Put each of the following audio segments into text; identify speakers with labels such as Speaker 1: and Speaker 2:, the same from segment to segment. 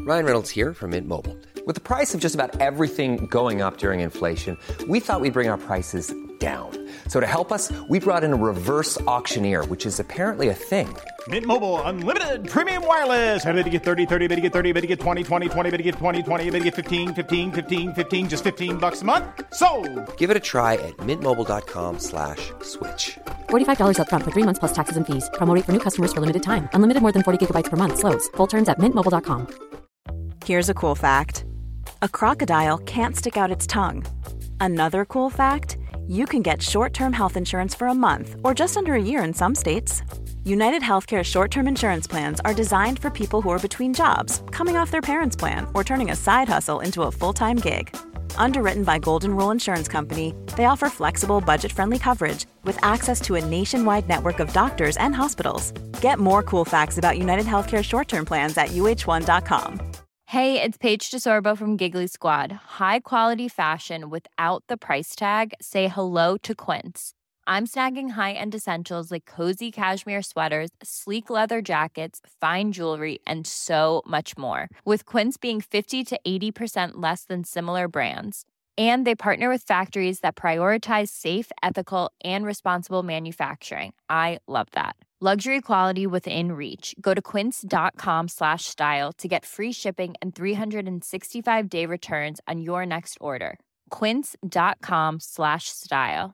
Speaker 1: Ryan Reynolds here from Mint Mobile. With the price of just about everything going up during inflation, we thought we'd bring our prices down. So to help us, we brought in a reverse auctioneer, which is apparently a thing.
Speaker 2: Mint Mobile Unlimited Premium Wireless. How to get 30, 30, bit to get 30, bit to get 20, 20, 20, bit to get 20, 20, bit to get 15, 15, 15, 15, just $15 a month? Sold!
Speaker 1: Give it a try at mintmobile.com/switch.
Speaker 3: $45 up front for 3 months plus taxes and fees. Promo rate for new customers for limited time. Unlimited more than 40 gigabytes per month. Slows full terms at mintmobile.com.
Speaker 4: Here's a cool fact. A crocodile can't stick out its tongue. Another cool fact, you can get short-term health insurance for a month or just under a year in some states. United Healthcare short-term insurance plans are designed for people who are between jobs, coming off their parents' plan, or turning a side hustle into a full-time gig. Underwritten by Golden Rule Insurance Company, they offer flexible, budget-friendly coverage with access to a nationwide network of doctors and hospitals. Get more cool facts about United Healthcare short-term plans at uh1.com.
Speaker 5: Hey, it's Paige DeSorbo from Giggly Squad. High quality fashion without the price tag. Say hello to Quince. I'm snagging high-end essentials like cozy cashmere sweaters, sleek leather jackets, fine jewelry, and so much more. With Quince being 50 to 80% less than similar brands. And they partner with factories that prioritize safe, ethical, and responsible manufacturing. I love that. Luxury quality within reach. Go to quince.com/style to get free shipping and 365-day returns on your next order. Quince.com/style.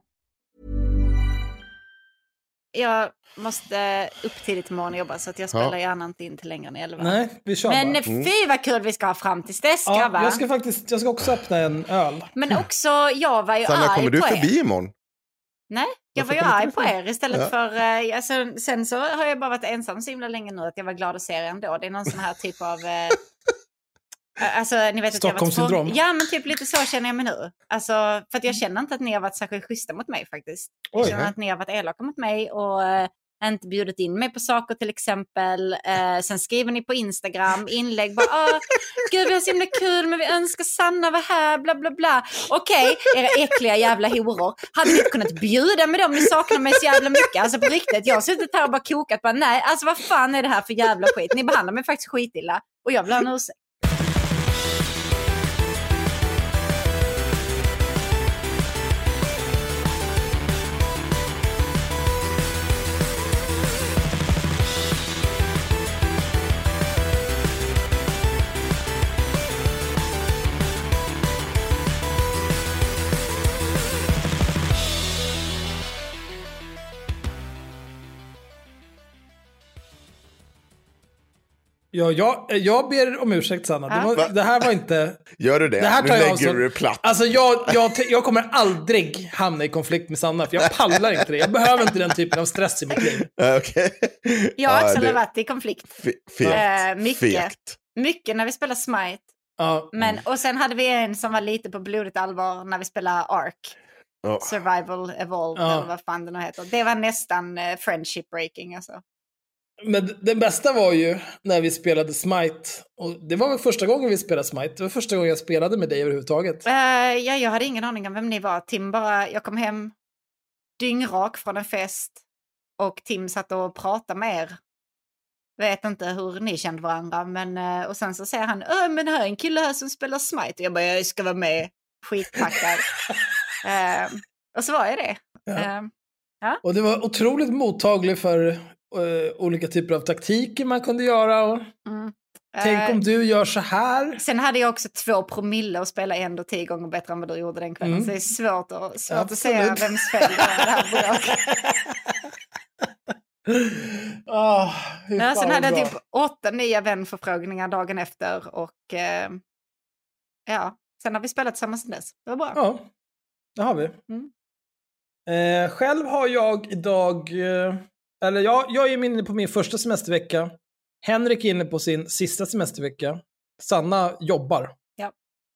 Speaker 6: Jag måste upp tidigt imorgon och jobba, så att jag spelar gärna inte in till längre än 11.
Speaker 7: Nej, vi kör
Speaker 6: Men
Speaker 7: bara.
Speaker 6: fy vad kul vi ska ha fram tills dess, grabbar.
Speaker 7: Jag ska också öppna en öl.
Speaker 6: Men också, jag var ju
Speaker 8: Sanna,
Speaker 6: arg
Speaker 8: kommer du
Speaker 6: på
Speaker 8: förbi
Speaker 6: er.
Speaker 8: imorgon?
Speaker 6: Nej, jag var ju arg på er istället för... Alltså, sen så har jag bara varit ensam så himla länge nu att jag var glad att se er ändå. Det är någon sån här typ av... Alltså, ni vet att
Speaker 7: Stockholmssyndrom.
Speaker 6: Ja, men typ lite så känner jag mig nu. Alltså, för att jag känner inte att ni har varit särskilt schyssta mot mig faktiskt. Jag känner att ni har varit elaka mot mig och inte bjudit in mig på saker till exempel. Sen skriver ni på Instagram inlägg bara, gud vi har så himla kul men vi önskar Sanna var här, bla bla bla. Okej, era äckliga jävla horor. Hade ni inte kunnat bjuda med dem, ni saknar mig så jävla mycket. Alltså på riktigt, jag har suttit här och bara kokat, bara nej, alltså vad fan är det här för jävla skit? Ni behandlar mig faktiskt skitilla och jag vill ha en ursäkt.
Speaker 7: Ja, jag ber om ursäkt, Sanna. Det här var inte...
Speaker 8: Gör du det?
Speaker 7: Det här
Speaker 8: nu
Speaker 7: tar jag
Speaker 8: lägger du det platt.
Speaker 7: Alltså jag kommer aldrig hamna i konflikt med Sanna, för jag pallar inte det. Jag behöver inte den typen av stress i mitt liv.
Speaker 8: Okej.
Speaker 6: Jag har också varit i konflikt.
Speaker 8: Fegt.
Speaker 6: Mycket när vi spelar Smite.
Speaker 7: Ja.
Speaker 6: Men, och sen hade vi en som var lite på blodigt allvar när vi spelade Ark. Survival Evolved eller vad fan det nu heter. Det var nästan friendship breaking alltså.
Speaker 7: Men det bästa var ju när vi spelade Smite. Och det var väl första gången vi spelade Smite. Det var första gången jag spelade med dig överhuvudtaget.
Speaker 6: Jag hade ingen aning om vem ni var. Tim bara, jag kom hem dyngrak från en fest. Och Tim satt och pratade med er. Vet inte hur ni kände varandra. Men, och sen så säger han, men här är en kille här som spelar Smite. Och jag bara, jag ska vara med. Skitpackad. Och så var jag det. Ja.
Speaker 7: Och det var otroligt mottaglig för olika typer av taktiker man kunde göra. Och tänk om du gör så här.
Speaker 6: Sen hade jag också 2 promille och spela ändå 10 gånger bättre än vad du gjorde den kvällen. Så det är svårt att säga vems fel det är det här. Sen hade jag typ 8 nya vänförfrågningar dagen efter. Och sen har vi spelat tillsammans sen dess. Det var bra.
Speaker 7: Ja, det har vi. Själv har jag idag... jag är inne på min första semestervecka. Henrik är inne på sin sista semestervecka. Sanna jobbar.
Speaker 6: Ja.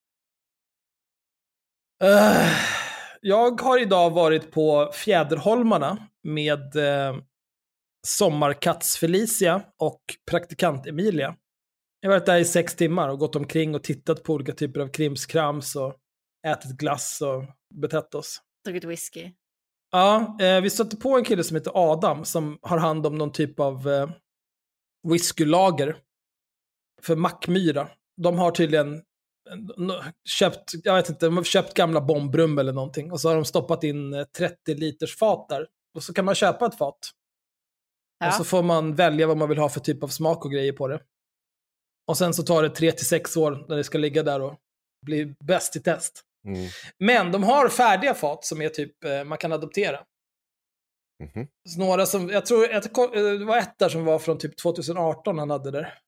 Speaker 7: Jag har idag varit på Fjäderholmarna med sommarkatts Felicia och praktikant Emilia. Jag har varit där i 6 timmar och gått omkring och tittat på olika typer av krimskrams och ätit glass och betett oss.
Speaker 6: Druckit whisky.
Speaker 7: Ja, vi stötte på en kille som heter Adam som har hand om någon typ av whiskylager för Mackmyra de har tydligen köpt, jag vet inte, de har köpt gamla bombrum eller någonting. Och så har de stoppat in 30 liters fat där. Och så kan man köpa ett fat. Ja. Och så får man välja vad man vill ha för typ av smak och grejer på det. Och sen så tar det 3-6 år när det ska ligga där och bli bäst i test. Men de har färdiga fat som är typ, man kan adoptera. Så några som, jag tror det var ett där som var från typ 2018 han hade där.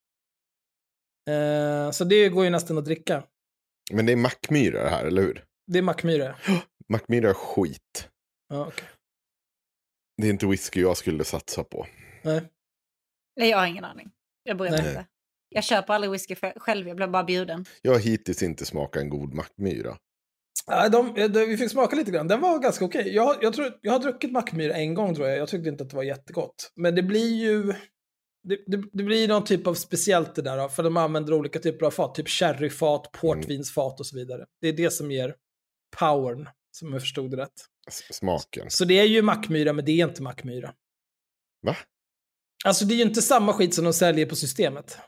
Speaker 7: Så det går ju nästan att dricka.
Speaker 8: Men det är Mackmyra det här, eller hur?
Speaker 7: Det är Mackmyra.
Speaker 8: Mackmyra är skit.
Speaker 7: Ja, okay.
Speaker 8: Det är inte whisky jag skulle satsa på.
Speaker 6: Nej, jag har ingen aning. Jag bryr mig inte. Jag köper aldrig whisky själv, jag blir bara bjuden.
Speaker 8: Jag har hittills inte smakat en god Mackmyra.
Speaker 7: Vi fick smaka lite grann. Den var ganska okej. Jag har druckit Mackmyra en gång tror jag. Jag tyckte inte att det var jättegott. Men det blir ju... Det blir någon typ av speciellt det där. För de använder olika typer av fat. Typ sherryfat, portvinsfat och så vidare. Det är det som ger powern. Som jag förstod det rätt.
Speaker 8: Smaken.
Speaker 7: Så det är ju Mackmyra, men det är inte Mackmyra.
Speaker 8: Va?
Speaker 7: Alltså det är ju inte samma skit som de säljer på systemet.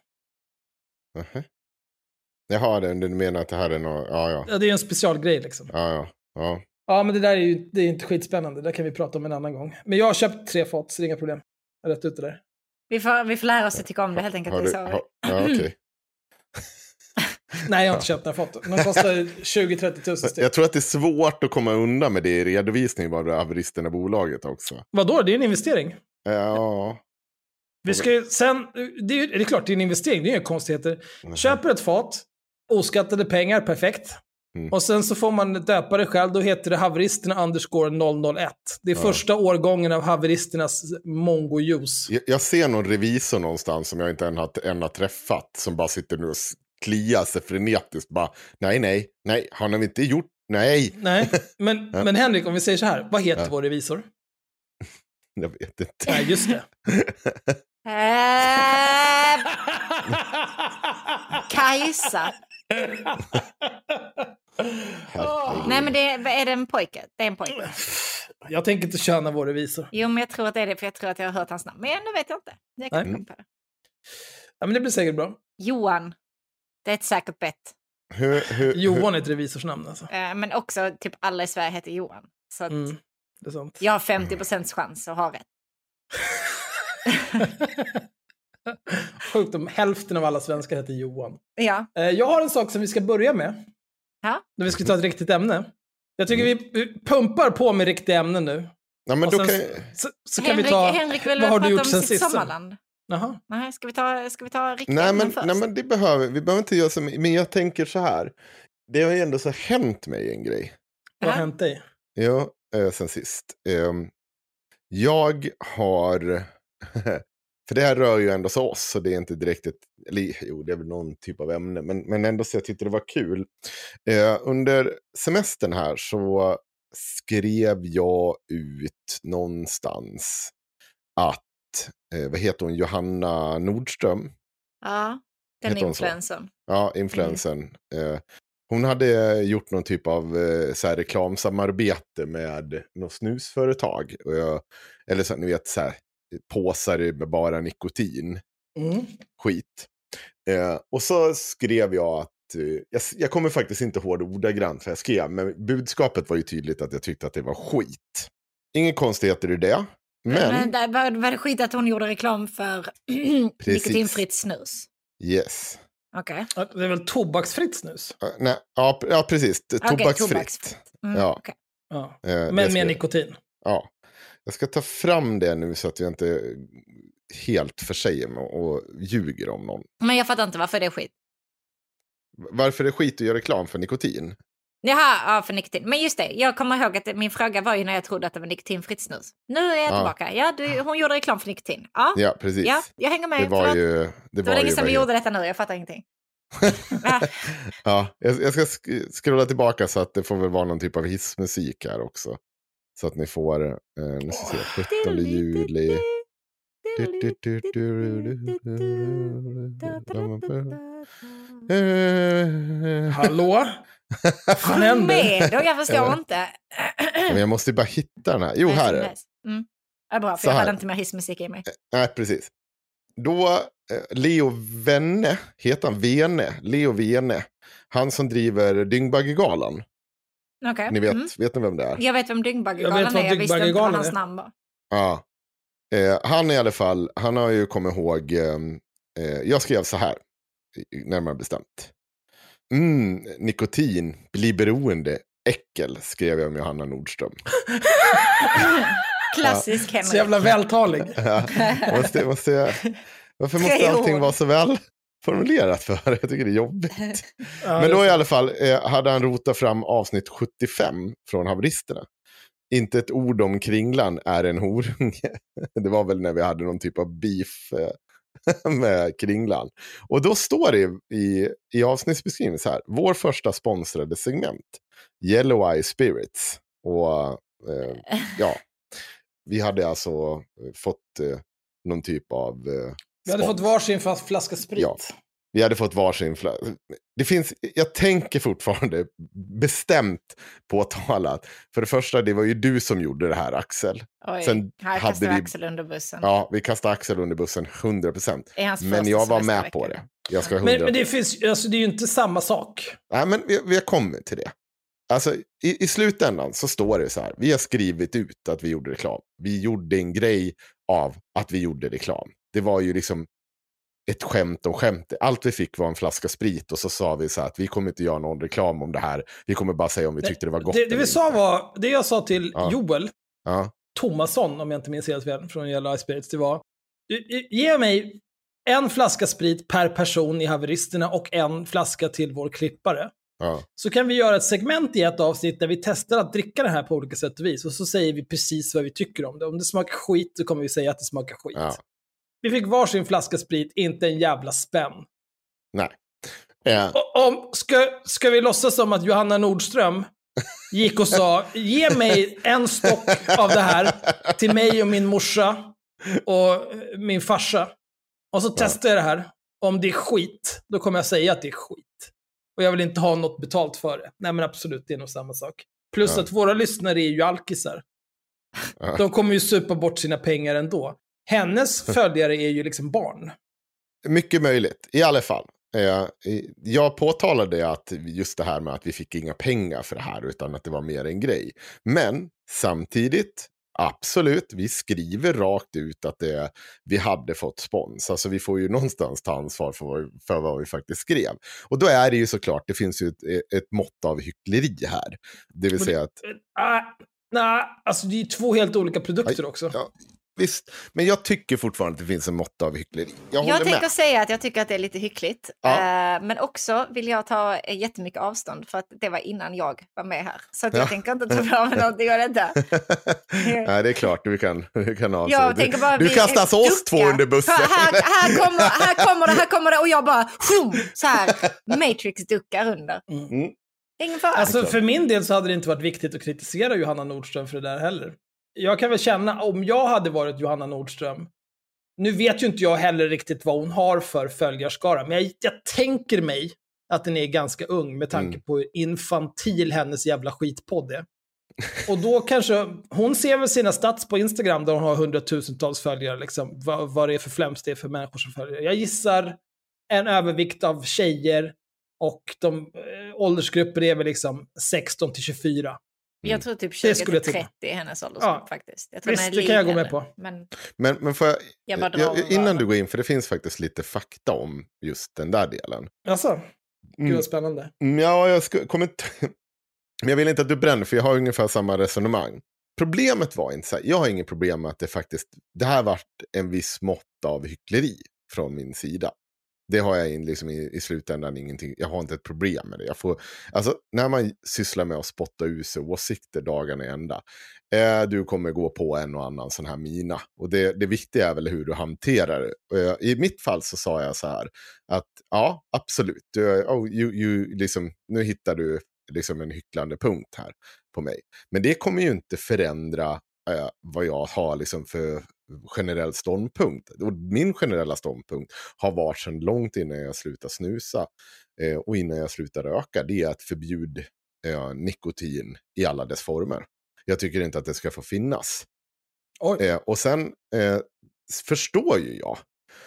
Speaker 8: Jaha, du menar att det här är något... Ja,
Speaker 7: det är en specialgrej liksom.
Speaker 8: Ja,
Speaker 7: men det där är inte skitspännande. Det kan vi prata om en annan gång. Men jag har köpt 3 fat, så det är inga problem. Jag har rätt ut det där. Vi
Speaker 6: får lära oss att tycka om det helt enkelt.
Speaker 8: Ja, okej.
Speaker 7: Nej, jag har inte köpt några fat. De kostar 20-30 000 styck.
Speaker 8: Jag tror att det är svårt att komma undan med det i redovisning vad haveristerna i bolaget också.
Speaker 7: Vadå? Det är en investering.
Speaker 8: Ja.
Speaker 7: Vi ska ju sen... Det är klart, det är en investering. Det är inga konstigheter. Köper ett fat, oskattade pengar, perfekt. Och sen så får man döpa det själv. Då heter det haveristerna _001. Det är första årgången av haveristernas Mongo Juice.
Speaker 8: Jag ser någon revisor någonstans som jag inte än har träffat. Som bara sitter nu och kliar sig frenetiskt. Bara, nej, har ni inte gjort? Nej,
Speaker 7: men Henrik, om vi säger så här. Vad heter vår revisor?
Speaker 8: Jag vet inte.
Speaker 7: Nej, just det.
Speaker 6: Kajsa. Nej, men är det en pojke? Det är en pojke.
Speaker 7: Jag tänker inte köna vår revisor.
Speaker 6: Jo, men jag tror att det är det, för jag tror att jag har hört hans namn. Men nu vet jag inte. Jag kan komma på det.
Speaker 7: Ja, men det blir säkert bra.
Speaker 6: Johan. Det är ett säkert bett.
Speaker 7: Johan är ett revisorsnamn alltså.
Speaker 6: Men också typ alla i Sverige heter Johan. Så att
Speaker 7: det är sant.
Speaker 6: Jag har 50% chans att ha rätt.
Speaker 7: Sjukt om hälften av alla svenskar heter Johan.
Speaker 6: Ja.
Speaker 7: Jag har en sak som vi ska börja med.
Speaker 6: Ja.
Speaker 7: När vi ska ta ett riktigt ämne. Jag tycker vi pumpar på med riktiga ämnen nu.
Speaker 8: Ja, men då
Speaker 7: så kan vi ta...
Speaker 6: Henrik vill
Speaker 7: vad har
Speaker 6: prata
Speaker 7: du gjort
Speaker 6: om
Speaker 7: sen
Speaker 6: sitt
Speaker 7: sist?
Speaker 6: sommarland.
Speaker 7: Jaha.
Speaker 6: Nej, ska vi ta riktiga ämnen först?
Speaker 8: Nej, men det vi behöver inte göra så mycket. Men jag tänker så här. Det har ju ändå så hänt mig en grej.
Speaker 7: Vad har hänt dig?
Speaker 8: Ja, sen sist. Jag har... För det här rör ju ändå så oss, så det är inte direkt det är väl någon typ av ämne, men ändå så jag tyckte det var kul. Under semestern här så skrev jag ut någonstans att, vad heter hon, Johanna Nordström?
Speaker 6: Ja, den influensen.
Speaker 8: Ja, influensen. Hon hade gjort någon typ av så här reklamsamarbete med något snusföretag. Eller så, ni vet, så här påsar med bara nikotin. Skit. Och så skrev jag att jag kommer faktiskt inte ihåg ordagrant för jag skrev, men budskapet var ju tydligt att jag tyckte att det var skit. Ingen konstigheter i det. Men
Speaker 6: var det skit att hon gjorde reklam för nikotinfritt snus?
Speaker 8: Yes.
Speaker 6: Okej.
Speaker 7: Det är väl tobaksfritt snus?
Speaker 8: Nej, ja, precis. Tobaksfritt. Ja.
Speaker 6: Okay.
Speaker 7: Ja. Men med nikotin.
Speaker 8: Ja. Jag ska ta fram det nu så att jag inte helt försäger mig och ljuger om någon.
Speaker 6: Men jag fattar inte varför det är skit.
Speaker 8: Varför är det skit att göra reklam för nikotin?
Speaker 6: Jaha, ja, för nikotin. Men just det, jag kommer ihåg att min fråga var ju när jag trodde att det var nikotinfritt snus. Nu är jag tillbaka. Ja, hon gjorde reklam för nikotin. Ja,
Speaker 8: precis.
Speaker 6: Ja, jag hänger med.
Speaker 8: Det var
Speaker 6: länge sedan vi gjorde detta nu, jag fattar ingenting.
Speaker 8: Ja, jag ska scrolla tillbaka så att det får väl vara någon typ av hissmusik här också. Så att ni får, nu ska vi se, 17 juli.
Speaker 7: Hallå? Vad händer?
Speaker 6: Jag förstår inte.
Speaker 8: Men jag måste ju bara hitta den här. Jo, här är det.
Speaker 6: Ja, bra, för jag hade inte mer hissmusik i mig.
Speaker 8: Nej, precis. Då Leo Venne, heter han Vene? Leo Vene. Han som driver Dyngbaggegalan.
Speaker 6: Okay.
Speaker 8: Ni vet ni vem det är?
Speaker 6: Jag vet vem Dyngbaggegalan är. Jag visste inte vad hans namn var.
Speaker 8: Ja. Han i alla fall, han har ju kommit ihåg, jag skrev så här, närmare bestämt. Nikotin, blir beroende, äckel, skrev jag om Johanna Nordström.
Speaker 6: Klassisk Henrik.
Speaker 7: Så jävla vältalig.
Speaker 8: Varför måste allting vara så väl formulerat för? Jag tycker det är jobbigt. Men då i alla fall hade han rotat fram avsnitt 75 från Haveristerna. Inte ett ord om Kringlan är en horunge. Det var väl när vi hade någon typ av beef med Kringlan. Och då står det i avsnittsbeskrivningen så här. Vår första sponsrade segment. Yellow Eye Spirits. Och ja, vi hade alltså fått någon typ av
Speaker 7: vi hade fått varsin flaska sprit.
Speaker 8: Ja, vi hade fått varsin flaska. Det finns, jag tänker fortfarande bestämt påtalat. För det första, det var ju du som gjorde det här, Axel.
Speaker 6: Oj,
Speaker 8: sen
Speaker 6: här kastade vi Axel under bussen.
Speaker 8: Ja, vi kastade Axel under bussen 100%. Men jag var med på det. Jag ska 100%.
Speaker 7: Men det finns, alltså det är ju inte samma sak.
Speaker 8: Nej, men vi har kommit till det. Alltså i slutändan så står det så här. Vi har skrivit ut att vi gjorde reklam. Vi gjorde en grej av att vi gjorde reklam. Det var ju liksom ett skämt om skämt. Allt vi fick var en flaska sprit och så sa vi så här att vi kommer inte göra någon reklam om det här. Vi kommer bara säga om vi tyckte det var gott.
Speaker 7: Det vi sa var, det jag sa till Joel Tomasson, om jag inte minns helt fel, från Yellow Eye Spirits, det var ge mig en flaska sprit per person i Haveristerna och en flaska till vår klippare.
Speaker 8: Ja.
Speaker 7: Så kan vi göra ett segment i ett avsnitt där vi testar att dricka det här på olika sätt och vis. Och så säger vi precis vad vi tycker om det. Om det smakar skit så kommer vi säga att det smakar skit.
Speaker 8: Ja.
Speaker 7: Vi fick varsin flaska sprit, inte en jävla spänn.
Speaker 8: Nej.
Speaker 7: Ska vi låtsas som att Johanna Nordström gick och sa ge mig en stock av det här till mig och min morsa och min farsa. Och så testar jag det här. Om det är skit, då kommer jag säga att det är skit. Och jag vill inte ha något betalt för det. Nej men absolut, det är nog samma sak. Plus att våra lyssnare är ju alkisar. De kommer ju supa bort sina pengar ändå. Hennes följare är ju liksom barn.
Speaker 8: Mycket möjligt, i alla fall. Jag påtalade att just det här med att vi fick inga pengar för det här utan att det var mer en grej. Men samtidigt, absolut, vi skriver rakt ut att vi hade fått spons. Alltså vi får ju någonstans ta ansvar för vad vi faktiskt skrev. Och då är det ju såklart, det finns ju ett mått av hyckleri här. Det vill säga att...
Speaker 7: Nej, alltså det är ju två helt olika produkter också.
Speaker 8: Ja. Visst, men jag tycker fortfarande att det finns en mått av hyckleri.
Speaker 6: Jag tänkte säga att jag tycker att det är lite hyckligt. Men också vill jag ta jättemycket avstånd för att det var innan jag var med här. Så att jag tänker inte ta fram någonting av detta.
Speaker 8: Nej, det är klart du kan
Speaker 6: avstå.
Speaker 8: Du kastas oss två under bussen.
Speaker 6: Här kommer det och jag bara så här Matrix-duckar under. Ingen fara.
Speaker 7: Alltså för min del så hade det inte varit viktigt att kritisera Johanna Nordström för det där heller. Jag kan väl känna, om jag hade varit Johanna Nordström, nu vet ju inte jag heller riktigt vad hon har för följarskara, men jag tänker mig att den är ganska ung med tanke på hur infantil hennes jävla skitpodd är. Och då kanske, hon ser väl sina stats på Instagram där hon har 100,000-tals följare, liksom, vad det är för fläms det är för människor som följer. Jag gissar en övervikt av tjejer och de åldersgrupper är väl liksom 16 till 24.
Speaker 6: Jag tror typ 20-30 är hennes åldersgrupp faktiskt. Jag tror
Speaker 7: visst, det kan jag gå med på.
Speaker 8: Men får jag innan du går in, för det finns faktiskt lite fakta om just den där delen.
Speaker 7: Alltså, gud vad spännande.
Speaker 8: Ja, men jag vill inte att du bränner, för jag har ungefär samma resonemang. Problemet var inte så här, jag har ingen problem med att det här varit en viss mått av hyckleri från min sida. Det har jag liksom i slutändan ingenting. Jag har inte ett problem med det. Alltså, när man sysslar med att spotta ur sig åsikter dagarna i ända. Du kommer gå på en och annan sån här mina. Och det viktiga är väl hur du hanterar det. I mitt fall så sa jag så här. Att ja, absolut. Liksom, nu hittar du liksom en hycklande punkt här på mig. Men det kommer ju inte förändra vad jag har liksom för generell ståndpunkt. Och min generella ståndpunkt har varit sedan långt innan jag slutar snusa och innan jag slutar röka, det är att förbjuda nikotin i alla dess former. Jag tycker inte att det ska få finnas. Och sen förstår ju jag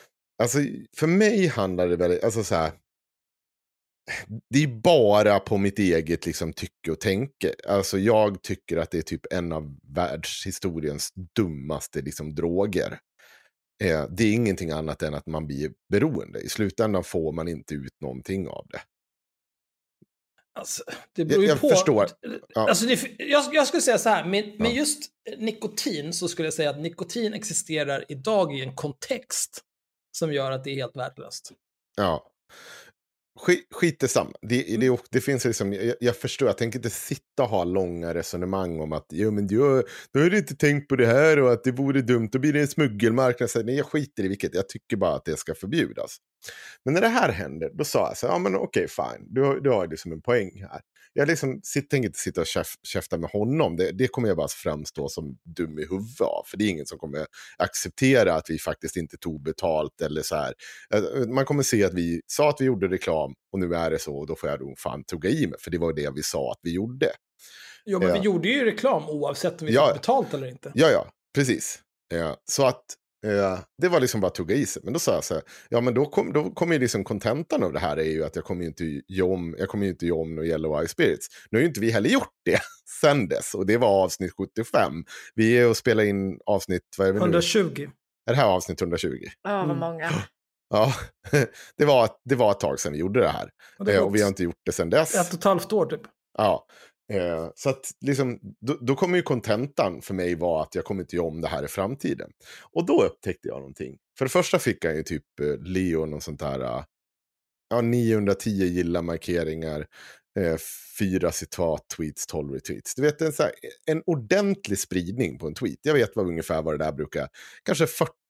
Speaker 8: Alltså för mig handlar det väl, alltså så här, det är bara på mitt eget liksom tycke och tänke. Alltså jag tycker att det är typ en av världshistoriens dummaste liksom droger. Det är ingenting annat än att man blir beroende. I slutändan får man inte ut någonting av det.
Speaker 7: Alltså, det beror ju
Speaker 8: jag
Speaker 7: på.
Speaker 8: Förstår. Ja.
Speaker 7: Alltså jag skulle säga så här, med just nikotin så skulle jag säga att nikotin existerar idag i en kontext som gör att det är helt värdelöst.
Speaker 8: Ja. Skit detsamma. Det finns liksom, jag förstår, jag tänker inte sitta och ha långa resonemang om att men du har inte tänkt på det här och att det vore dumt, då blir det en smuggelmarknad. Så, nej, jag skiter i vilket, jag tycker bara att det ska förbjudas. Men när det här händer, då sa jag så här, ja men okej, fine, du har liksom en poäng här. Jag liksom tänker inte sitta och käfta med honom. Det kommer jag bara framstå som dum i huvudet av. För det är ingen som kommer acceptera att vi faktiskt inte tog betalt eller så här. Man kommer se att vi sa att vi gjorde reklam och nu är det så, och då får jag nog fan tugga i mig. För det var det vi sa att vi gjorde.
Speaker 7: Jo, men vi gjorde ju reklam oavsett om vi fick betalt eller inte.
Speaker 8: Ja, precis. Så att det var liksom bara att tugga i sig. Men då sa jag så här, ja men då kommer ju liksom kontentan av det här är ju att jag kommer ju inte göra om no Yellow Eye Spirits. Nu har ju inte vi heller gjort det sen dess, och det var avsnitt 75. Vi är och spelar in avsnitt, vad är det nu?
Speaker 7: 120.
Speaker 8: Är det här avsnitt 120?
Speaker 6: Ja, vad många.
Speaker 8: Ja, det var ett tag sedan vi gjorde det här. Och vi har inte gjort det sen dess.
Speaker 7: 1,5 år typ.
Speaker 8: Ja. Så att liksom, då kommer ju kontentan för mig vara att jag kommer inte göra om det här i framtiden. Och då upptäckte jag någonting. För det första fick jag ju typ Leon och sånt här. 910 gilla-markeringar, 4 citat, tweets, 12 retweets. Du vet, en ordentlig spridning på en tweet. Jag vet ungefär vad det där brukar. Kanske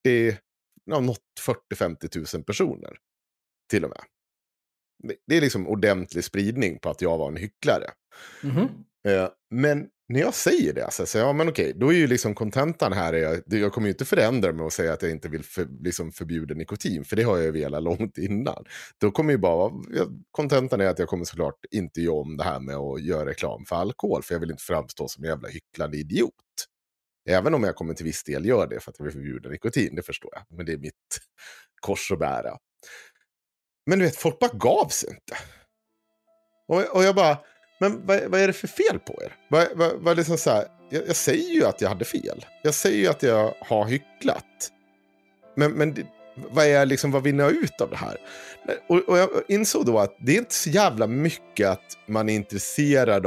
Speaker 8: 40-50 000 personer till och med. Det är liksom ordentlig spridning på att jag var en hycklare.
Speaker 7: Mm-hmm.
Speaker 8: Men när jag säger det, så ja men okej, då är ju liksom kontentan här, jag kommer ju inte förändra mig och säga att jag inte vill förbjuda nikotin, för det har jag ju velat långt innan. Då kommer ju bara, kontentan är att jag kommer såklart inte göra om det här med att göra reklam för alkohol, för jag vill inte framstå som en jävla hycklande idiot. Även om jag kommer till viss del göra det för att jag vill förbjuda nikotin, det förstår jag. Men det är mitt kors att bära. Men du vet, folk bara gav sig inte. Och jag bara, men vad är det för fel på er? Vad liksom så här, jag säger ju att jag hade fel. Jag säger ju att jag har hycklat. Men vad vill jag ut av det här? Och jag insåg då att det är inte så jävla mycket att man är intresserad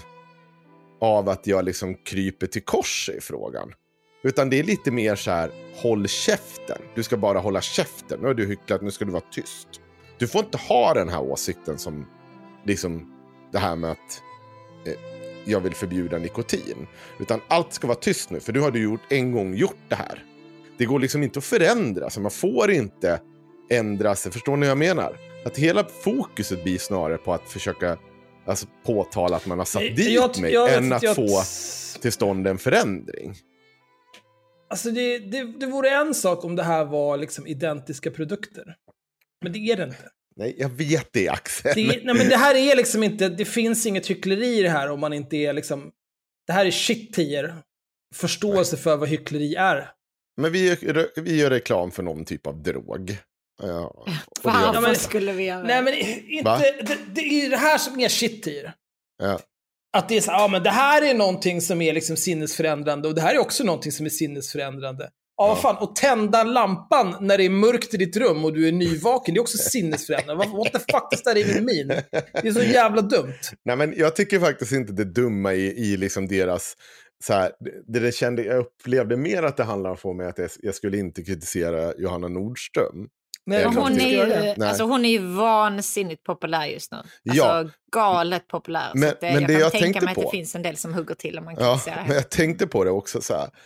Speaker 8: av att jag liksom kryper till kors i frågan. Utan det är lite mer så här, håll käften. Du ska bara hålla käften. Nu har du hycklat, nu ska du vara tyst. Du får inte ha den här åsikten som liksom det här med att jag vill förbjuda nikotin. Utan allt ska vara tyst nu, för du har en gång gjort det här. Det går liksom inte att förändra, så man får inte ändra sig. Förstår ni vad jag menar? Att hela fokuset blir snarare på att försöka påtala att man har satt dit mig än att få till stånd en förändring.
Speaker 7: Alltså det vore en sak om det här var liksom identiska produkter. Men det är det inte.
Speaker 8: Nej, jag vet det, Axel.
Speaker 7: Men det här är liksom inte, det finns inget hyckleri i det här om man inte är liksom, det här är shit-tier. Förståelse för vad hyckleri är.
Speaker 8: Men vi gör reklam för någon typ av drog. Ja,
Speaker 6: varför skulle vi göra det?
Speaker 7: Nej, men inte, det är det här som är shit-tier.
Speaker 8: Ja.
Speaker 7: Att det är så, men det här är någonting som är liksom sinnesförändrande, och det här är också någonting som är sinnesförändrande. Ja, vad fan, och tända lampan när det är mörkt i ditt rum och du är nyvaken, det är också sinnesförändrande. What the fuck is that even mean? Det är så jävla dumt.
Speaker 8: Nej, men jag tycker faktiskt inte det dumma i liksom deras så här, jag upplevde mer att det handlar om mig att jag skulle inte kritisera Johanna Nordström.
Speaker 6: Nej, hon är ju vansinnigt populär just nu. Alltså galet populär.
Speaker 8: Men,
Speaker 6: så
Speaker 8: men
Speaker 6: jag kan tänka mig att det finns en del som hugger till om man kritiserar henne.
Speaker 8: Men jag tänkte på det också så här.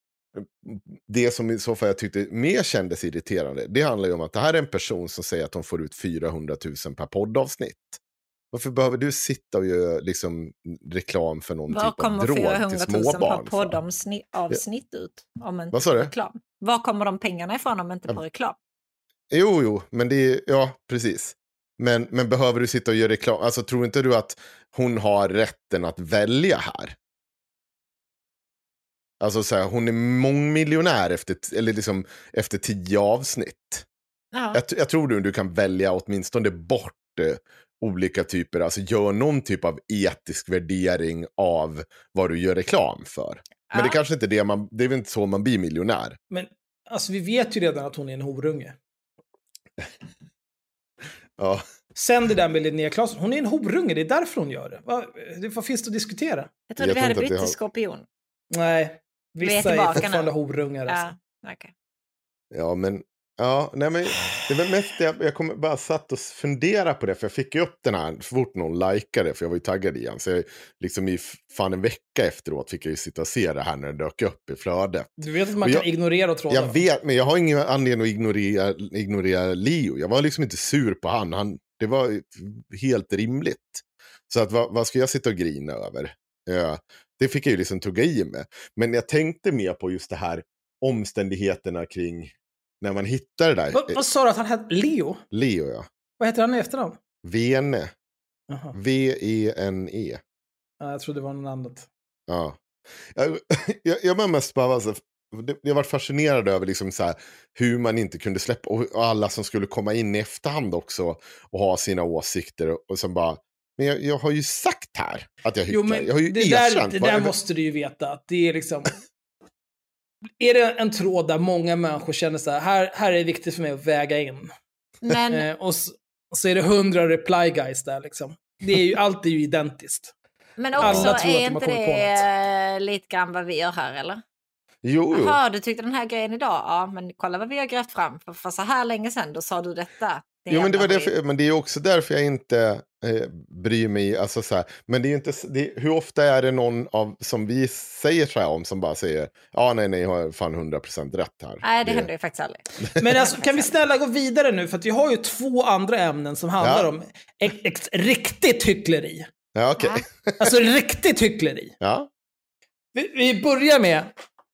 Speaker 8: Det som i så fall jag tyckte mer kändes irriterande, det handlar ju om att det här är en person som säger att hon får ut 400 000 per poddavsnitt. Varför behöver du sitta och göra liksom reklam för någon typ av drog till småbarn? Var kommer 400 000 per
Speaker 6: poddavsnitt ut?
Speaker 8: Vad sa du?
Speaker 6: Reklam. Var kommer de pengarna ifrån om inte på reklam?
Speaker 8: Jo, men det är, ja, precis. Men behöver du sitta och göra reklam? Alltså, tror inte du att hon har rätten att välja här? Alltså så här, hon är mångmiljonär efter 10 avsnitt. Jag tror du kan välja åtminstone bort olika typer, alltså gör någon typ av etisk värdering av vad du gör reklam för. Men det kanske inte är det är väl inte så man blir miljonär. Men
Speaker 7: alltså vi vet ju redan att hon är en horunge.
Speaker 8: Ja.
Speaker 7: Sen det där med Linnea Claesson, hon är en horunge, det är därför hon gör det. Vad finns det att diskutera?
Speaker 6: Jag trodde vi hade bytt till skorpion.
Speaker 7: Nej, vissa är fortfarande horungar. Alltså.
Speaker 6: Okay.
Speaker 8: Ja, men nej, men det var mest jag kommer bara satt och fundera på det, för jag fick ju upp den här fort någon likade, för jag var ju taggad igen, så jag, liksom i fan en vecka efteråt fick jag ju sitta och se det här när det dök upp i flödet.
Speaker 7: Du vet att man kan ignorera trådar.
Speaker 8: Jag vet, men jag har ingen anledning att ignorera Leo. Jag var liksom inte sur på han det var helt rimligt. Så att vad ska jag sitta och grina över? Det fick jag ju liksom tugga i med. Men jag tänkte mer på just det här omständigheterna kring när man hittar det där.
Speaker 7: Vad sa du att han hette? Leo?
Speaker 8: Leo, ja.
Speaker 7: Vad heter han i efternamn?
Speaker 8: Vene. V-E-N-E.
Speaker 7: Ja, jag trodde det var något annat.
Speaker 8: Ja. Jag var mest bara... Alltså, jag var fascinerad över liksom så här, hur man inte kunde släppa... Och alla som skulle komma in i efterhand också och ha sina åsikter. Och sen bara... Men jag har ju sagt här att jag hycklar.
Speaker 7: Jo, men
Speaker 8: jag har ju
Speaker 7: det där måste du ju veta. Att det är liksom... Är det en tråd där många människor känner så här är det viktigt för mig att väga in.
Speaker 6: Men...
Speaker 7: och så är det 100 reply guys där liksom. Det är ju, allt är ju identiskt.
Speaker 6: Men också är inte det lite grann vad vi gör här, eller?
Speaker 8: Jo.
Speaker 6: Jaha, du tyckte den här grejen idag? Ja, men kolla vad vi har grävt fram. För så här länge sedan, då sa du detta.
Speaker 8: Jo, men det var därför, men det är också därför jag inte bryr mig. Alltså så här, men det är ju inte, hur ofta är det någon som vi säger så här om som bara säger nej, jag har fan 100% rätt här.
Speaker 6: Nej, det händer ju faktiskt aldrig.
Speaker 7: Men alltså, kan vi snälla gå vidare nu? För att vi har ju 2 andra ämnen som handlar om riktigt hyckleri.
Speaker 8: Ja, okej. Okay.
Speaker 7: Alltså riktigt hyckleri.
Speaker 8: Ja.
Speaker 7: Vi börjar med...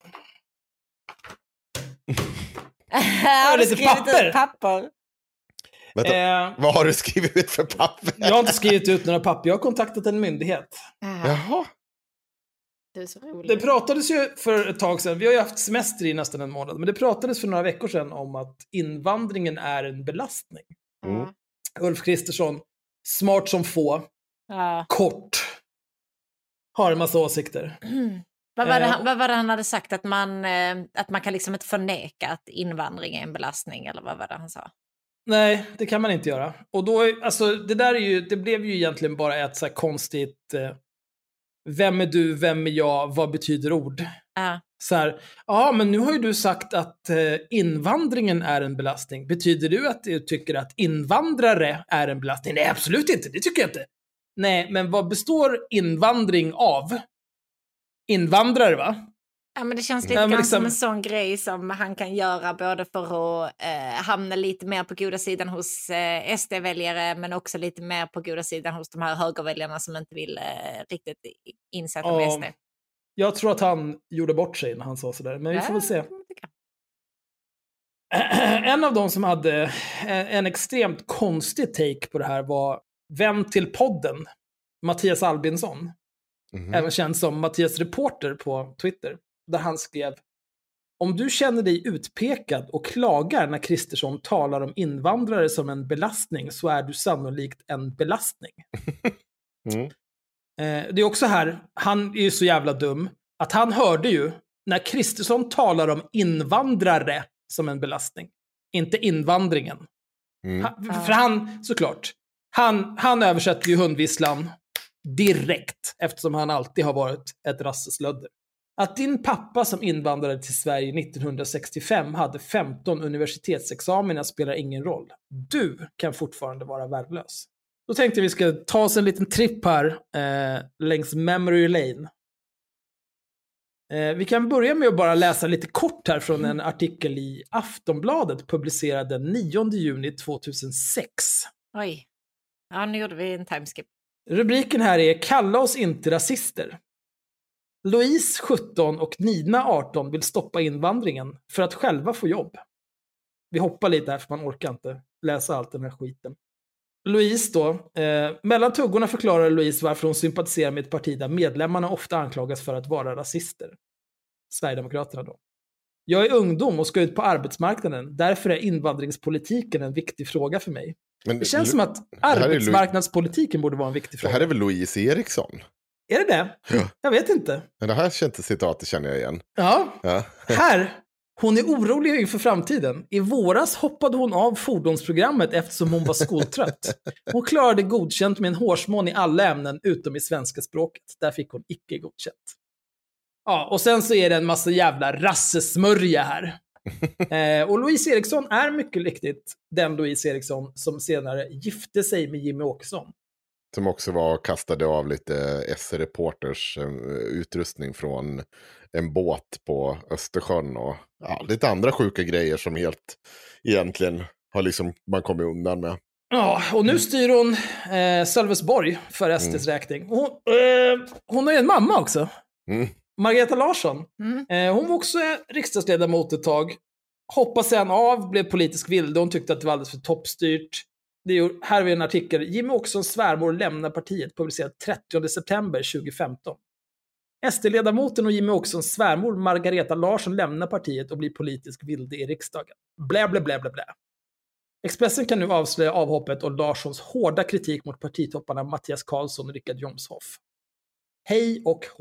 Speaker 6: Har du skrivit ut papper?
Speaker 8: Vad har du skrivit ut för papper?
Speaker 7: Jag har inte skrivit ut några papper. Jag har kontaktat en myndighet.
Speaker 8: Jaha.
Speaker 6: Du är så rolig.
Speaker 7: Det pratades ju för ett tag sedan. Vi har ju haft semester i nästan en månad. Men det pratades för några veckor sedan om att invandringen är en belastning. Ulf Kristersson, smart som få. Kort. Har en massa åsikter.
Speaker 6: Vad var det han hade sagt? Att man kan liksom inte förneka att invandring är en belastning? Eller vad var det han sa?
Speaker 7: Nej, det kan man inte göra. Och då, alltså, det blev ju egentligen bara ett så här konstigt... vem är du, vem är jag, vad betyder ord? Så här, men nu har ju du sagt att invandringen är en belastning. Betyder det att du tycker att invandrare är en belastning? Nej, absolut inte, det tycker jag inte. Nej, men vad består invandring av? Invandrare, va?
Speaker 6: Ja, men det känns lite grann som en sån grej som han kan göra både för att hamna lite mer på goda sidan hos SD-väljare, men också lite mer på goda sidan hos de här högerväljarna som inte vill riktigt insätta med SD.
Speaker 7: Jag tror att han gjorde bort sig när han sa sådär, men vi får väl se. En av dem som hade en extremt konstig take på det här var vän till podden, Mattias Albinsson. Även känd som Mattias Reporter på Twitter. Där han skrev: om du känner dig utpekad och klagar när Kristersson talar om invandrare som en belastning, så är du sannolikt en belastning. Det är också här, han är ju så jävla dum att han hörde ju när Kristersson talar om invandrare som en belastning, inte invandringen. För han, såklart, han översätter ju hundvisslan direkt, eftersom han alltid har varit ett rasseslödder. Att din pappa som invandrade till Sverige 1965 hade 15 universitetsexamina spelar ingen roll. Du kan fortfarande vara värdelös. Då tänkte vi ska ta oss en liten tripp här längs memory lane. Vi kan börja med att bara läsa lite kort här från en artikel i Aftonbladet publicerad den 9 juni 2006.
Speaker 6: Oj, ja, nu gjorde vi en timeskip.
Speaker 7: Rubriken här är "Kalla oss inte rasister". Louise, 17 och Nina, 18 vill stoppa invandringen för att själva få jobb. Vi hoppar lite här för man orkar inte läsa allt den här skiten. Louise då, mellan tuggorna förklarar Louise varför hon sympatiserar med ett parti där medlemmarna ofta anklagas för att vara rasister. Sverigedemokraterna då. Jag är ungdom och ska ut på arbetsmarknaden. Därför är invandringspolitiken en viktig fråga för mig. Men det känns som att arbetsmarknadspolitiken borde vara en viktig fråga.
Speaker 8: Det här är väl Louise Eriksson?
Speaker 7: Är det? Ja. Jag vet inte.
Speaker 8: Men det här citatet känner jag igen.
Speaker 7: Ja. Här. Hon är orolig inför framtiden. I våras hoppade hon av fordonsprogrammet eftersom hon var skoltrött. Hon klarade godkänt med en hårsmån i alla ämnen utom i svenska språket. Där fick hon icke godkänt. Ja, och sen så är det en massa jävla rassesmörja här. Och Louise Eriksson är mycket riktigt den Louise Eriksson som senare gifte sig med Jimmy Åkesson.
Speaker 8: Som också kastade av lite SR-reporters utrustning från en båt på Östersjön och lite andra sjuka grejer som helt egentligen har liksom man kommit undan med.
Speaker 7: Ja, och nu styr hon Sölvesborg för SDs räkning. Hon har ju en mamma också. Margareta Larsson. Hon var också riksdagsledamot ett tag. Hoppade sen av, blev politisk vilde. Hon tyckte att det var alldeles för toppstyrt. Här har vi en artikel. Jimmy Åkessons svärmor lämnar partiet, publicerad 30 september 2015. SD-ledamoten och Jimmy Åkessons svärmor Margareta Larsson lämnar partiet och blir politisk vilde i riksdagen. Blä, blä, blä, blä, blä. Expressen kan nu avslöja avhoppet och Larssons hårda kritik mot partitopparna Mattias Karlsson och Richard Jomshoff. Hej och hå.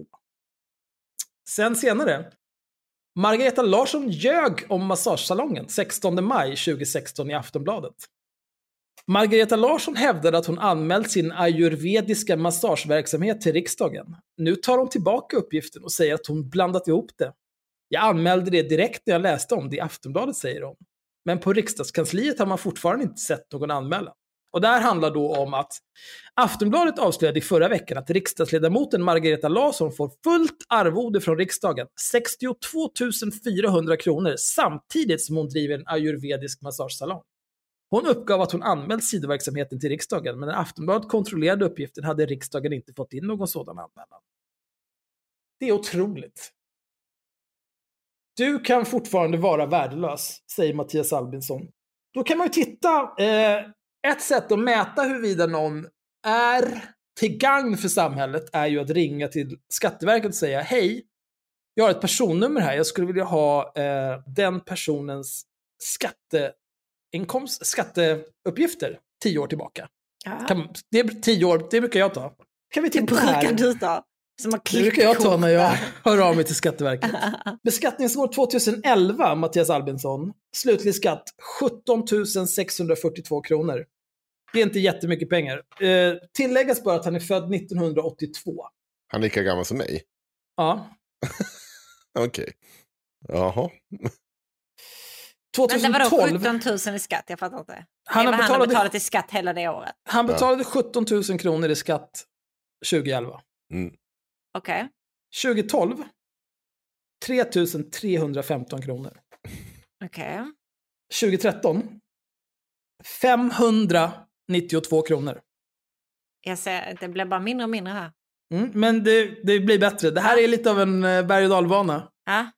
Speaker 7: Sen senare. Margareta Larsson ljög om massagesalongen 16 maj 2016 i Aftonbladet. Margareta Larsson hävdade att hon anmält sin ayurvediska massageverksamhet till riksdagen. Nu tar hon tillbaka uppgiften och säger att hon blandat ihop det. Jag anmälde det direkt när jag läste om det i Aftonbladet, säger hon. Men på riksdagskansliet har man fortfarande inte sett någon anmälan. Och det här handlar då om att Aftonbladet avslöjade i förra veckan att riksdagsledamoten Margareta Larsson får fullt arvode från riksdagen, 62 400 kronor, samtidigt som hon driver en ayurvedisk massagesalong. Hon uppgav att hon anmält sidoverksamheten till riksdagen, men när Aftonbladet kontrollerade uppgiften hade riksdagen inte fått in någon sådan anmälan. Det är otroligt. Du kan fortfarande vara värdelös, säger Mattias Albinsson. Då kan man ju titta. Ett sätt att mäta huruvida någon är till gagn för samhället är ju att ringa till Skatteverket och säga: hej, jag har ett personnummer här. Jag skulle vilja ha den personens skatteuppgifter 10 år tillbaka. Ja. Det är 10 år, det brukar jag ta. Kan vi titta här?
Speaker 6: Det brukar du ta.
Speaker 7: Det brukar jag ta när jag hör av mig till Skatteverket. Beskattningsår 2011, Mattias Albinsson. Slutlig skatt 17 642 kronor. Det är inte jättemycket pengar. Tilläggas bara att han är född 1982.
Speaker 8: Han är lika gammal som mig?
Speaker 7: Ja.
Speaker 8: Okej. Jaha.
Speaker 6: 2012. Men det var då 17 000 i skatt, jag fattar inte. Han har betalat i skatt hela det året.
Speaker 7: Han betalade 17 000 kronor i skatt 2011.
Speaker 6: Okej.
Speaker 7: 2012 3 315 kronor.
Speaker 6: Okej.
Speaker 7: 2013 592 kronor.
Speaker 6: Jag ser, det blir bara mindre och mindre här.
Speaker 7: Men det blir bättre. Det här är lite av en berg- och dalbana.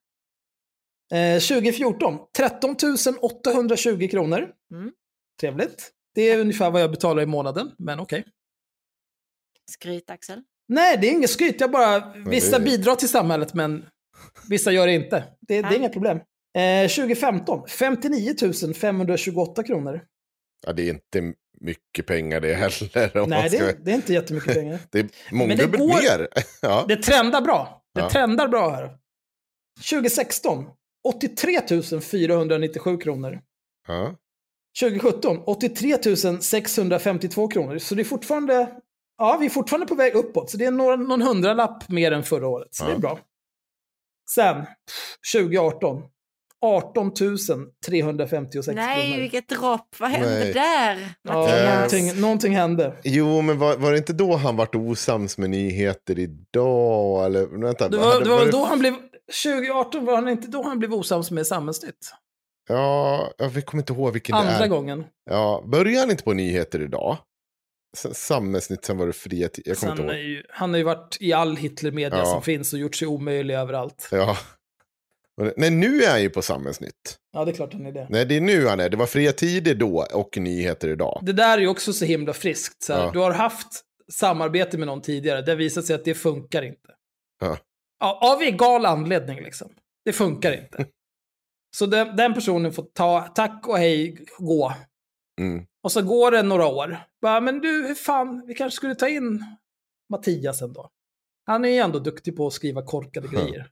Speaker 7: 2014 13 820 kronor. Trevligt. Det är ungefär vad jag betalar i månaden, men okej.
Speaker 6: Skryt, Axel?
Speaker 7: Nej, det är inget skryt. Vissa bidrar till samhället, men vissa gör det inte. Det är inga problem. 2015 59 528 kronor.
Speaker 8: Ja, det är inte mycket pengar det heller.
Speaker 7: Nej, det är inte jättemycket pengar.
Speaker 8: Det är mångdubbelt mer. Ja.
Speaker 7: Det trendar bra. Trendar bra här. 2016 83 497 kronor. 2017 83 652 kronor. Så det är fortfarande... Ja, vi är fortfarande på väg uppåt. Så det är någon hundralapp mer än förra året. Så det är bra. Sen, 2018. 18 356 kronor.
Speaker 6: Nej, vilket dropp. Vad hände där,
Speaker 7: Mattias? Ja, någonting hände.
Speaker 8: Jo, men var det inte då han vart osams med nyheter idag? Eller, vänta,
Speaker 7: det var då han blev... 2018 var han inte då han blev osams med Samhällsnytt.
Speaker 8: Ja, jag kommer inte ihåg vilken
Speaker 7: Andra
Speaker 8: det är.
Speaker 7: gången.
Speaker 8: Ja, börjar han inte på nyheter idag? Samhällsnytt, sen var det fria tid.
Speaker 7: Han har ju varit i all Hitlermedia som finns och gjort sig omöjlig överallt.
Speaker 8: Ja. Nej, nu är han ju på Samhällsnytt.
Speaker 7: Ja, det är klart han är det.
Speaker 8: Nej, det är nu han är. Det var fria tider då och nyheter idag.
Speaker 7: Det där är ju också så himla friskt. Så här. Du har haft samarbete med någon tidigare. Det visar sig att det funkar inte. Ja, av egal anledning liksom. Det funkar inte. Så den personen får ta tack och hej, gå.
Speaker 8: Mm.
Speaker 7: Och så går det några år. Bara, men du, hur fan, vi kanske skulle ta in Mattias ändå. Han är ju ändå duktig på att skriva korkade grejer.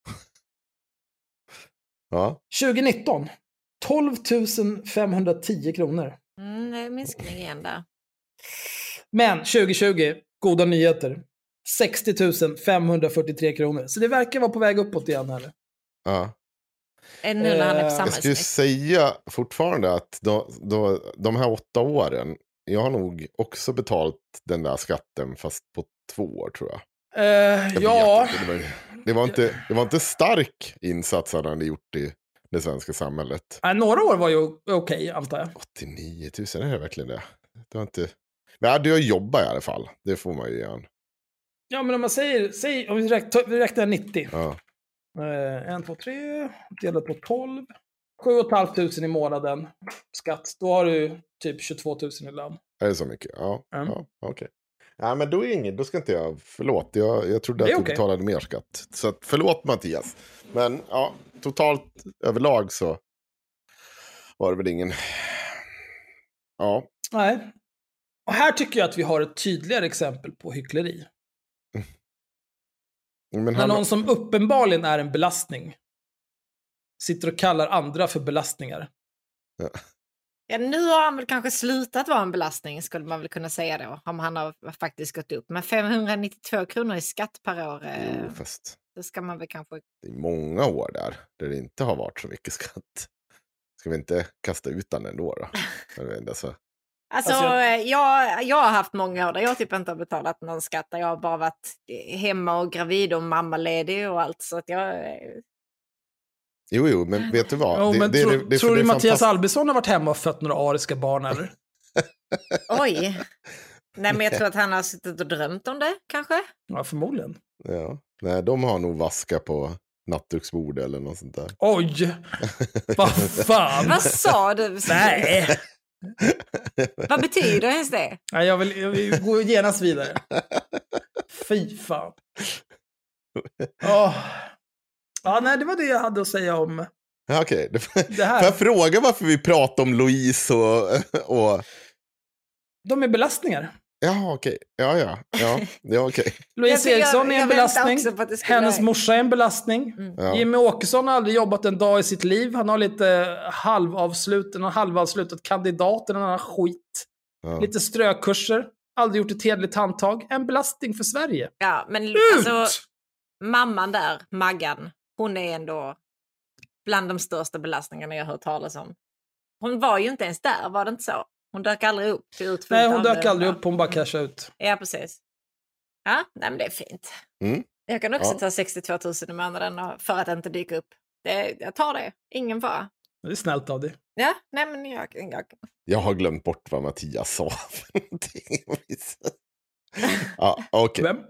Speaker 8: Ja.
Speaker 7: 2019. 12 510 kronor.
Speaker 6: Det är minskning igen där.
Speaker 7: Men 2020, goda nyheter. 60 543 kronor. Så det verkar vara på väg uppåt igen här.
Speaker 8: Ja.
Speaker 6: Nu när han är på
Speaker 8: Jag skulle säga fortfarande att de här 8 åren, jag har nog också betalt den där skatten fast på 2 år tror jag.
Speaker 7: Ja.
Speaker 8: Det var inte stark insats han hade gjort i det svenska samhället.
Speaker 7: Några år var ju okej, antar jag.
Speaker 8: 89 000, är det verkligen det? Det var inte... Men jag hade ju jobbat i alla fall. Det får man ju igen.
Speaker 7: Ja, men om man säger om vi räknar 90.
Speaker 8: Ja.
Speaker 7: 1, 2, 3, delat på 12. 7 500 i månaden skatt. Då har du typ 22 000 i lön.
Speaker 8: Är det så mycket? Ja, ja okej. Ja, men då är inget, då ska inte jag, förlåt. Jag trodde att du betalade mer skatt. Så att, förlåt Mattias. Men ja, totalt överlag så var det väl ingen... Ja.
Speaker 7: Nej. Och här tycker jag att vi har ett tydligare exempel på hyckleri.
Speaker 8: Men
Speaker 7: när någon som uppenbarligen är en belastning sitter och kallar andra för belastningar.
Speaker 6: Ja, nu har han väl kanske slutat vara en belastning, skulle man väl kunna säga då. Om han har faktiskt gått upp. Men 592 kronor i skatt per år.
Speaker 8: Fast
Speaker 6: då ska man väl kanske...
Speaker 8: Det är många år där det inte har varit så mycket skatt. Ska vi inte kasta ut den ändå då?
Speaker 6: Alltså jag har haft många år där jag typ inte har betalat någon skatt. Där jag har bara varit hemma och gravid och mammaledig och allt. Så att jag...
Speaker 8: Jo, men vet du vad?
Speaker 7: Tror du Mattias Albesson har varit hemma och fött några ariska barn, eller?
Speaker 6: Oj. Nej, men jag tror att han har suttit och drömt om det, kanske.
Speaker 7: Ja, förmodligen.
Speaker 8: Ja. Nej, de har nog vaska på nattduksbord eller något sånt där.
Speaker 7: Oj! Vad fan?
Speaker 6: Vad sa du?
Speaker 7: Nej!
Speaker 6: Vad betyder ens det?
Speaker 7: Nej, jag vill gå genast vidare. Fy fan. Ja, nej, det var det jag hade att säga om
Speaker 8: okej. Det här. Får jag fråga varför vi pratar om Louise och...
Speaker 7: De är belastningar.
Speaker 8: Ja, okej. Ja, okej.
Speaker 7: Louise Eriksson är en belastning. Hennes morsa är en belastning. Jimmy Åkesson har aldrig jobbat en dag i sitt liv. Han har lite halvavslutat kandidat eller någon annan skit. Ja. Lite strökurser. Aldrig gjort ett hederligt handtag. En belastning för Sverige.
Speaker 6: Ja, men alltså, mamman där, Maggan, hon är ändå bland de största belastningarna jag har hört talas om. Hon var ju inte ens där, var det inte så? Hon dök aldrig upp.
Speaker 7: Nej, hon dök aldrig upp, hon bara cashade ut.
Speaker 6: Ja, precis. Ja, nej, men det är fint. Jag kan också ta 62 000 i månaden för att inte dyka upp. Jag tar det, ingen fara.
Speaker 7: Det är snällt av dig.
Speaker 6: Ja, nej men
Speaker 8: jag har glömt bort vad Mattias sa för någonting. Ja, okej.
Speaker 7: Vem?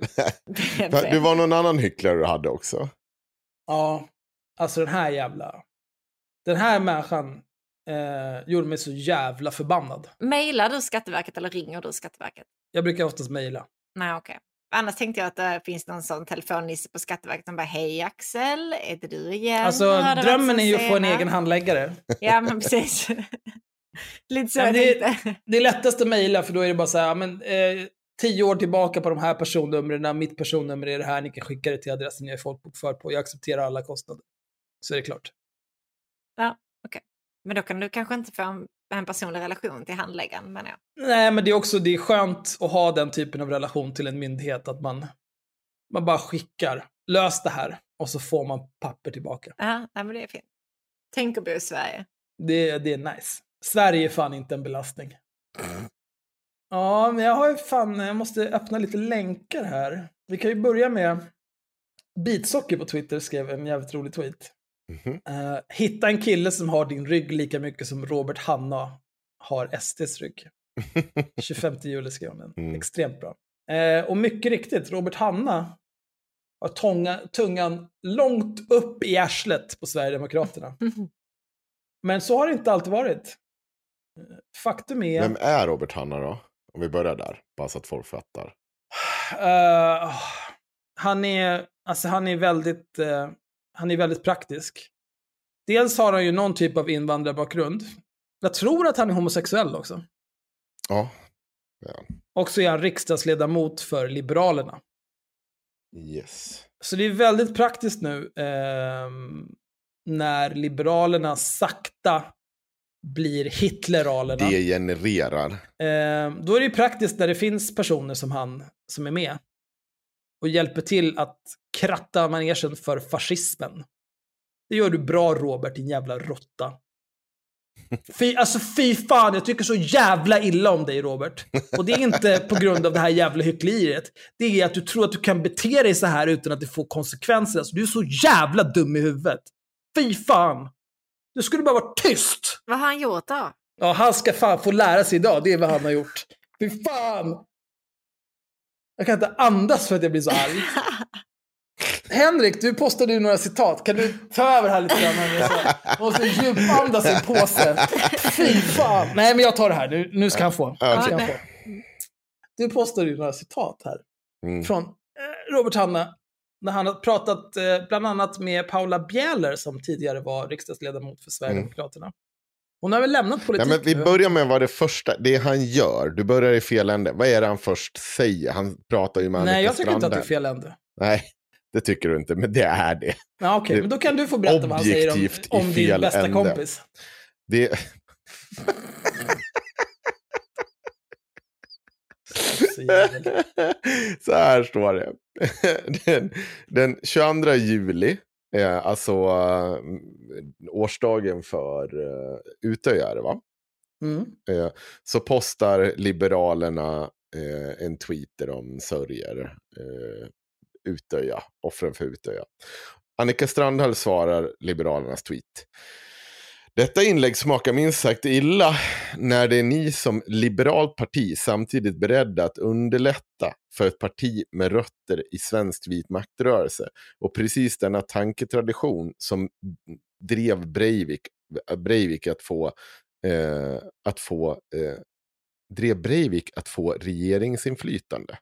Speaker 8: Det var någon annan hycklare du hade också.
Speaker 7: Ja, alltså den här människan gjorde mig så jävla förbannad.
Speaker 6: Mailar du Skatteverket eller ringer du Skatteverket?
Speaker 7: Jag brukar oftast mejla.
Speaker 6: Nej, okej. Annars tänkte jag att det finns någon sån telefonnisse på Skatteverket som bara, hej Axel, är det du igen?
Speaker 7: Alltså drömmen är ju att få en egen handläggare.
Speaker 6: Ja, men precis. Lite så
Speaker 7: det är lättast att mejla, för då är det bara så här, 10 år tillbaka på de här personnumren, mitt personnummer är det här, ni kan skicka det till adressen jag är folkbokförd på, jag accepterar alla kostnader. Så är det klart.
Speaker 6: Ja, okej. Men då kan du kanske inte få en personlig relation till handläggaren, menar jag.
Speaker 7: Nej, men det är skönt att ha den typen av relation till en myndighet, att man bara skickar, lös det här, och så får man papper tillbaka.
Speaker 6: Ja, men det är fint. Tänk att bo i Sverige.
Speaker 7: Det är nice. Sverige är fan inte en belastning. Ja, men jag måste öppna lite länkar här. Vi kan ju börja med Bitsocker på Twitter skrev en jävligt rolig tweet. Hitta en kille som har din rygg lika mycket som Robert Hanna har SDs rygg. 25 juli skrev den. Extremt bra. Och mycket riktigt, Robert Hanna har tungan långt upp i arslet på Sverigedemokraterna. Men så har det inte alltid varit. Faktum är...
Speaker 8: Vem är Robert Hanna då? Om vi börjar där, bara så att folk fattar.
Speaker 7: Han är väldigt praktisk. dels har han ju någon typ av invandrarbakgrund. Jag tror att han är homosexuell också.
Speaker 8: Ja.
Speaker 7: Och så är han riksdagsledamot för Liberalerna.
Speaker 8: Yes.
Speaker 7: Så det är väldigt praktiskt nu när Liberalerna sakta blir Hitleralerna.
Speaker 8: Det genererar.
Speaker 7: Då är det praktiskt där det finns personer som han som är med. Och hjälper till att kratta manegen för fascismen. Det gör du bra, Robert, din jävla råtta. Fy fan, jag tycker så jävla illa om dig, Robert. Och det är inte på grund av det här jävla hyckleriet. Det är att du tror att du kan bete dig så här utan att det får konsekvenser. Alltså, du är så jävla dum i huvudet. Fy fan. Du skulle bara vara tyst.
Speaker 6: Vad har han gjort då?
Speaker 7: Ja, han ska fan få lära sig idag. Det är vad han har gjort. Fy fan. Jag kan inte andas för att jag blir så arg. Henrik, du postade ju några citat. Kan du ta över här lite grann? Och så djupandas i en påse. Fy fan. Nej, men jag tar det här. Nu ska han få. Du postade ju några citat här. Från Robert Hanna. När han har pratat bland annat med Paula Bieler som tidigare var riksdagsledamot för Sverigedemokraterna. Hon har väl lämnat politik.
Speaker 8: Ja, men vi börjar med vad det han gör. Du börjar i fel ände. Vad är det han först säger? Han pratar ju med Annika
Speaker 7: Nej, jag tycker
Speaker 8: Strandhäll.
Speaker 7: inte att det är fel ände.
Speaker 8: Nej, det tycker du inte, men det är det.
Speaker 7: Ja, okej. Men då kan du få berätta vad han säger om din bästa
Speaker 8: ände.
Speaker 7: kompis.
Speaker 8: Det... Så här står det. Den 22 juli, alltså årsdagen för Utöjare, va? Så postar Liberalerna en tweet där de sörjer Utöja, offren för Utöja. Annika Strandhäll svarar Liberalernas tweet. Detta inlägg smakar minst sagt illa när det är ni som liberalt parti samtidigt beredda att underlätta för ett parti med rötter i svensk vit maktrörelse och precis denna tanketradition som drev Breivik att få regeringsinflytande.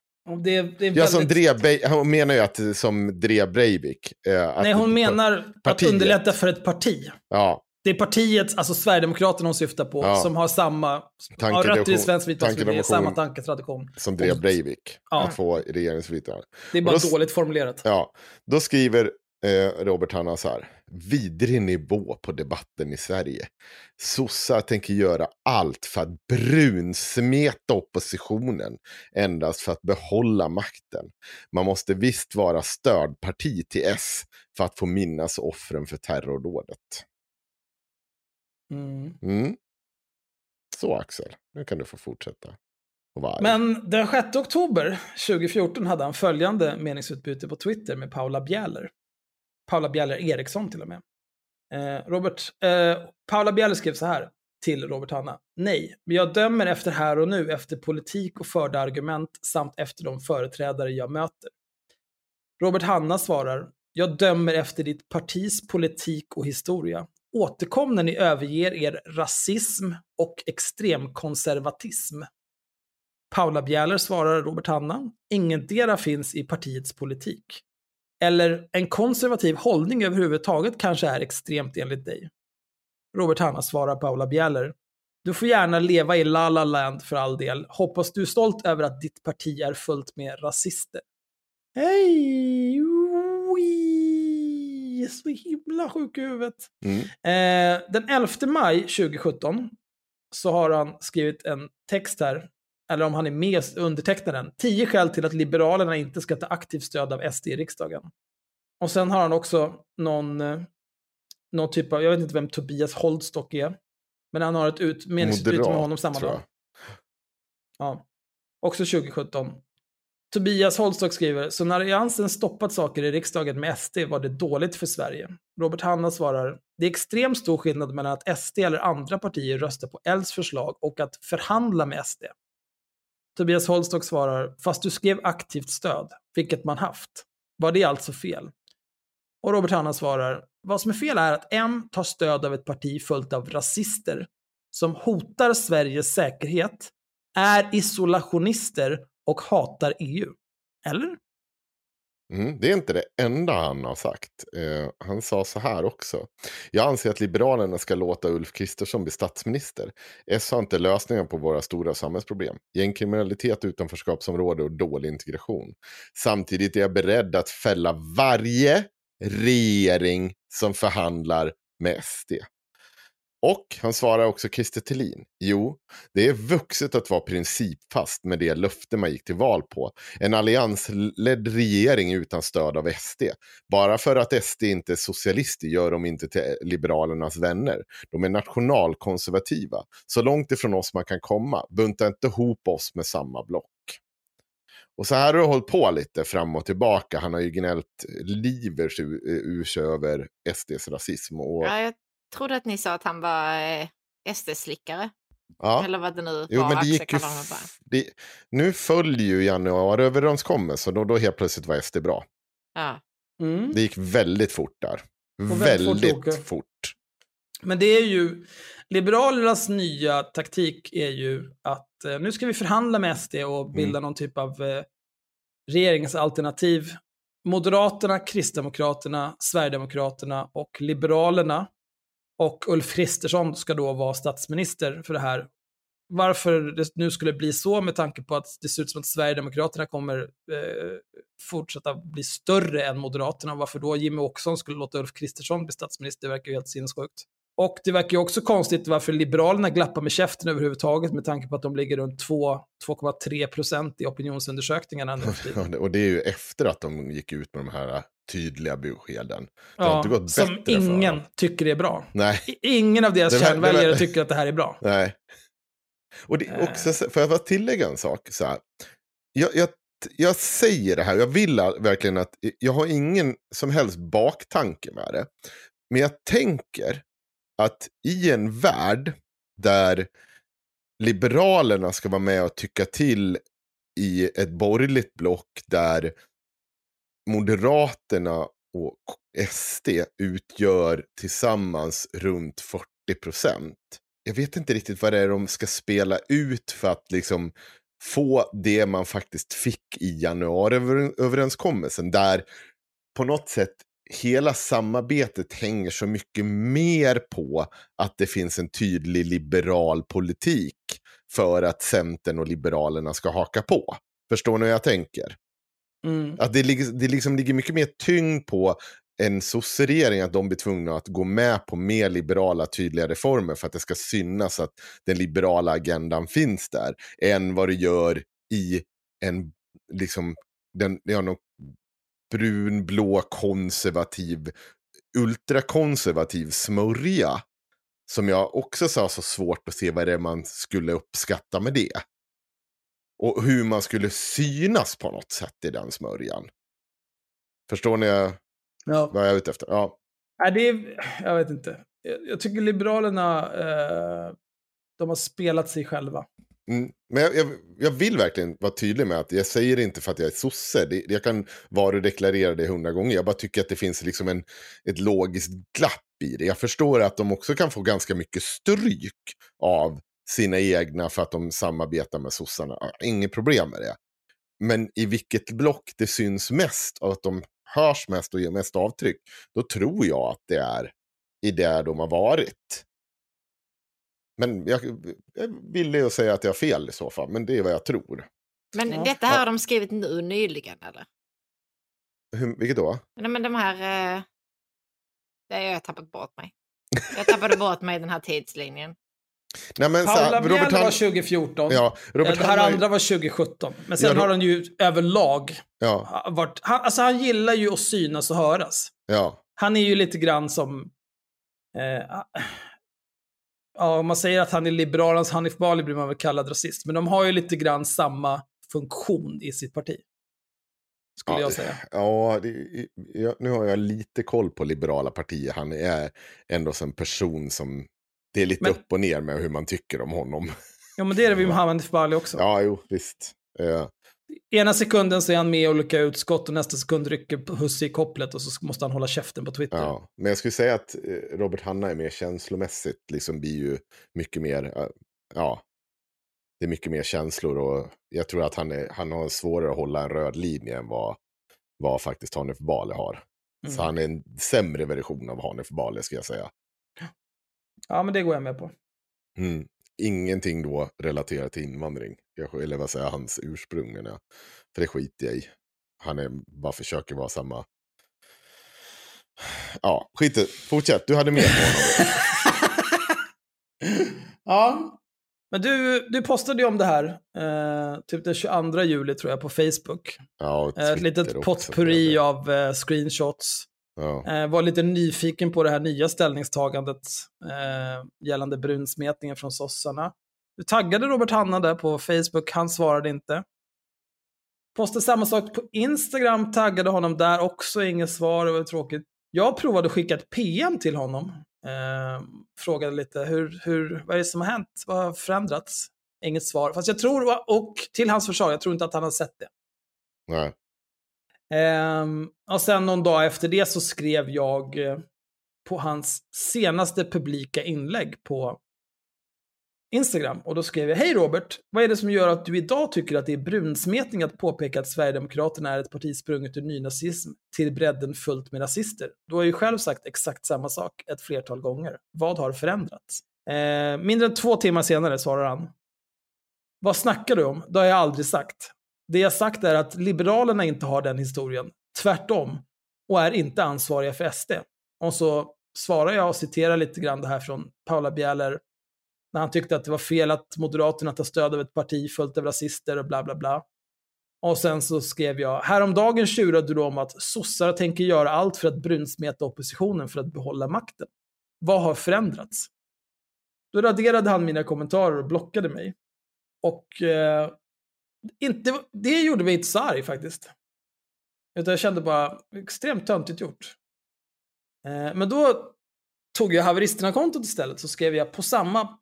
Speaker 8: Hon menar ju att som drev Breivik.
Speaker 7: Nej, hon menar partiet. Att underlätta för ett parti.
Speaker 8: Ja.
Speaker 7: Det är partiet, alltså Sverigedemokraterna hon syftar på, som har samma rötter i svensk vita, samma tanketradition.
Speaker 8: Som drev Breivik att få regeringsinflytande.
Speaker 7: Det är bara dåligt formulerat.
Speaker 8: Ja, då skriver Robert Hanna så här. Vidrig nivå på debatten i Sverige. Sossar tänker göra allt för att brunsmeta oppositionen endast för att behålla makten. Man måste visst vara stödparti till S för att få minnas offren för terrordådet. Så Axel, nu kan du få fortsätta.
Speaker 7: Men den 6 oktober 2014 hade han följande meningsutbyte på Twitter med Paula Bieler. Paula Bieler Eriksson till och med. Paula Bieler skrev så här till Robert Hanna. Nej, men jag dömer efter här och nu, efter politik och förda argument samt efter de företrädare jag möter. Robert Hanna svarar. Jag dömer efter ditt partis politik och historia. Återkom när ni överger er rasism och extremkonservatism. Paula Bieler svarar Robert Hanna. Ingendera finns i partiets politik. Eller en konservativ hållning överhuvudtaget kanske är extremt enligt dig. Robert Hanna svarar Paula Bieler. Du får gärna leva i La La Land för all del. Hoppas du är stolt över att ditt parti är fullt med rasister. Hej! Så himla sjuk i huvudet. Den 11 maj 2017 så har han skrivit en text här, eller om han är med undertecknar den. 10 skäl till att Liberalerna inte ska ta aktivt stöd av SD i riksdagen. Och sen har han också någon typ av, jag vet inte vem Tobias Holdstock är, men han har ett meningsutbyte med honom samma dag. Ja, också 2017. Tobias Holdstock skriver, så när alliansen stoppat saker i riksdagen med SD var det dåligt för Sverige. Robert Hanna svarar, det är extremt stor skillnad mellan att SD eller andra partier röstar på Ls förslag och att förhandla med SD. Tobias Holdstock svarar, fast du skrev aktivt stöd, vilket man haft. Var det alltså fel? Och Robert Hanna svarar, vad som är fel är att M tar stöd av ett parti fullt av rasister som hotar Sveriges säkerhet, är isolationister och hatar EU. Eller?
Speaker 8: Det är inte det enda han har sagt. Han sa så här också. Jag anser att Liberalerna ska låta Ulf Kristersson bli statsminister. S har inte lösningar på våra stora samhällsproblem. Gängkriminalitet, utanförskapsområde och dålig integration. Samtidigt är jag beredd att fälla varje regering som förhandlar med SD. Och han svarar också Christer Thelin. Jo, det är vuxet att vara principfast med det löfte man gick till val på. En alliansledd regering utan stöd av SD. Bara för att SD inte är socialister gör de inte till Liberalernas vänner. De är nationalkonservativa. Så långt ifrån oss man kan komma. Bunta inte ihop oss med samma block. Och så här har det hållit på lite fram och tillbaka. Han har ju gnällt livers ur sig över SDs rasism. Och...
Speaker 6: Ja, jag trodde att ni sa att han var SD-slickare.
Speaker 8: Ja.
Speaker 6: Eller vad det nu var.
Speaker 8: Jo, men det gick ju nu följer ju januariöverenskommelsen och då helt plötsligt var SD bra.
Speaker 6: Ja.
Speaker 8: Det gick väldigt fort där. Väldigt fort.
Speaker 7: Men det är ju, Liberalernas nya taktik är ju att nu ska vi förhandla med SD och bilda någon typ av regeringsalternativ. Moderaterna, Kristdemokraterna, Sverigedemokraterna och Liberalerna och Ulf Kristersson ska då vara statsminister för det här. Varför det nu skulle bli så med tanke på att det ser ut som att Sverigedemokraterna kommer fortsätta bli större än Moderaterna. Varför då Jimmy Åkesson skulle låta Ulf Kristersson bli statsminister verkar ju helt sinnessjukt. Och det verkar ju också konstigt varför Liberalerna glappar med käften överhuvudtaget med tanke på att de ligger runt 2,3% i opinionsundersökningarna.
Speaker 8: Och det är ju efter att de gick ut med de här tydliga beskeden. Det
Speaker 7: har inte gått som ingen tycker är bra.
Speaker 8: Nej.
Speaker 7: Ingen av deras kärnväljare tycker att det här är bra.
Speaker 8: Nej. Och det också, för jag bara tillägga en sak så här. Jag säger det här, jag vill verkligen att jag har ingen som helst baktanke med det. Men jag tänker att i en värld där Liberalerna ska vara med och tycka till i ett borgerligt block där Moderaterna och SD utgör tillsammans runt 40%. Jag vet inte riktigt vad det är de ska spela ut för att liksom få det man faktiskt fick i januariöverenskommelsen, där på något sätt hela samarbetet hänger så mycket mer på att det finns en tydlig liberal politik för att Centern och Liberalerna ska haka på. Förstår ni hur jag tänker? Att det liksom ligger mycket mer tyngd på en sosseregering, att de blir tvungna att gå med på mer liberala tydliga reformer för att det ska synas att den liberala agendan finns där, än vad det gör i en liksom någon brunblå konservativ, ultrakonservativ smörja som jag också sa så svårt att se vad det är man skulle uppskatta med det. Och hur man skulle synas på något sätt i den smörjan. Förstår ni vad jag är ute efter? Ja.
Speaker 7: Jag vet inte. Jag tycker Liberalerna de har spelat sig själva.
Speaker 8: Men jag vill verkligen vara tydlig med att jag säger inte för att jag är sosse. Jag kan varudeklarera det 100 gånger. Jag bara tycker att det finns liksom ett logiskt glapp i det. Jag förstår att de också kan få ganska mycket stryk av sina egna för att de samarbetar med sossarna. Inget problem med det. Men i vilket block det syns mest och att de hörs mest och ger mest avtryck, då tror jag att det är i det de har varit. Men jag vill ju säga att jag har fel i så fall, men det är vad jag tror.
Speaker 6: Men detta här har de skrivit nu nyligen, eller?
Speaker 8: Vilket då?
Speaker 6: Nej, men de här... jag har tappat bort mig. Jag tappade bort mig i den här tidslinjen.
Speaker 7: Nej, men Paula Bjell var 2014.
Speaker 8: Ja,
Speaker 7: det här andra var 2017. Men sen har han ju överlag varit... Han gillar ju att synas och höras.
Speaker 8: Ja.
Speaker 7: Han är ju lite grann som... om man säger att han är Liberalernas Hanif Bali blir man väl kallad rasist. Men de har ju lite grann samma funktion i sitt parti. Skulle jag säga.
Speaker 8: Ja, nu har jag lite koll på liberala partier. Han är ändå en person som... Det är lite upp och ner med hur man tycker om honom.
Speaker 7: Ja, men det är det vi med Hanif Bali också.
Speaker 8: Ja, jo, visst.
Speaker 7: Ena sekunden så är han med i olika utskott och nästa sekund rycker husse i kopplet och så måste han hålla käften på Twitter. Ja,
Speaker 8: men jag skulle säga att Robert Hanna är mer känslomässigt. Liksom blir ju mycket mer... det är mycket mer känslor och jag tror att han har svårare att hålla en röd linje än vad vad faktiskt Hanif Bali har. Så han är en sämre version av Hanif Bali, ska jag säga.
Speaker 7: Ja, men det går jag med på.
Speaker 8: Ingenting då relaterat till invandring. Eller vad säger hans ursprung. För det skiter jag i. Han bara försöker vara samma. Ja, skit. Fortsätt, du hade mer på honom.
Speaker 7: Ja, men du postade ju om det här typ den 22 juli tror jag på Facebook.
Speaker 8: Ja,
Speaker 7: ett litet potpurri av screenshots.
Speaker 8: Ja.
Speaker 7: Var lite nyfiken på det här nya ställningstagandet gällande brunsmetningen från sossarna. Du taggade Robert Hanna där på Facebook, han svarade inte. Postade samma sak på Instagram, taggade honom där också, inget svar, det var tråkigt. Jag provade att skicka ett PM till honom. Frågade lite, vad är det som har hänt? Vad har förändrats? Inget svar. Fast jag tror, och till hans försvar, jag tror inte att han har sett det.
Speaker 8: Nej.
Speaker 7: Och sen någon dag efter det så skrev jag på hans senaste publika inlägg på Instagram. Och då skrev jag, hej Robert, vad är det som gör att du idag tycker att det är brunsmetning att påpeka att Sverigedemokraterna är ett parti sprunget ur nynazism till bredden fullt med rasister? Du har ju själv sagt exakt samma sak ett flertal gånger. Vad har förändrats? Mindre än 2 timmar senare svarar han. Vad snackar du om? Det har jag aldrig sagt. Det jag sagt är att Liberalerna inte har den historien. Tvärtom. Och är inte ansvariga för SD. Och så svarar jag och citerar lite grann det här från Paula Bieler. När han tyckte att det var fel att Moderaterna tar stöd av ett parti fullt av rasister och bla bla bla. Och sen så skrev jag, häromdagen tjurade du om att sossar tänker göra allt för att brunsmeta oppositionen för att behålla makten. Vad har förändrats? Då raderade han mina kommentarer och blockade mig. Och det gjorde mig inte så arg faktiskt. Utan jag kände bara extremt töntigt gjort. Men då tog jag haveristerna-kontot istället, så skrev jag på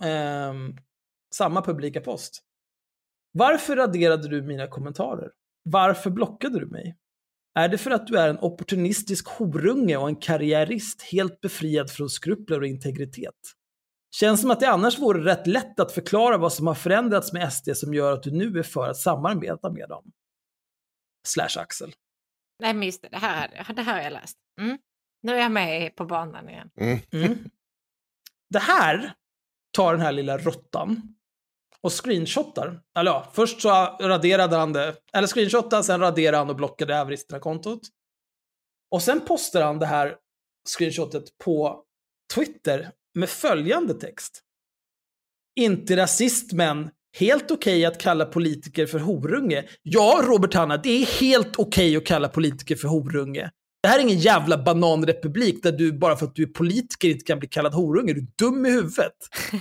Speaker 7: samma publika post. Varför raderade du mina kommentarer? Varför blockade du mig? Är det för att du är en opportunistisk horunge och en karriärist helt befriad från skrupler och integritet? Känns som att det annars vore rätt lätt att förklara vad som har förändrats med SD som gör att du nu är för att samarbeta med dem. /Axel.
Speaker 6: Nej, men just det här har jag läst. Nu är jag med på banan igen.
Speaker 7: Det här tar den här lilla råttan och screenshotar. Eller ja, först så raderade han det. Eller screenshotade, sen raderade han och blockade haveristerna-kontot. Och sen postar han det här screenshotet på Twitter med följande text. Inte rasist, men helt okej att kalla politiker för horunge. Ja, Robert Hanna, det är helt okej att kalla politiker för horunge. Det här är ingen jävla bananrepublik där du bara för att du är politiker inte kan bli kallad horunge. Du är dum i huvudet.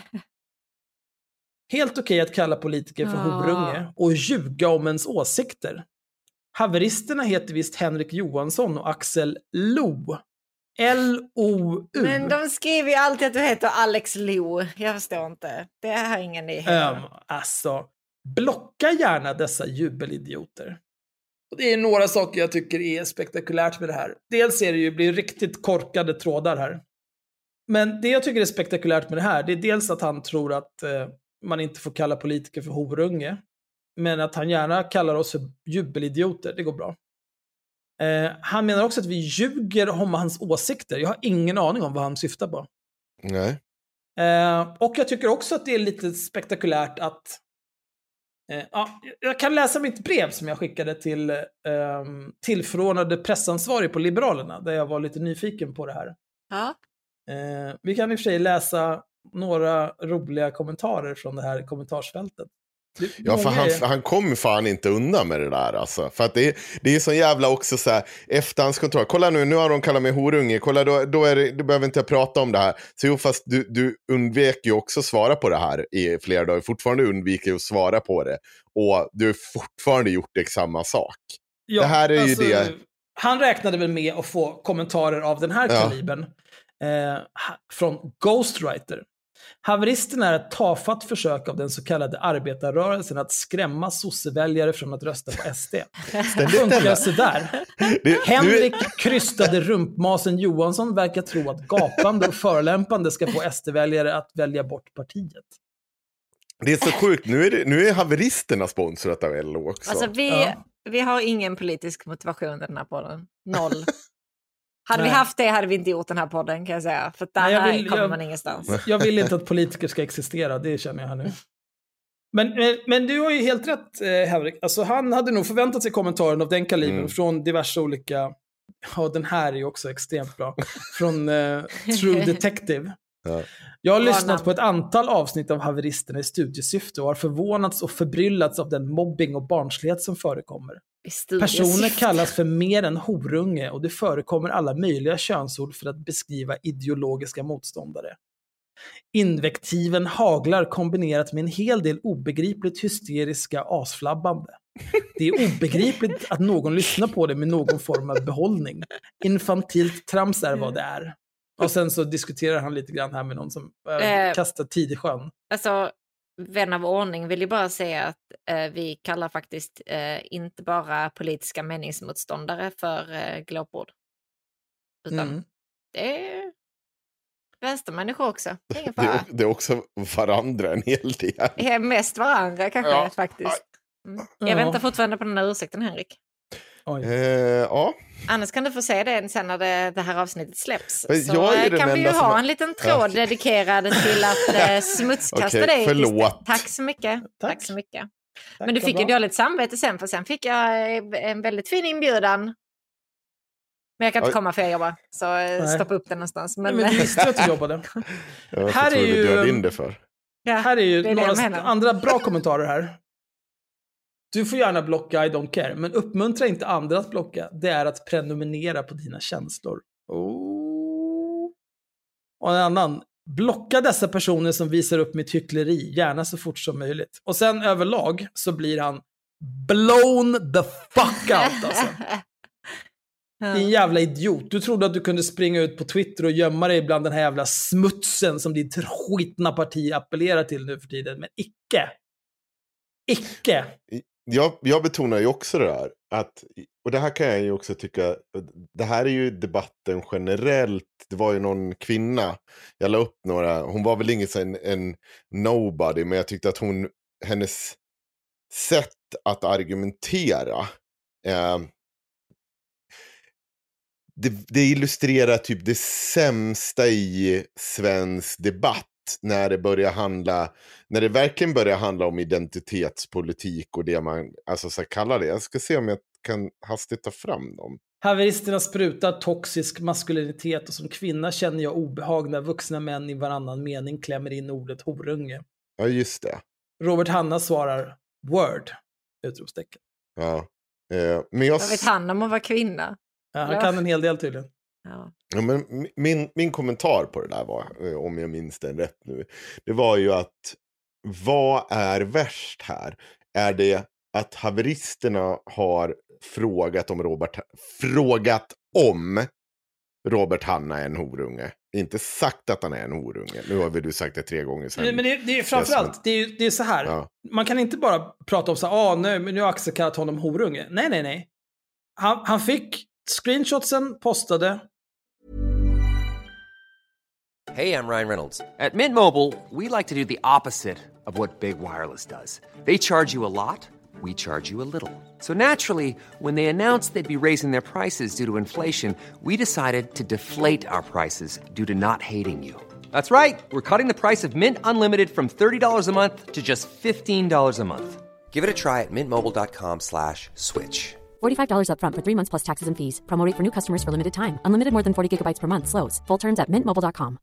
Speaker 7: Helt okej att kalla politiker för horunge och ljuga om ens åsikter. Haveristerna heter visst Henrik Johansson och Axel Lo. L-O-U.
Speaker 6: Men de skriver ju alltid att du heter Alex Lo. Jag förstår inte. Det har ingen nyhet.
Speaker 7: Alltså, blocka gärna dessa jubelidioter. Och det är några saker jag tycker är spektakulärt med det här. Dels är det ju blir riktigt korkade trådar här. Men det jag tycker är spektakulärt med det här, det är dels att han tror att man inte får kalla politiker för horunge. Men att han gärna kallar oss för jubelidioter, det går bra. Han menar också att vi ljuger om hans åsikter. Jag har ingen aning om vad han syftar på.
Speaker 8: Nej.
Speaker 7: Och jag tycker också att det är lite spektakulärt att jag kan läsa mitt brev som jag skickade till tillförordnade pressansvarig på Liberalerna, där jag var lite nyfiken på det här.
Speaker 6: Ja.
Speaker 7: Vi kan i och för sig läsa några roliga kommentarer från det här kommentarsfältet.
Speaker 8: Ja, för han kommer fan inte undan med det där alltså. För att det är så jävla också så här efterhandskontroll. Kolla nu har de kallat mig horunge. Kolla då behöver inte jag prata om det här. Så jo, fast du undvek ju också svara på det här i flera dagar. Fortfarande undviker att svara på det. Och du har fortfarande gjort samma sak.
Speaker 7: Ja,
Speaker 8: det här är alltså, ju det.
Speaker 7: Han räknade väl med att få kommentarer av den här kalibern från Ghostwriter. Haveristen är ett tafatt försök av den så kallade arbetarrörelsen att skrämma sosseväljare från att rösta på SD. Funkar så där. Henrik krystade rumpmasen Johansson verkar tro att gapande och förolämpande ska få SD-väljare att välja bort partiet.
Speaker 8: Det är så sjukt. Nu är haveristerna sponsrat av LO också.
Speaker 6: Alltså Vi har ingen politisk motivation i den här podden. 0. Hade vi haft det hade vi inte gjort den här podden, kan jag säga. För där kommer man ingenstans.
Speaker 7: Jag vill inte att politiker ska existera, det känner jag här nu. Men du har ju helt rätt, Henrik. Alltså, han hade nog förväntat sig kommentaren av den kalibern från diverse olika... Ja, den här är ju också extremt bra. Från True Detective. Ja. Jag har lyssnat på ett antal avsnitt av Haveristerna i studiesyfte och har förvånats och förbryllats av den mobbing och barnslighet som förekommer. Personer kallas för mer än horunge och det förekommer alla möjliga könsord för att beskriva ideologiska motståndare. Invektiven haglar kombinerat med en hel del obegripligt hysteriska asflabbande. Det är obegripligt att någon lyssnar på det med någon form av behållning. Infantilt trams är vad det är. Och sen så diskuterar han lite grann här med någon som kastar tid i sjön.
Speaker 6: Alltså, vän av ordning vill ju bara säga att vi kallar faktiskt inte bara politiska meningsmotståndare för glåpord. Utan det är vänstermänniskor också.
Speaker 8: Det är också varandra en hel del.
Speaker 6: Det är mest varandra kanske faktiskt. Jag väntar fortfarande på den här ursäkten, Henrik.
Speaker 8: Ja.
Speaker 6: Annars kan du få se det sen när det här avsnittet släpps. Så kan vi ju ha en liten tråd dedikerad till att smutskasta dig.
Speaker 8: Förlåt.
Speaker 6: Tack så mycket. Tack så mycket. Men du fick ju dåligt samvete sen, för sen fick jag en väldigt fin inbjudan. Men jag kan inte komma för jag jobbar. Så stoppa upp den någonstans. Men
Speaker 7: du visste att du jobbade.
Speaker 8: Här är ju... Du in det för.
Speaker 7: Här är ju några andra bra kommentarer här. Du får gärna blocka I don't care, men uppmuntra inte andra att blocka. Det är att prenumerera på dina känslor. Och en annan. Blocka dessa personer som visar upp mitt hyckleri, gärna så fort som möjligt. Och sen överlag så blir han blown the fuck out alltså. Din jävla idiot. Du trodde att du kunde springa ut på Twitter och gömma dig bland den här jävla smutsen som ditt skitna parti appellerar till nu för tiden. Men icke.
Speaker 8: Jag betonar ju också det där. Och det här kan jag ju också tycka. Det här är ju debatten generellt. Det var ju någon kvinna. Jag la upp några. Hon var väl inget en nobody. Men jag tyckte att hennes sätt att argumentera. Det illustrerar typ det sämsta i svensk debatt när det verkligen börjar handla om identitetspolitik och det man alltså så kallar det. Jag ska se om jag kan hastigt ta fram dem.
Speaker 7: Haveristerna sprutar toxisk maskulinitet och som kvinna känner jag obehag när vuxna män i varannan mening klämmer in ordet horunge.
Speaker 8: Ja, just det.
Speaker 7: Robert Hanna svarar word! Utropstecken.
Speaker 8: Ja. Men
Speaker 6: vad vet han om att vara kvinna?
Speaker 7: Ja, han kan en hel del tydligen.
Speaker 8: Ja, men min kommentar på det där var, om jag minns den rätt nu, det var ju att vad är värst här? Är det att haveristerna har frågat om Robert Hanna är en horunge? Inte sagt att han är en horunge. Nu har du sagt det 3 gånger sedan.
Speaker 7: Men det är framförallt, det är så här. Ja. Man kan inte bara prata om så här, nu har Axel kallat honom horunge. Nej. Han fick screenshotsen postade.
Speaker 1: Hey, I'm Ryan Reynolds. At Mint Mobile, we like to do the opposite of what Big Wireless does. They charge you a lot, we charge you a little. So naturally, when they announced they'd be raising their prices due to inflation, we decided to deflate our prices due to not hating you. That's right. We're cutting the price of Mint Unlimited from $30 a month to just $15 a month. Give it a try at mintmobile.com/switch.
Speaker 3: $45 up front for 3 months plus taxes and fees. Promo rate for new customers for limited time. Unlimited more than 40 gigabytes per month. Slows full terms at mintmobile.com.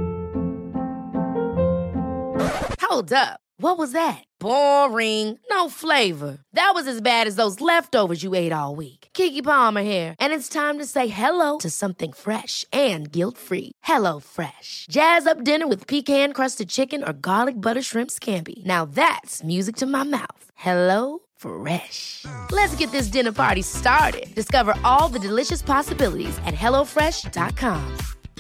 Speaker 9: Hold up. What was that? Boring. No flavor. That was as bad as those leftovers you ate all week. Keke Palmer here. And it's time to say hello to something fresh and guilt-free. Hello Fresh. Jazz up dinner with pecan-crusted chicken or garlic butter shrimp scampi. Now that's music to my mouth. Hello Fresh. Let's get this dinner party started. Discover all the delicious possibilities at hellofresh.com.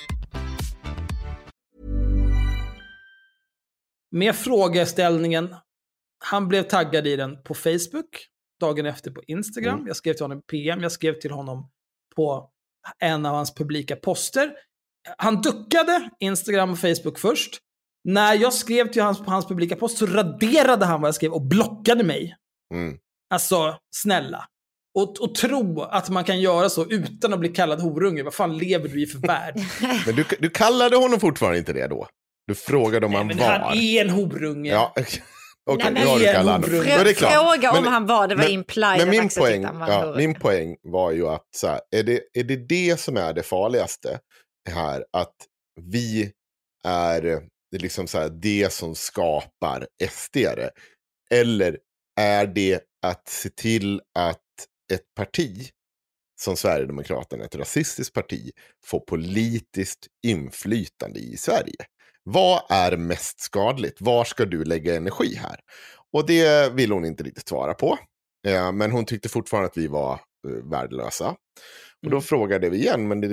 Speaker 7: Med frågeställningen, han blev taggad i den på Facebook, dagen efter på Instagram. Jag skrev till honom PM, jag skrev till honom på en av hans publika poster. Han duckade Instagram och Facebook först. När jag skrev till hans publika post så raderade han vad jag skrev och blockade mig. Alltså, snälla. Och tro att man kan göra så utan att bli kallad horunge. Vad fan lever du i för värld?
Speaker 8: Men du kallade honom fortfarande inte det då? Du frågade om han var.
Speaker 7: Han är en horunge.
Speaker 8: Ja, okej, nu har du kallat honom.
Speaker 6: Fråga om han var, det var implied.
Speaker 8: Men min poäng var ju att så här, är det som är det farligaste här? Att vi är liksom så här, det som skapar SD-are? Eller är det att se till att ett parti som Sverigedemokraterna, ett rasistiskt parti, får politiskt inflytande i Sverige? Vad är mest skadligt? Var ska du lägga energi här? Och det vill hon inte riktigt svara på. Men hon tyckte fortfarande att vi var värdelösa. Och då frågade vi igen, men det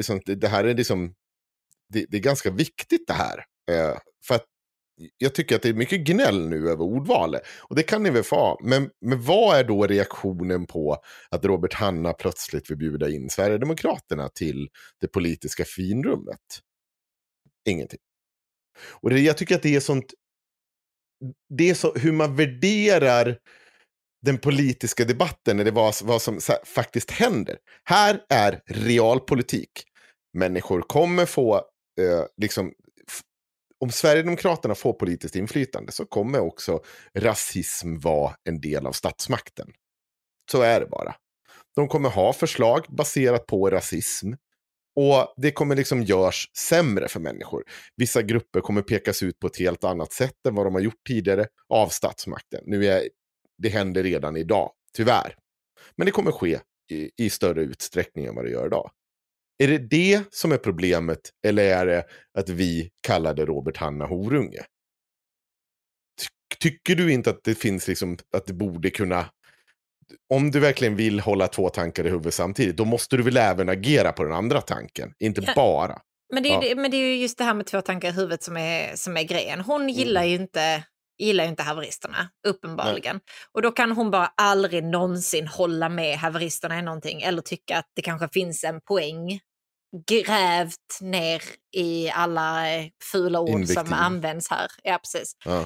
Speaker 8: är ganska viktigt det här. För att jag tycker att det är mycket gnäll nu över ordvalet. Och det kan ni väl få. Men vad är då reaktionen på att Robert Hanna plötsligt vill bjuda in Sverigedemokraterna till det politiska finrummet? Ingenting. Och jag tycker att det är sånt. Det är så hur man värderar den politiska debatten, eller vad som faktiskt händer. Här är realpolitik. Människor kommer få om Sverigedemokraterna får politiskt inflytande så kommer också rasism vara en del av statsmakten. Så är det bara. De kommer ha förslag baserat på rasism. Och det kommer liksom görs sämre för människor. Vissa grupper kommer pekas ut på ett helt annat sätt än vad de har gjort tidigare av statsmakten. Det händer redan idag, tyvärr. Men det kommer ske i större utsträckning än vad det gör idag. Är det som är problemet, eller är det att vi kallade Robert Hanna horunge? Tycker du inte att det finns liksom, att det borde kunna... Om du verkligen vill hålla två tankar i huvudet samtidigt, då måste du väl även agera på den andra tanken, inte bara.
Speaker 6: Men det är ju just det här med två tankar i huvudet som är grejen. Hon gillar ju inte haveristerna, uppenbarligen. Nej. Och då kan hon bara aldrig någonsin hålla med haveristerna i någonting, eller tycka att det kanske finns en poäng grävt ner i alla fula ord som används här. Ja, precis. Ja.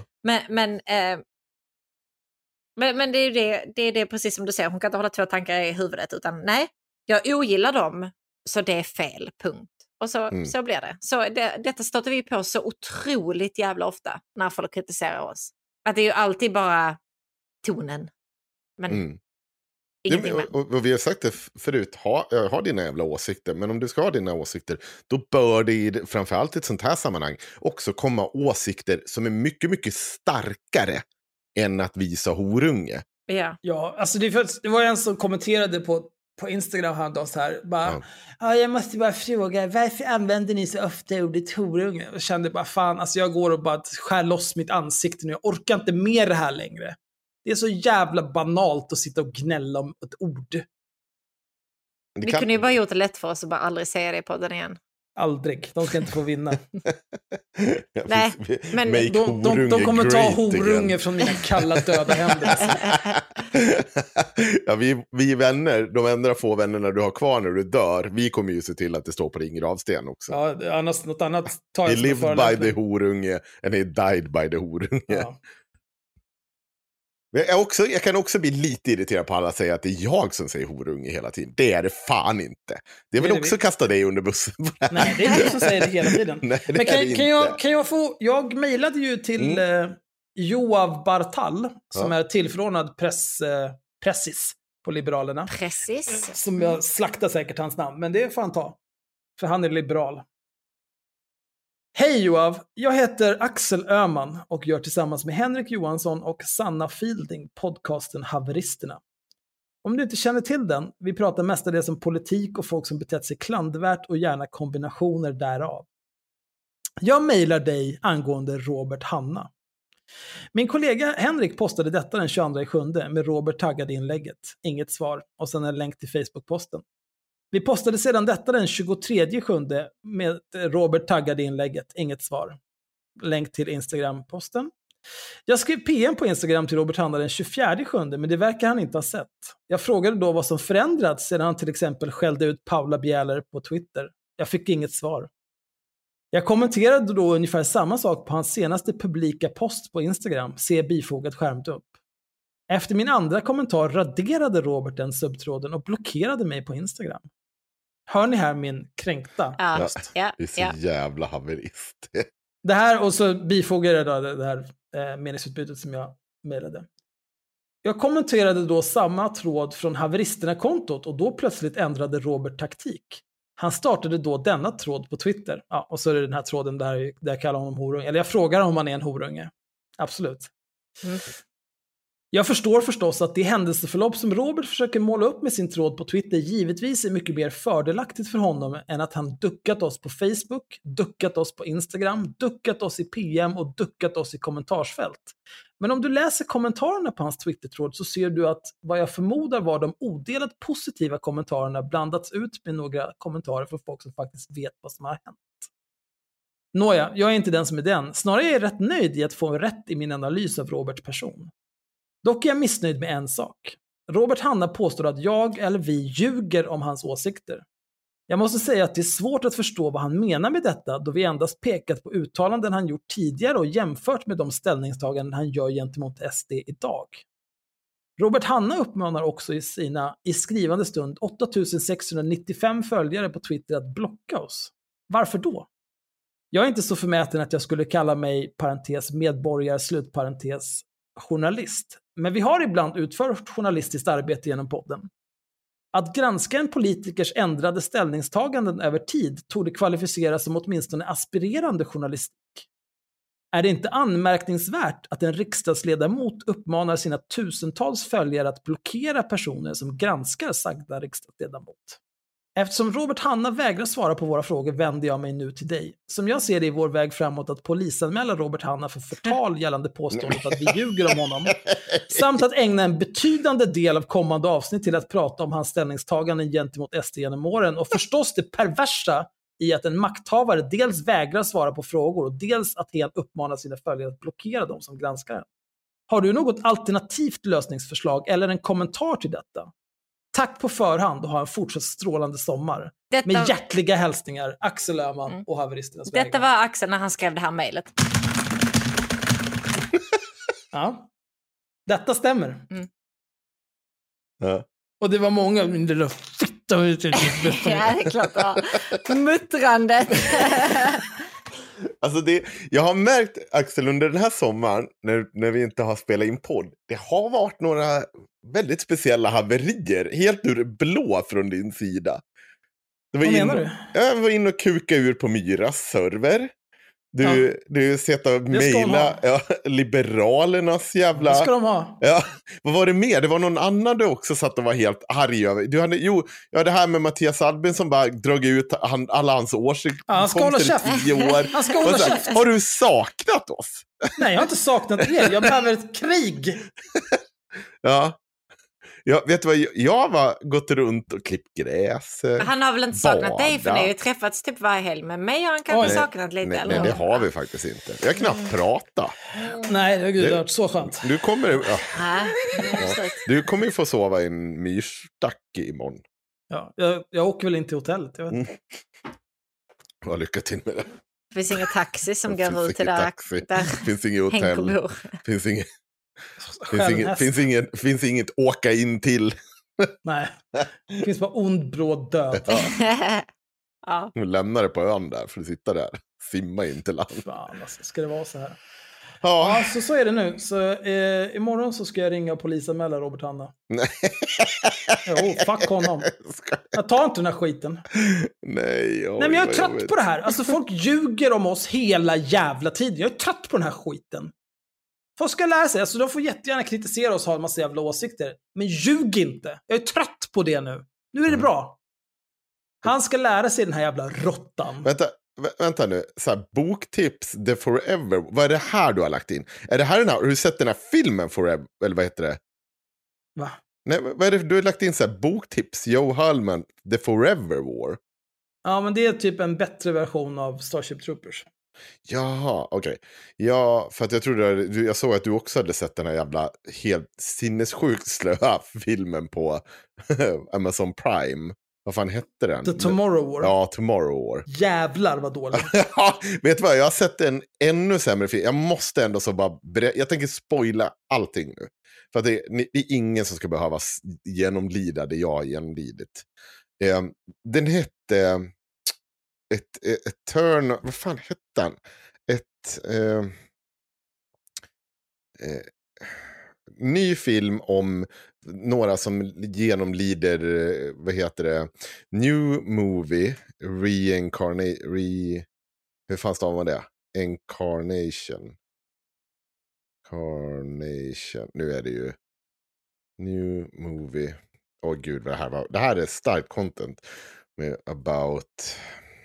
Speaker 6: Men det är det precis som du säger. Hon kan inte hålla två tankar i huvudet, utan nej, jag ogillar dem, så det är fel, punkt. Och så blir det. Så detta stöter vi på så otroligt jävla ofta när folk kritiserar oss. Att det är ju alltid bara tonen. Men ingenting med.
Speaker 8: Och vi har sagt det förut, ha dina jävla åsikter. Men om du ska ha dina åsikter, då bör det framförallt i ett sånt här sammanhang också komma åsikter som är mycket, mycket starkare än att visa horunge.
Speaker 7: Ja, alltså det var en som kommenterade på Instagram häromdagen så här. Bara, jag måste bara fråga, varför använder ni så ofta ordet horunge? Jag kände bara, fan, alltså jag går och bara skär loss mitt ansikte nu. Jag orkar inte mer det här längre. Det är så jävla banalt att sitta och gnälla om ett ord.
Speaker 6: Vi kunde ju bara gjort det lätt för oss och bara aldrig säga det i podden igen.
Speaker 7: Aldrig. De ska inte få vinna.
Speaker 6: Nej, men
Speaker 7: de kommer ta horunge från mina kalla döda händer.
Speaker 8: Ja, vi är vänner. De enda få vännerna du har kvar när du dör. Vi kommer ju se till att det står på din gravsten också.
Speaker 7: Ja, annars något annat tar jag.
Speaker 8: He lived by the horunge and he died by the horunge. Ja. Jag kan också bli lite irriterad på alla att säga att det är jag som säger horunge hela tiden. Det är det fan inte. Det är väl också kasta dig under bussen.
Speaker 7: Nej, det är du som säger det hela tiden. Nej, men kan jag få... Jag mejlade ju till Joav Bartal, som är tillförordnad pressis på Liberalerna.
Speaker 6: Pressis?
Speaker 7: Som jag slaktar säkert hans namn, men det får han ta. För han är liberal. Hej Joav, jag heter Axel Öhman och gör tillsammans med Henrik Johansson och Sanna Fielding podcasten Haveristerna. Om du inte känner till den, vi pratar mestadels om politik och folk som betett sig klandervärt och gärna kombinationer därav. Jag mejlar dig angående Robert Hanna. Min kollega Henrik postade detta den 22/7 med Robert taggade inlägget. Inget svar. Och sen en länk till Facebook-posten. Vi postade sedan detta den 23/7 med Robert taggade inlägget. Inget svar. Länk till Instagram-posten. Jag skrev PM på Instagram till Robert Hanna den 24/7, men det verkar han inte ha sett. Jag frågade då vad som förändrats sedan han till exempel skällde ut Paula Bieler på Twitter. Jag fick inget svar. Jag kommenterade då ungefär samma sak på hans senaste publika post på Instagram. Se bifogad skärmdump. Efter min andra kommentar raderade Robert den subtråden och blockerade mig på Instagram. Hör ni här min kränkta röst?
Speaker 8: Det är så jävla haverist.
Speaker 7: Det här, och så bifogar jag då det här meningsutbytet som jag mejlade. Jag kommenterade då samma tråd från haveristerna-kontot och då plötsligt ändrade Robert taktik. Han startade då denna tråd på Twitter. Ja, och så är det den här tråden där jag kallar honom horunge. Eller jag frågar om han är en horunge. Absolut. Jag förstår förstås att det händelseförlopp som Robert försöker måla upp med sin tråd på Twitter givetvis är mycket mer fördelaktigt för honom än att han duckat oss på Facebook, duckat oss på Instagram, duckat oss i PM och duckat oss i kommentarsfält. Men om du läser kommentarerna på hans Twitter-tråd så ser du att vad jag förmodar var de odelat positiva kommentarerna blandats ut med några kommentarer från folk som faktiskt vet vad som har hänt. Nåja, jag är inte den som är den. Snarare är jag rätt nöjd i att få rätt i min analys av Roberts person. Dock är jag missnöjd med en sak. Robert Hanna påstår att jag eller vi ljuger om hans åsikter. Jag måste säga att det är svårt att förstå vad han menar med detta då vi endast pekat på uttalanden han gjort tidigare och jämfört med de ställningstaganden han gör gentemot SD idag. Robert Hanna uppmanar också i skrivande stund 8695 följare på Twitter att blocka oss. Varför då? Jag är inte så förmäten att jag skulle kalla mig parentes medborgare slutparentes journalist. Men vi har ibland utfört journalistiskt arbete genom podden. Att granska en politikers ändrade ställningstaganden över tid torde kvalificeras som åtminstone aspirerande journalistik. Är det inte anmärkningsvärt att en riksdagsledamot uppmanar sina tusentals följare att blockera personer som granskar sagda riksdagsledamot? Eftersom Robert Hanna vägrar svara på våra frågor vänder jag mig nu till dig. Som jag ser det är vår väg framåt att polisanmäla Robert Hanna för förtal gällande påståendet att vi ljuger om honom. Samt att ägna en betydande del av kommande avsnitt till att prata om hans ställningstaganden gentemot SD genom åren. Och förstås det perversa i att en makthavare dels vägrar svara på frågor och dels att helt uppmana sina följare att blockera dem som granskar den. Har du något alternativt lösningsförslag eller en kommentar till detta? Tack på förhand och ha en fortsatt strålande sommar. Med hjärtliga hälsningar, Axel Öhman och haveristernas vägar.
Speaker 6: Detta var Axel när han skrev det här mejlet.
Speaker 7: Ja, detta stämmer.
Speaker 8: Ja.
Speaker 7: Och det var många mindre fitta.
Speaker 6: Ja, det är klart. Ja. Muttrandet.
Speaker 8: Alltså jag har märkt, Axel, under den här sommaren när vi inte har spelat in podd, det har varit några väldigt speciella haverier, helt ur blå från din sida.
Speaker 7: Vad menar du?
Speaker 8: Jag var inne och kuka ur på Myras server. Du sätter mejla Liberalernas jävla...
Speaker 7: Det ska de ha.
Speaker 8: Ja, vad var det mer? Det var någon annan du också satt och var helt arg över. Det här med Mattias Albin som bara drog ut alla hans årsinkomster i 10 år.
Speaker 7: Han ska hålla käft.
Speaker 8: Har du saknat oss?
Speaker 7: Nej, jag har inte saknat er. Jag behöver ett krig.
Speaker 8: Ja. Vet du vad, jag har gått runt och klippt gräs.
Speaker 6: Han har väl inte saknat dig, för ni har ju träffats typ varje helg. Men mig har han kanske saknat lite.
Speaker 8: Nej, det har vi faktiskt inte. Jag har knappt pratat.
Speaker 7: Nej, det har varit så skönt.
Speaker 8: Du kommer ju få sova i en myrstack imorgon.
Speaker 7: Ja, jag åker väl in till hotellet. Jag vet inte.
Speaker 8: Vad lycka till med det.
Speaker 6: Det finns ingen taxi som går ut till där.
Speaker 8: Det finns inget hotell. Finns inget åka in till.
Speaker 7: Nej, det finns bara ond bråd död.
Speaker 6: Ja.
Speaker 8: Nu lämnar det på ön där för att sitta där. Simma in till land.
Speaker 7: Fan, alltså, ska det vara så här?
Speaker 8: Ja,
Speaker 7: så är det nu. Så imorgon så ska jag ringa och polisanmäla Robert Hanna.
Speaker 8: Nej.
Speaker 7: Jo, fuck honom. Jag tar inte den här skiten.
Speaker 8: Nej,
Speaker 7: men jag är trött på det här. Alltså folk ljuger om oss hela jävla tiden. Jag är trött på den här skiten. Folk ska lära sig, alltså de får jättegärna kritisera oss och ha en massa jävla åsikter. Men ljug inte. Jag är trött på det nu. Nu är det bra. Han ska lära sig den här jävla råttan.
Speaker 8: Vänta nu. Så här, boktips The Forever. Vad är det här du har lagt in? Är det här har du sett den här filmen Forever? Eller vad heter det?
Speaker 7: Va?
Speaker 8: Nej, vad är det du har lagt in? Så här, boktips Joe Hallman The Forever War.
Speaker 7: Ja, men det är typ en bättre version av Starship Troopers.
Speaker 8: Jaha, okej. Ja, för att jag såg att du också hade sett den här jävla helt sinnessjukt slöa filmen på Amazon Prime. Vad fan hette den?
Speaker 7: The Tomorrow War.
Speaker 8: Ja, Tomorrow War.
Speaker 7: Jävlar vad dåligt.
Speaker 8: Vet du vad, jag har sett en ännu sämre film. Jag måste ändå så bara jag tänker spoila allting nu. För att det är ingen som ska behöva genomlida det jag har genomlidit. Den hette ett turn... Vad fan hette den? Ny film om några som genomlider, new movie, hur fan stavar man det? Incarnation. Nu är det ju new movie. Gud vad det här var. Det här är starkt content med about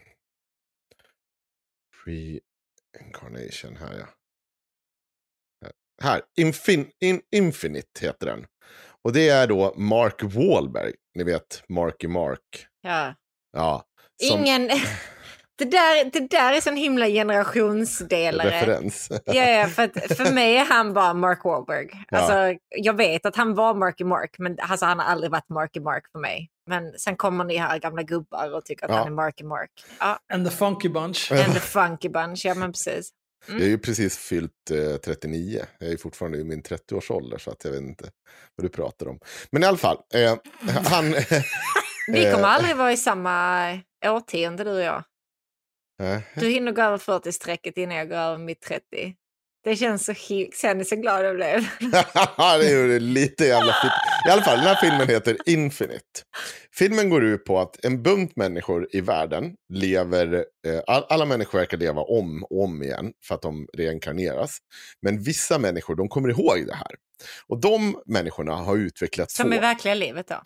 Speaker 8: reincarnation här, ja. Här, Infinite heter den. Och det är då Mark Wahlberg. Ni vet, Marky Mark. Ja.
Speaker 6: Det där är sån himla generationsdelare.
Speaker 8: Referens.
Speaker 6: Ja, för mig är han bara Mark Wahlberg. Alltså, jag vet att han var Marky Mark, men alltså, han har aldrig varit Marky Mark för mig. Men sen kommer ni här gamla gubbar och tycker att han är Marky Mark. Ja.
Speaker 7: And the Funky Bunch.
Speaker 6: And the Funky Bunch, ja men precis.
Speaker 8: Jag är ju precis fyllt 39. Jag är fortfarande i min 30-årsålder, så att jag vet inte vad du pratar om. Men i alla fall, han...
Speaker 6: Vi kommer aldrig vara i samma årtionde, du och jag. Du hinner gå över 40-strecket innan jag går över mitt 30. Det känns så sen är så glad jag blev.
Speaker 8: Det är lite jävla fint. I alla fall, den här filmen heter Infinite. Filmen går ut på att en bunt människor i världen lever, alla människor verkar leva om och om igen för att de reinkarneras. Men vissa människor, de kommer ihåg det här. Och de människorna har utvecklats
Speaker 6: som i verkliga livet då?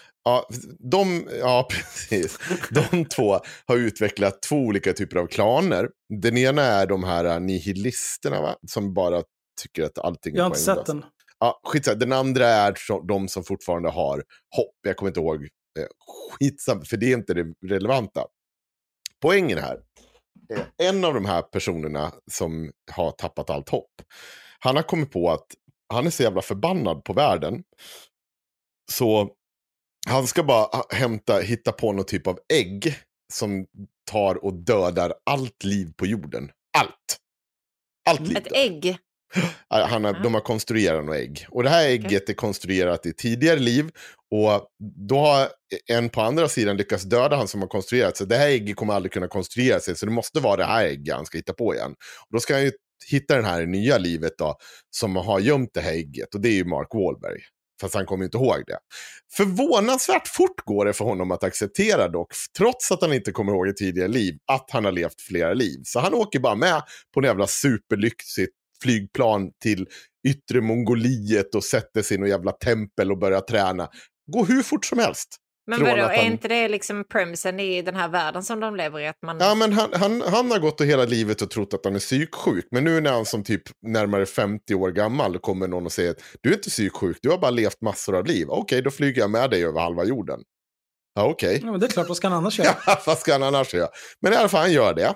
Speaker 8: Ja, precis. De två har utvecklat 2 olika typer av klaner. Den ena är de här nihilisterna, va? Som bara tycker att allting är
Speaker 7: jag har inte sett den.
Speaker 8: Ja, skitsamma. Den andra är de som fortfarande har hopp. Jag kommer inte ihåg. Skitsamma, för det är inte det relevanta. Poängen här är en av de här personerna som har tappat allt hopp. Han har kommit på att han är så jävla förbannad på världen. Så han ska bara hitta på någon typ av ägg som tar och dödar allt liv på jorden. Allt liv.
Speaker 6: Ett ägg?
Speaker 8: De har konstruerat något ägg. Och det här ägget är konstruerat i tidigare liv. Och då har en på andra sidan lyckats döda han som har konstruerat. Så det här ägget kommer aldrig kunna konstruera sig. Så det måste vara det här ägget han ska hitta på igen. Och då ska han ju hitta den här nya livet då, som har gömt det här ägget. Och det är ju Mark Wahlberg. Fast han kommer inte ihåg det. Förvånansvärt fort går det för honom att acceptera dock, trots att han inte kommer ihåg ett tidigare liv, att han har levt flera liv. Så han åker bara med på en jävla superlyxigt flygplan till yttre Mongoliet och sätter sig i någon jävla tempel och börjar träna. Gå hur fort som helst.
Speaker 6: Men vadå, är inte det liksom premisen i den här världen som de lever i? Att man...
Speaker 8: Ja, men han har gått hela livet och trott att han är psyksjuk. Men nu när han som typ närmare 50 år gammal kommer någon och säger att du är inte psyksjuk, du har bara levt massor av liv. Okej, då flyger jag med dig över halva jorden. Ja, okej.
Speaker 7: Ja, men det är klart, vad ska han annars göra?
Speaker 8: Ja, vad ska han annars göra? Men i alla fall, han gör det.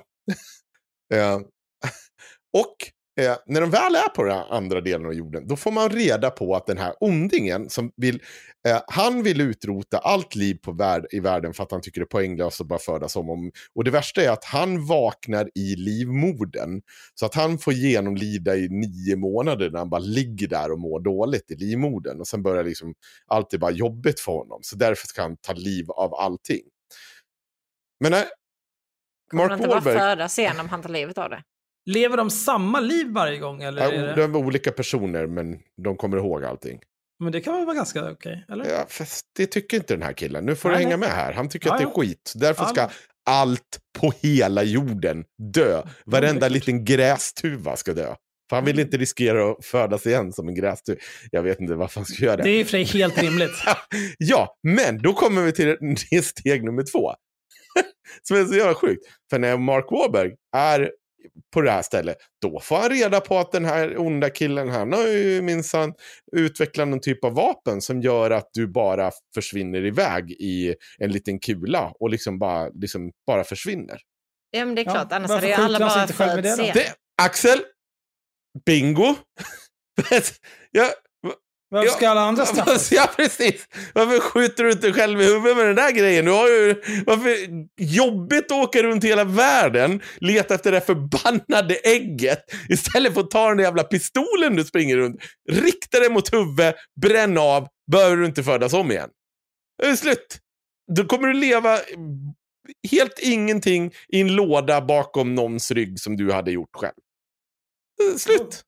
Speaker 8: Och när de väl är på den andra delen av jorden, då får man reda på att den här ondingen som han vill utrota allt liv i världen för att han tycker det är poänglöst att bara födas om. Och det värsta är att han vaknar i livmodern, så att han får genomlida i 9 månader när han bara ligger där och mår dåligt i livmodern. Och sen börjar liksom alltid bara jobbigt för honom. Så därför ska han ta liv av allting. Men när
Speaker 6: Mark Wahlberg... Kommer inte bara födas igen om han tar livet av det?
Speaker 7: Lever de samma liv varje gång? Eller
Speaker 8: ja, är det... De är olika personer, men de kommer ihåg allting.
Speaker 7: Men det kan väl vara ganska okej, eller?
Speaker 8: Ja, fast det tycker inte den här killen. Nu får du hänga med här. Han tycker att det är skit. Därför ska allt på hela jorden dö. Varenda liten grästuva ska dö. För han vill inte riskera att födas igen som en grästuva. Jag vet inte varför han ska göra det.
Speaker 7: Det är ju för dig helt rimligt.
Speaker 8: Ja, men då kommer vi till steg nummer 2. Som är så jävla sjukt. För när Mark Wahlberg är på det här stället, då får han reda på att den här onda killen, han har ju minsann utvecklat någon typ av vapen som gör att du bara försvinner iväg i en liten kula och liksom bara försvinner.
Speaker 6: Ja, men det är klart, annars hade ju alla bara fötts igen.
Speaker 8: Axel, bingo.
Speaker 7: Varför ska alla andra straffas?
Speaker 8: Ja, precis. Varför skjuter du inte själv i huvudet med den där grejen? Varför jobbigt att åka runt hela världen, leta efter det förbannade ägget, istället för att ta den där jävla pistolen du springer runt, rikta det mot huvudet, bränn av, behöver du inte födas om igen. Det är slut. Då kommer du leva helt ingenting i en låda bakom någons rygg som du hade gjort själv. Slut.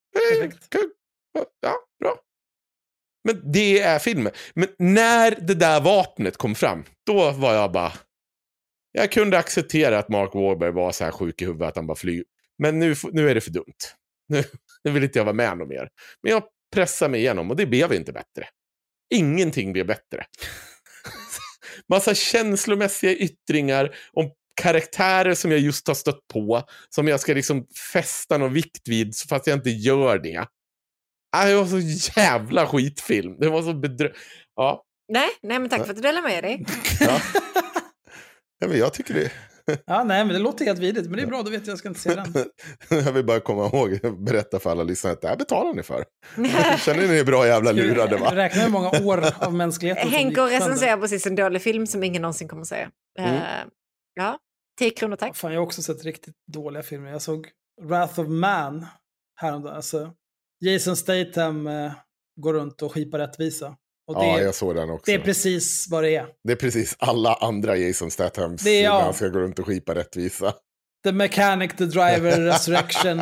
Speaker 8: Ja, bra. Men det är filmen. Men när det där vapnet kom fram, då var jag bara... Jag kunde acceptera att Mark Wahlberg var så här sjuk i huvudet att han bara flyger. Men nu är det för dumt. Nu vill inte jag vara med någon mer. Men jag pressade mig igenom och det blev inte bättre. Ingenting blev bättre. Massa känslomässiga yttringar om karaktärer som jag just har stött på, som jag ska liksom fästa någon vikt vid fast jag inte gör det. Det var så jävla skitfilm. Det var så ja.
Speaker 6: Nej, men tack för att du delar med dig.
Speaker 8: Ja. Ja, men jag tycker det.
Speaker 7: Ja, nej, men det låter helt vidrigt. Men det är bra, då vet jag ska inte se den.
Speaker 8: Jag vill bara komma ihåg, berätta för alla lyssnare att det här betalar ni för. Känner ni är bra jävla lurade, va?
Speaker 7: Räkna med många år av mänskligheten.
Speaker 6: Henk och recenserar precis en dålig film som ingen någonsin kommer säga. Ja, 10 kronor tack.
Speaker 7: Fan, jag har också sett riktigt dåliga filmer. Jag såg Wrath of Man häromdagen. Alltså, Jason Statham går runt och skipar rättvisa. Och
Speaker 8: jag såg den också.
Speaker 7: Det är precis vad det är.
Speaker 8: Det är precis alla andra Jason Stathams när han ska gå runt och skipa rättvisa.
Speaker 7: The Mechanic, The Driver, Resurrection.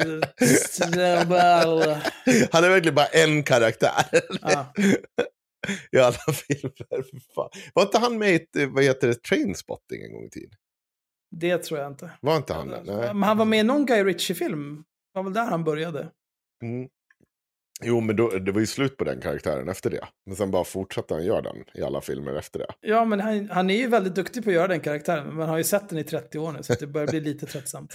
Speaker 8: Han är verkligen bara en karaktär.
Speaker 7: Ja.
Speaker 8: I alla filmer. Var inte han med i vad heter det, Trainspotting en gång i tiden?
Speaker 7: Det tror jag inte.
Speaker 8: Var inte han det? Nej.
Speaker 7: Men han var med i någon Guy Ritchie-film. Det var väl där han började.
Speaker 8: Mm. Jo, men det var ju slut på den karaktären efter det. Men sen bara fortsatte han göra den i alla filmer efter det.
Speaker 7: Ja, men han är ju väldigt duktig på att göra den karaktären. Men man har ju sett den i 30 år nu, så det börjar bli lite tröttsamt.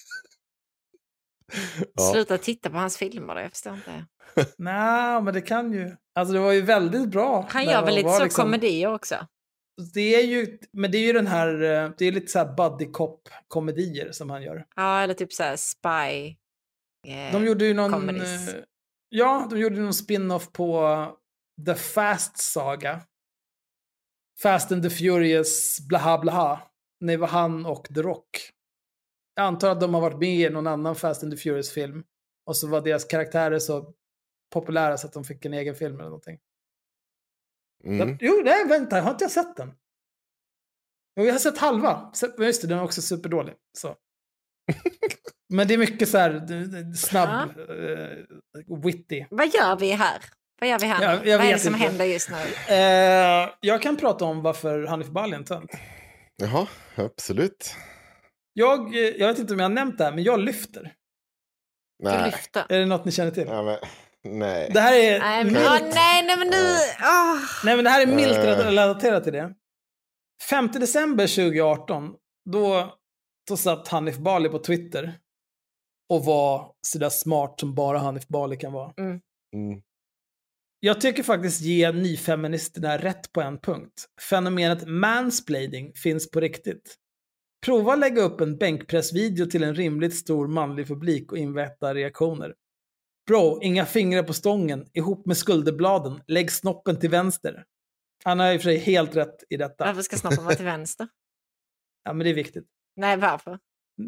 Speaker 6: Ja. Sluta titta på hans filmer då, jag förstår inte.
Speaker 7: Nej, men det kan ju. Alltså det var ju väldigt bra.
Speaker 6: Han gör väl lite så liksom komedier också.
Speaker 7: Det är ju, men det är ju den här, det är lite så här buddy cop-komedier som han gör.
Speaker 6: Ja, eller typ så här spy.
Speaker 7: De gjorde ju någon...
Speaker 6: comedies.
Speaker 7: Ja, de gjorde någon spin-off på The Fast Saga. Fast and the Furious, blaha blaha. Det var han och The Rock. Jag antar att de har varit med i någon annan Fast and the Furious-film. Och så var deras karaktärer så populära så att de fick en egen film eller någonting.
Speaker 8: Mm.
Speaker 7: Jo, nej, vänta, har inte jag sett den? Jo, jag har sett halva. Just det, den är också superdålig. Så. Men det är mycket så här snabb, witty.
Speaker 6: Vad gör vi här? Vad gör vi här?
Speaker 7: Jag
Speaker 6: vad är det
Speaker 7: vet
Speaker 6: som
Speaker 7: inte.
Speaker 6: händer just nu?
Speaker 7: Jag kan prata om varför Hanif Bali är en tönt.
Speaker 8: Jaha, absolut.
Speaker 7: Jag vet inte om jag har nämnt det här, men jag lyfter.
Speaker 8: Nej.
Speaker 6: Lyfter.
Speaker 7: Är det något ni känner till?
Speaker 8: Ja, men, nej.
Speaker 7: Det här är
Speaker 6: nej, men nu...
Speaker 7: Nej, men det här är milt relaterat till det. 5 december 2018, då satt Hanif Bali på Twitter och var så där smart som bara Hanif Bali kan vara.
Speaker 6: Mm.
Speaker 7: Jag tycker faktiskt ge nyfeministerna rätt på en punkt. Fenomenet mansplaining finns på riktigt. Prova lägga upp en bänkpressvideo till en rimligt stor manlig publik och invätta reaktioner. Bro, inga fingrar på stången, ihop med skulderbladen, lägg snoppen till vänster. Han har i och för sig helt rätt i detta.
Speaker 6: Varför ska snoppen vara till vänster?
Speaker 7: Ja, men det är viktigt.
Speaker 6: Nej, varför?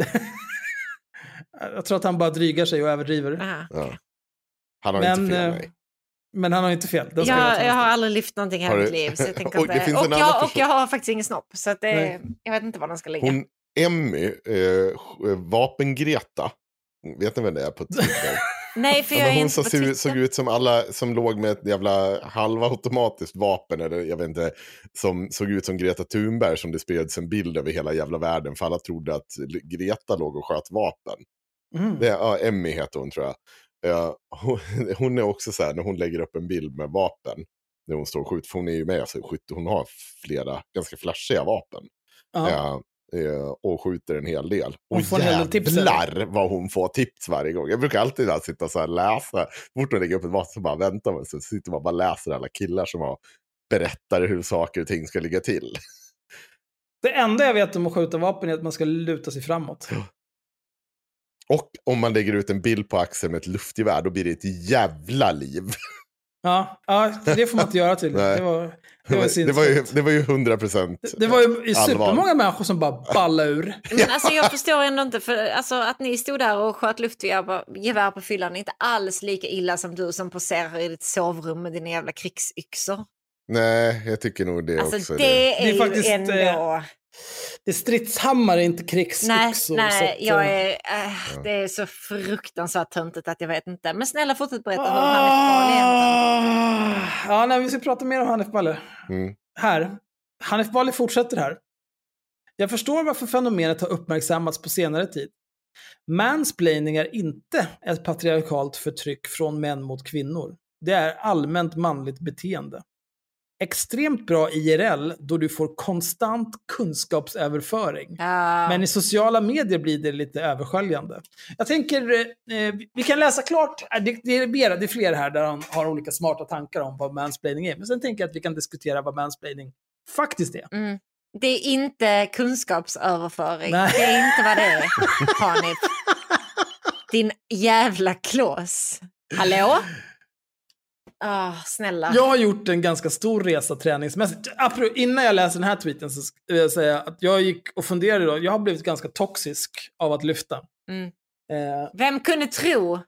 Speaker 7: Jag tror att han bara drygar sig och överdriver.
Speaker 6: Aha, okay.
Speaker 8: Ja. Han har inte fel, nej.
Speaker 7: Men han har inte fel.
Speaker 6: Jag har aldrig lyft någonting här i mitt liv. Så jag tänker och jag har faktiskt ingen snopp. Så att jag vet inte var den ska ligga.
Speaker 8: Hon, Emmy, Vapen-Greta. Vet ni vem det är på Twitter?
Speaker 6: Nej, för jag är
Speaker 8: inte på Twitter. Såg ut som alla som låg med ett jävla halvautomatiskt vapen. Eller jag vet inte. Som såg ut som Greta Thunberg. Som det spreds en bild över hela jävla världen. För alla trodde att Greta låg och sköt vapen.
Speaker 7: Mm.
Speaker 8: Emmy heter hon, tror jag. Hon är också så här, när hon lägger upp en bild med vapen när hon står och skjuter, för hon är ju med så hon har flera ganska flashiga vapen och skjuter en hel del.
Speaker 7: Hon får
Speaker 8: jävlar vad hon får tips varje gång. Jag brukar alltid sitta så här läsa, fort hon lägger upp ett vapen så bara väntar man, så sitter man bara läser alla killar som berättar hur saker och ting ska ligga till.
Speaker 7: Det enda jag vet om att skjuta vapen är att man ska luta sig framåt.
Speaker 8: Och om man lägger ut en bild på axeln med ett luftgevär, då blir det ett jävla liv.
Speaker 7: Ja, det får man inte göra tydligen. Det
Speaker 8: var ju 100%.
Speaker 7: Det var ju supermånga människor som bara ballade ur.
Speaker 6: Men alltså jag förstår ändå inte, för alltså, att ni stod där och sköt luftgevär på fyllan är inte alls lika illa som du som poserar i ditt sovrum med dina jävla krigsyxor.
Speaker 8: Nej, jag tycker nog det
Speaker 6: alltså,
Speaker 8: också.
Speaker 6: Det är ju
Speaker 7: faktiskt,
Speaker 6: ändå...
Speaker 7: Det är stridshammare, inte krigsyxor.
Speaker 6: Nej, det är så fruktansvärt töntigt att jag vet inte. Men snälla fortsätt berätta hur Hanif Bali är.
Speaker 7: Ja, nej, vi ska prata mer om Hanif Bali. Här. Hanif Bali fortsätter här. Jag förstår varför fenomenet har uppmärksammats på senare tid. Mansplaining är inte ett patriarkalt förtryck från män mot kvinnor. Det är allmänt manligt beteende. Extremt bra IRL då du får konstant kunskapsöverföring. Men i sociala medier blir det lite översköljande. Jag tänker, vi kan läsa klart, det är fler här där han har olika smarta tankar om vad mansplaining är. Men sen tänker jag att vi kan diskutera vad mansplaining faktiskt är.
Speaker 6: Det är inte kunskapsöverföring.
Speaker 7: Nej.
Speaker 6: Det är inte vad det är, Hanif. Din jävla klås. Hallå? Snälla.
Speaker 7: Jag har gjort en ganska stor resa träningsmässigt. Innan jag läser den här tweeten så vill jag säga att jag gick och funderade då. Jag har blivit ganska toxisk av att lyfta.
Speaker 6: Vem kunde tro?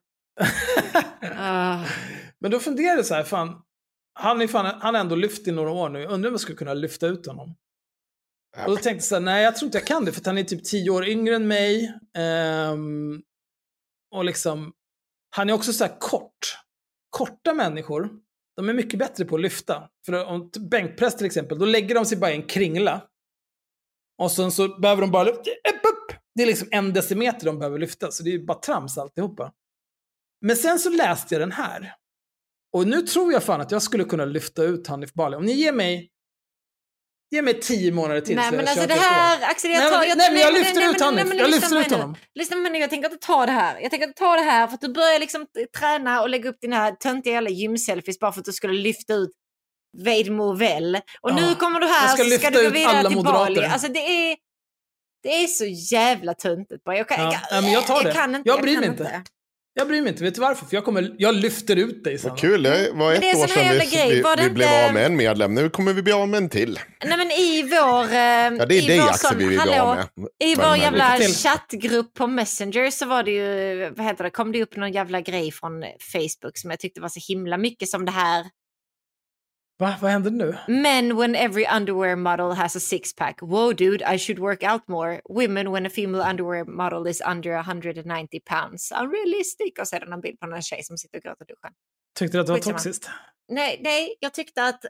Speaker 7: Men då funderade jag så här, han har ändå lyft i några år nu. Jag undrar om jag skulle kunna lyfta ut honom. Och då tänkte jag så här, nej jag tror inte jag kan det. För att han är typ 10 år yngre än mig. Och liksom, han är också så här korta människor, de är mycket bättre på att lyfta. För om bänkpress till exempel, då lägger de sig bara i en kringla. Och sen så behöver de bara lyfta. Det är liksom 1 decimeter de behöver lyfta. Så det är ju bara trams alltihopa. Men sen så läste jag den här. Och nu tror jag fan att jag skulle kunna lyfta ut Hanif Bali. Om ni ger mig 10 månader till.
Speaker 6: Nej men alltså det här, Axel,
Speaker 7: jag lyfter ut Hanif. Jag lyfter ut honom.
Speaker 6: Lyssna på mig, jag tänker inte ta det här. Jag tänker inte ta det här för att du börjar liksom träna och lägga upp dina här töntiga jävla gymselfies bara för att du skulle lyfta ut Wade Movell. Och nu kommer du här så ska du gå vidare till Bali. Alltså det är så jävla töntigt bara.
Speaker 7: Men jag tar det.
Speaker 6: Kan inte,
Speaker 7: jag bryr mig inte. Jag bryr mig inte, vet du varför? För jag lyfter ut dig sen.
Speaker 8: Vad kul, det var ett år sedan vi blev av med en medlem. Nu kommer vi bli av med en till.
Speaker 6: Nej men i vår...
Speaker 8: det är dig Axel vi vill bli av med.
Speaker 6: I vår jävla chattgrupp på Messenger så var det ju, kom det upp någon jävla grej från Facebook som jag tyckte var så himla mycket som det här.
Speaker 7: Va? Vad händer nu?
Speaker 6: Men when every underwear model has a six-pack. Whoa dude, I should work out more. Women when a female underwear model is under 190 pounds. Unrealistic. Och så är det en bild på en tjej som sitter och gråter i duschen.
Speaker 7: Tyckte du att det var toxiskt?
Speaker 6: Nej, jag tyckte att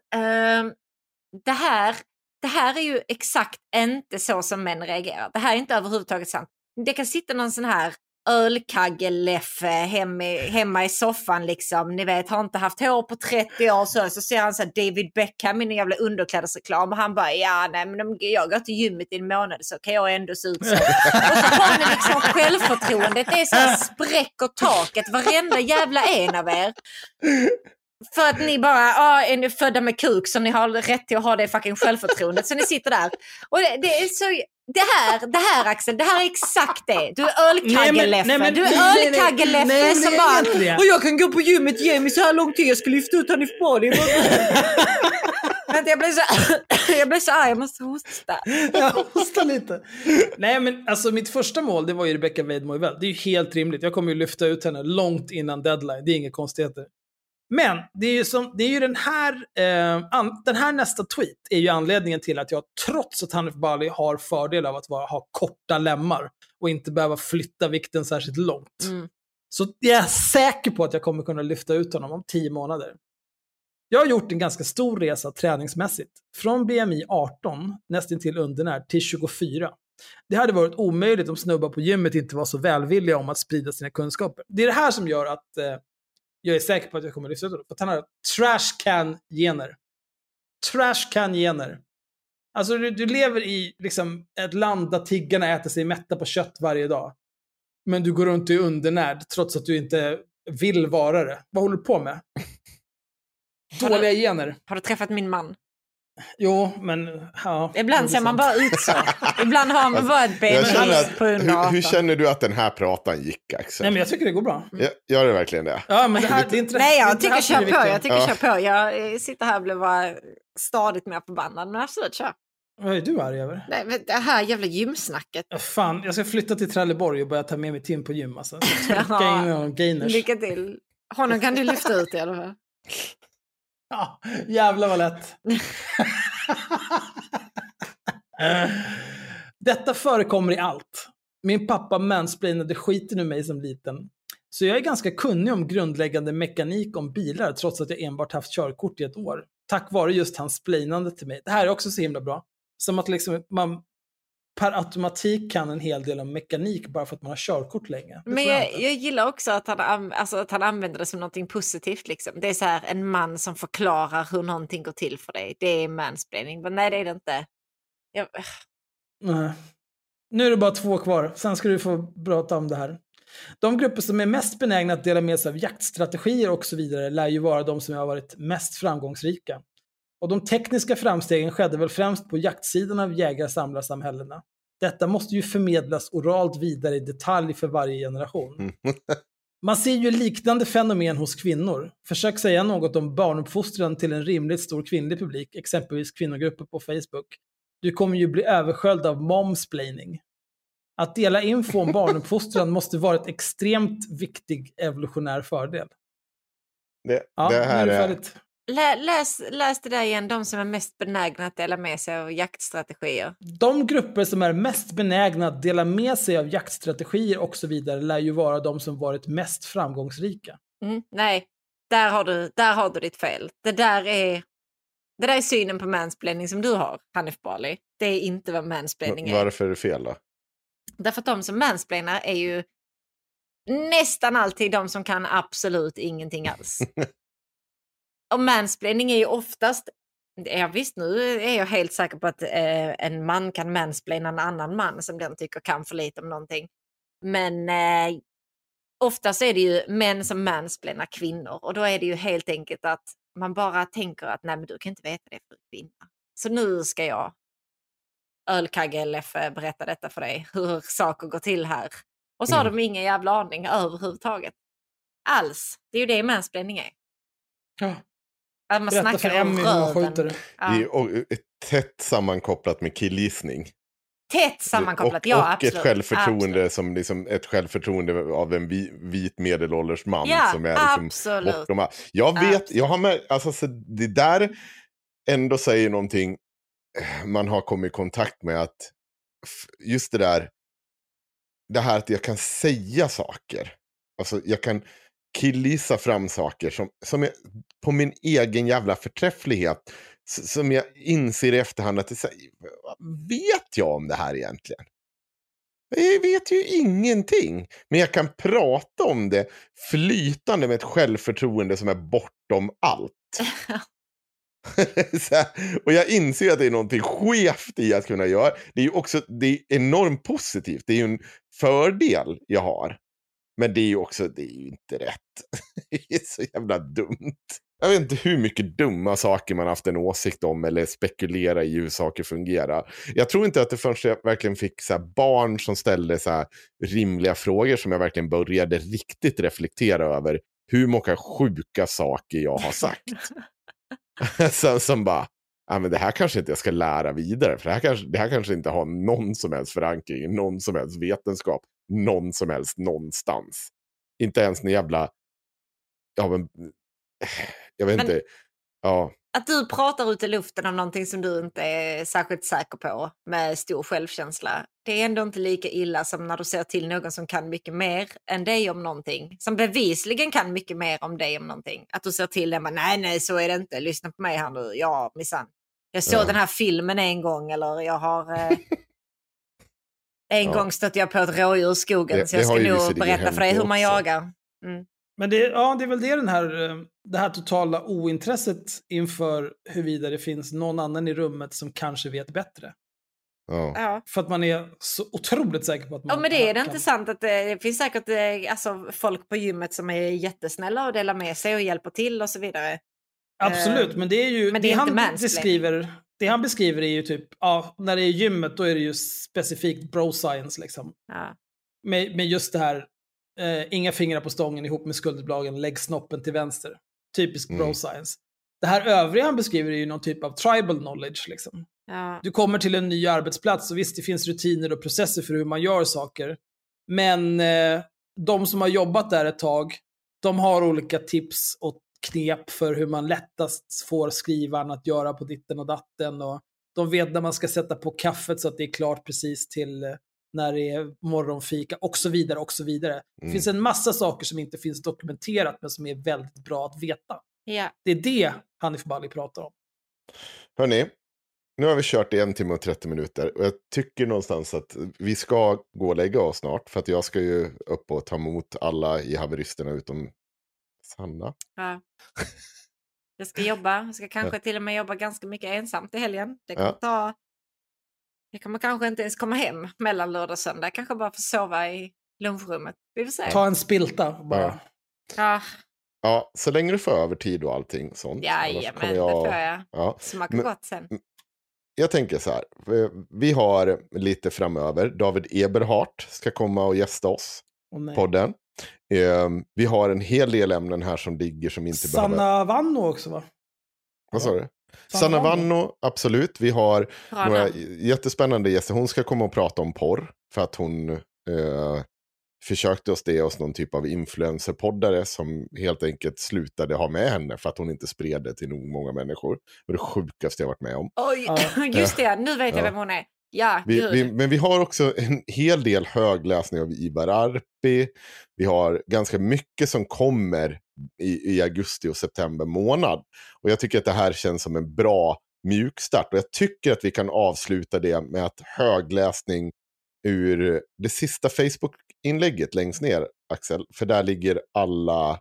Speaker 6: det här är ju exakt inte så som män reagerar. Det här är inte överhuvudtaget sant. Det kan sitta någon sån här ölkaggeleffe hemma i soffan liksom, ni vet, har inte haft hår på 30 år så ser han så här David Beckham i en jävla underklädesreklam och han bara, jag går till gymmet i en månad så kan jag ändå se ut så. Och så har ni liksom självförtroendet, det är så här spräcker taket varenda jävla en av er. För att ni bara är födda med kuk så ni har rätt till att ha det fucking självförtroendet så ni sitter där. Och det är så... Det här Axel, det här är exakt det. Du är ölkaggeleffe. Du är ölkaggeleffe som bara... Och jag kan gå på gymmet Jamie så här lång tid. Jag ska lyfta ut Hanif Bali. Vänta, jag blev så arg. Jag måste hosta.
Speaker 7: Jag hosta lite. Nej men alltså mitt första mål det var ju Rebecca Wade Movell. Det är ju helt rimligt. Jag kommer ju lyfta ut henne långt innan deadline. Det är inga konstigheter. Men det är ju den här nästa tweet är ju anledningen till att jag trots att Hanif Bali har fördel av att ha korta lemmar och inte behöva flytta vikten särskilt långt. Så jag är säker på att jag kommer kunna lyfta ut honom om 10 månader. Jag har gjort en ganska stor resa träningsmässigt. Från BMI 18, nästan till undernärd, till 24. Det hade varit omöjligt om snubbar på gymmet inte var så välvilliga om att sprida sina kunskaper. Det är det här som gör att... jag är säker på att jag kommer att lyfta ut det. För att han har trash can-gener. Trash can-gener. Alltså du lever i liksom, ett land där tiggarna äter sig mätta på kött varje dag. Men du går runt i undernärd trots att du inte vill vara det. Vad håller du på med? Dåliga gener.
Speaker 6: Har du träffat min man?
Speaker 7: Jo, men... Ja,
Speaker 6: ibland ser man bara ut så. Ibland har man bara ett ben på
Speaker 8: hur känner du att den här pratan gick, Axel?
Speaker 7: Nej, men jag tycker det går bra.
Speaker 8: Gör det verkligen det?
Speaker 7: Ja, men det här det är inte...
Speaker 6: Nej, jag tycker kör på. Kör på. Jag sitter här och blir bara stadigt mer förbannad. Men absolut, kör.
Speaker 7: Vad är du arg över?
Speaker 6: Nej, det här jävla gymsnacket.
Speaker 7: Ja, fan, jag ska flytta till Trelleborg och börja ta med mig Tim på gym. Alltså. Gainers.
Speaker 6: Lycka till. Honom kan du lyfta ut i alla fall.
Speaker 7: Ja, jävlar vad lätt. Detta förekommer i allt. Min pappa mansplainade skiten ur mig som liten. Så jag är ganska kunnig om grundläggande mekanik om bilar trots att jag enbart haft körkort i ett år. Tack vare just hans splainande till mig. Det här är också så himla bra. Som att liksom man per automatik kan en hel del om mekanik bara för att man har körkort länge.
Speaker 6: Men jag gillar också att han använder det som någonting positivt. Liksom. Det är så här en man som förklarar hur någonting går till för dig. Det är mansplaining. Men nej, det är det inte.
Speaker 7: Nej. Nu är det bara 2 kvar. Sen ska du få prata om det här. De grupper som är mest benägna att dela med sig av jaktstrategier och så vidare lär ju vara de som har varit mest framgångsrika. Och de tekniska framstegen skedde väl främst på jaktsidan av jägar-samlarsamhällena. Detta måste ju förmedlas oralt vidare i detalj för varje generation. Man ser ju liknande fenomen hos kvinnor. Försök säga något om barnuppfostran till en rimligt stor kvinnlig publik, exempelvis kvinnogrupper på Facebook. Du kommer ju bli översköljd av momsplaining. Att dela info om barnuppfostran måste vara ett extremt viktig evolutionär fördel.
Speaker 8: Det här
Speaker 7: nu är det
Speaker 8: är...
Speaker 7: färdigt.
Speaker 6: Läs det där igen, de som är mest benägna att dela med sig av jaktstrategier.
Speaker 7: De grupper som är mest benägna att dela med sig av jaktstrategier och så vidare lär ju vara de som varit mest framgångsrika.
Speaker 6: Nej, där har du ditt fel. Det där är synen på mansplaining som du har, Hanif Bali. Det är inte vad mansplaining är.
Speaker 8: Varför är det fel då?
Speaker 6: Därför att de som mansplainar är ju nästan alltid de som kan absolut ingenting alls. Och mansplaining är ju oftast, visst nu är jag helt säker på att en man kan mansplaina en annan man som den tycker kan för lite om någonting. Men oftast är det ju män som mansplainar kvinnor och då är det ju helt enkelt att man bara tänker att nej men du kan inte veta det för kvinna. Så nu ska jag Ölkagge LF berätta detta för dig, hur saker går till här. Och så har de ingen jävla aning överhuvudtaget. Alls. Det är ju det mansplaining är.
Speaker 7: Ja.
Speaker 6: Att man snackar om röven.
Speaker 8: Ja. Det är tätt sammankopplat med killgissning.
Speaker 6: Tätt sammankopplat, ja absolut.
Speaker 8: Och ett självförtroende som liksom ett självförtroende av en vit medelålders man som är liksom bortom. Jag vet, jag har med, alltså så det där ändå säger någonting man har kommit i kontakt med, att just det här att jag kan säga saker. Alltså jag kan killgissa fram saker som är på min egen jävla förträfflighet, som jag inser i efterhand att vet jag om det här egentligen? Jag vet ju ingenting, men jag kan prata om det flytande med ett självförtroende som är bortom allt. Och jag inser att det är någonting skevt i att kunna göra. Det är ju också enormt positivt. Det är ju en fördel jag har. Men det är ju också, det är ju inte rätt. Det är så jävla dumt. Jag vet inte hur mycket dumma saker man haft en åsikt om eller spekulera i hur saker fungerar. Jag tror inte att det först jag verkligen fick så här barn som ställde så här rimliga frågor som jag verkligen började riktigt reflektera över hur många sjuka saker jag har sagt. som bara, men det här kanske inte jag ska lära vidare, för det här kanske inte har någon som helst förankring, någon som helst vetenskap, någon som helst någonstans. Inte ens en jävla jag vet inte. Ja.
Speaker 6: Att du pratar ut i luften om någonting som du inte är särskilt säker på med stor självkänsla, det är ändå inte lika illa som när du ser till någon som kan mycket mer än dig om någonting. Som bevisligen kan mycket mer om dig om någonting. Att du ser till dem, nej så är det inte. Lyssna på mig här nu. Ja, missan. Jag såg den här filmen en gång, eller jag har... en gång stött jag på ett rådjur i skogen, så jag ska nog berätta för dig hur man jagar. Mm.
Speaker 7: Men det är väl det här totala ointresset inför huruvida det finns någon annan i rummet som kanske vet bättre.
Speaker 6: Ja.
Speaker 7: För att man är så otroligt säker på att man...
Speaker 6: Ja, men det är det inte sant att det finns säkert folk på gymmet som är jättesnälla och delar med sig och hjälper till och så vidare.
Speaker 7: Absolut, men det är ju... Men det han det han beskriver är ju typ, när det är gymmet då är det ju specifikt bro science liksom.
Speaker 6: Ja.
Speaker 7: Med just det här, inga fingrar på stången ihop med skulderblagen, lägg snoppen till vänster. Typisk bro science. Det här övriga han beskriver är ju någon typ av tribal knowledge liksom.
Speaker 6: Ja.
Speaker 7: Du kommer till en ny arbetsplats och visst det finns rutiner och processer för hur man gör saker. Men de som har jobbat där ett tag, de har olika tips och knep för hur man lättast får skrivaren att göra på ditten och datten. Och de vet när man ska sätta på kaffet så att det är klart precis till när det är morgonfika och så vidare och så vidare. Det finns en massa saker som inte finns dokumenterat men som är väldigt bra att veta.
Speaker 6: Ja.
Speaker 7: Det är det Hanif Bali pratar om.
Speaker 8: Hörrni, nu har vi kört i 1 timme och 30 minuter och jag tycker någonstans att vi ska gå och lägga oss snart för att jag ska ju upp och ta emot alla i haveristerna utom Sanna.
Speaker 6: Ja. Jag ska jobba, jag ska kanske till och med jobba ganska mycket ensamt i helgen. Det kommer jag kommer kanske inte ens komma hem mellan lördag och söndag. Jag kanske bara får sova i lunchrummet. Vi får se.
Speaker 7: Ta en spilta bara.
Speaker 8: Ja, så länge du får över tid och allting sånt.
Speaker 6: Ja, men det får jag.
Speaker 8: Ja.
Speaker 6: Smakar gott sen.
Speaker 8: Jag tänker så här, vi har lite framöver, David Eberhardt ska komma och gästa oss podden. Vi har en hel del ämnen här som ligger som inte behöver...
Speaker 7: Sanna Vanno också va?
Speaker 8: Vad sa du? Sanna Vanno, absolut. Vi har några jättespännande gäster. Hon ska komma och prata om porr. För att hon försökte ge oss någon typ av influencerpoddare som helt enkelt slutade ha med henne för att hon inte spred det till nog många människor. Det var det sjukaste jag varit med om.
Speaker 6: Oj, just det. Nu vet jag vem hon är. Ja,
Speaker 8: men vi har också en hel del högläsning av Ivar Arpi. Vi har ganska mycket som kommer i augusti och september månad. Och jag tycker att det här känns som en bra mjukstart. Och jag tycker att vi kan avsluta det med att högläsning ur det sista Facebook-inlägget längst ner, Axel. För där ligger alla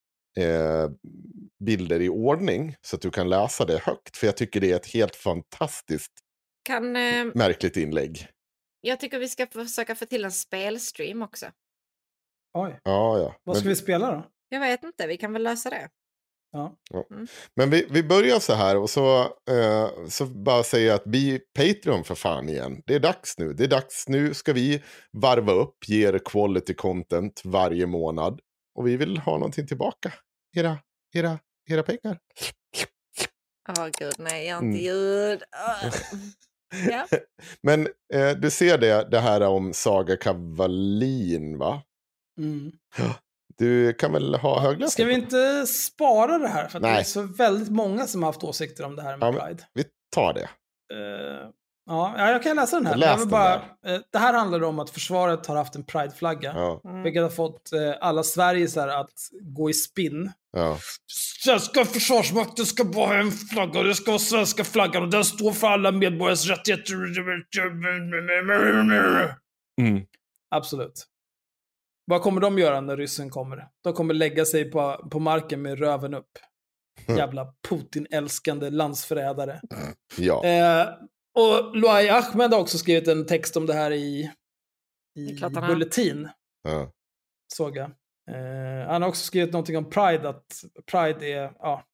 Speaker 8: bilder i ordning så att du kan läsa det högt. För jag tycker det är ett helt fantastiskt märkligt inlägg.
Speaker 6: Jag tycker vi ska försöka få till en spelstream också.
Speaker 7: Oj.
Speaker 8: Ja.
Speaker 7: Vad ska vi spela då?
Speaker 6: Jag vet inte, vi kan väl lösa det.
Speaker 7: Ja.
Speaker 8: Men vi börjar så här och så bara säga att bli Patreon för fan igen. Det är dags nu. Nu ska vi varva upp, ge er quality content varje månad. Och vi vill ha någonting tillbaka. Era pengar.
Speaker 6: Gud, nej, jag har inte ljud. Ja.
Speaker 8: Men du ser det här om Saga Kavalin, va? Du kan väl ha högläsning?
Speaker 7: Ska vi inte spara det här? För att det är så väldigt många som har haft åsikter om det här med Pride.
Speaker 8: Vi tar det.
Speaker 7: Jag kan läsa den här. Det här handlar om att försvaret har haft en Pride-flagga. Vilket har fått alla Sverigesar att gå i spinn. Svenska försvarsmakten ska bara ha en flagga och det ska vara svenska flaggan och den står för alla medborgares rättigheter. Absolut. Vad kommer de göra när ryssen kommer? De kommer lägga sig på marken med röven upp. Jävla Putin-älskande landsförrädare. Och Luai Ahmed har också skrivit en text om det här i Bulletin. Såg jag. Han har också skrivit någonting om Pride, att Pride är,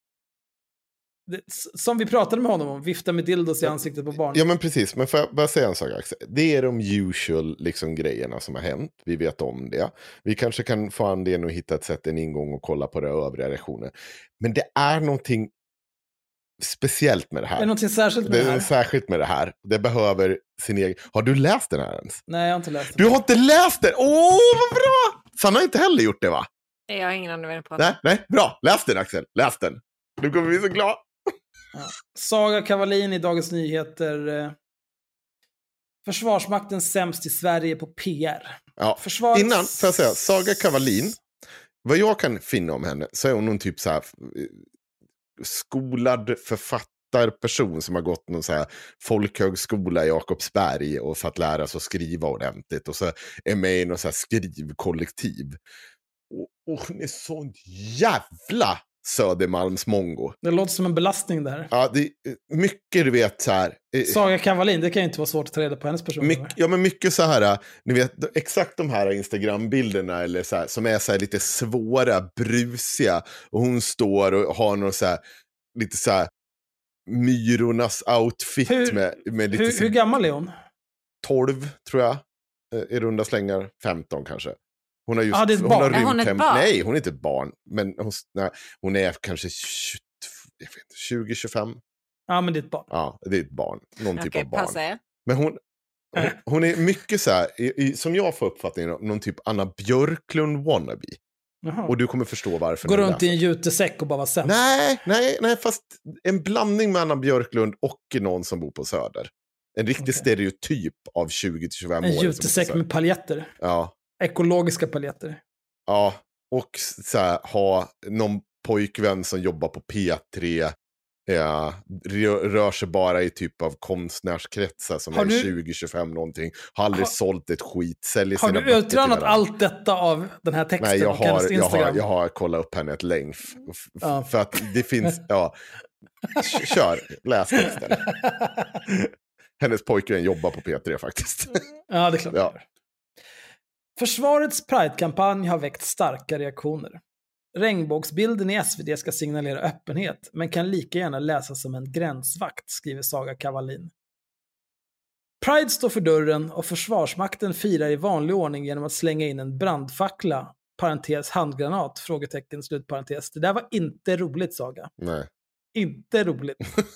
Speaker 7: som vi pratade med honom om, vifta med dildos i ansiktet på barn.
Speaker 8: Ja, men precis. Men får jag bara säga en sak, Axel? Det är de usual grejerna som har hänt. Vi vet om det. Vi kanske kan få anledning att hitta ett sätt, en ingång och kolla på det övriga reaktioner. Men det är någonting speciellt med det här.
Speaker 7: Det är någonting särskilt med det här.
Speaker 8: Särskilt med det här. Det behöver sin egen... Har du läst den här ens?
Speaker 7: Nej, jag har inte läst den.
Speaker 8: Du har inte läst den? Åh, vad bra! Sanna har inte heller gjort det, va?
Speaker 6: Jag har ingen aning vad jag pratar.
Speaker 8: Nej, bra. Läs den, Axel. Läs den. Du kommer bli så glad.
Speaker 7: Saga Kavalin i Dagens Nyheter. Försvarsmakten sämst i Sverige på PR.
Speaker 8: Innan, får jag säga, Saga Kavalin, vad jag kan finna om henne så är hon någon typ så här skolad författarperson som har gått någon så här folkhögskola i Jakobsberg och för att lära sig att skriva ordentligt och så är med i någon så här skrivkollektiv. Och hon är sån jävla Södermalmsmongo.
Speaker 7: Det låter som en belastning där.
Speaker 8: Ja, det är mycket, du vet, så här.
Speaker 7: Saga Kavalin, det kan ju inte vara svårt att ta reda på hennes person.
Speaker 8: Ja, men mycket så här, ni vet, exakt de här Instagram-bilderna eller så här, som är så här lite svåra, brusiga. Och hon står och har någon så här, lite så här myrornas outfit med lite...
Speaker 7: Hur gammal är hon?
Speaker 8: 12 tror jag. I runda slängar 15 kanske. Hon har just
Speaker 7: det är ett barn.
Speaker 6: Är hon ett barn?
Speaker 8: Nej, hon är inte ett barn. Men hon är kanske 20-25.
Speaker 7: Ja, men det är ett barn.
Speaker 8: Ja, det är ett barn. Någon typ av barn.
Speaker 6: Passa er.
Speaker 8: Men hon är mycket så här, som jag får uppfattningen, någon typ Anna Björklund wannabe.
Speaker 7: Jaha.
Speaker 8: Och du kommer förstå varför.
Speaker 7: Går runt i en jutesäck och bara vara sämst.
Speaker 8: Nej, fast en blandning med Anna Björklund och någon som bor på Söder. En riktig stereotyp av 20-25 år.
Speaker 7: En jutesäck med paljetter.
Speaker 8: Ja.
Speaker 7: Ekologiska paljetter.
Speaker 8: Ja, och så här, ha någon pojkvän som jobbar på P3. Rör sig bara i typ av konstnärskretsar som är 20-25 någonting. Har aldrig sålt ett skit.
Speaker 7: Har du utrönat allt detta av den här texten?
Speaker 8: Nej, jag har kollat upp henne ett längd. För att det finns... Kör, läs texten. Hennes pojkvän jobbar på P3 faktiskt.
Speaker 7: Ja, det är klart. Ja. Försvarets Pride-kampanj har väckt starka reaktioner. Regnbågsbilden i SvD ska signalera öppenhet, men kan lika gärna läsas som en gränsvakt, skriver Saga Kavallin. Pride står för dörren och Försvarsmakten firar i vanlig ordning genom att slänga in en brandfackla, parentes handgranat, frågetecken, slutparentes. Det där var inte roligt, Saga.
Speaker 8: Nej.
Speaker 7: Inte roligt.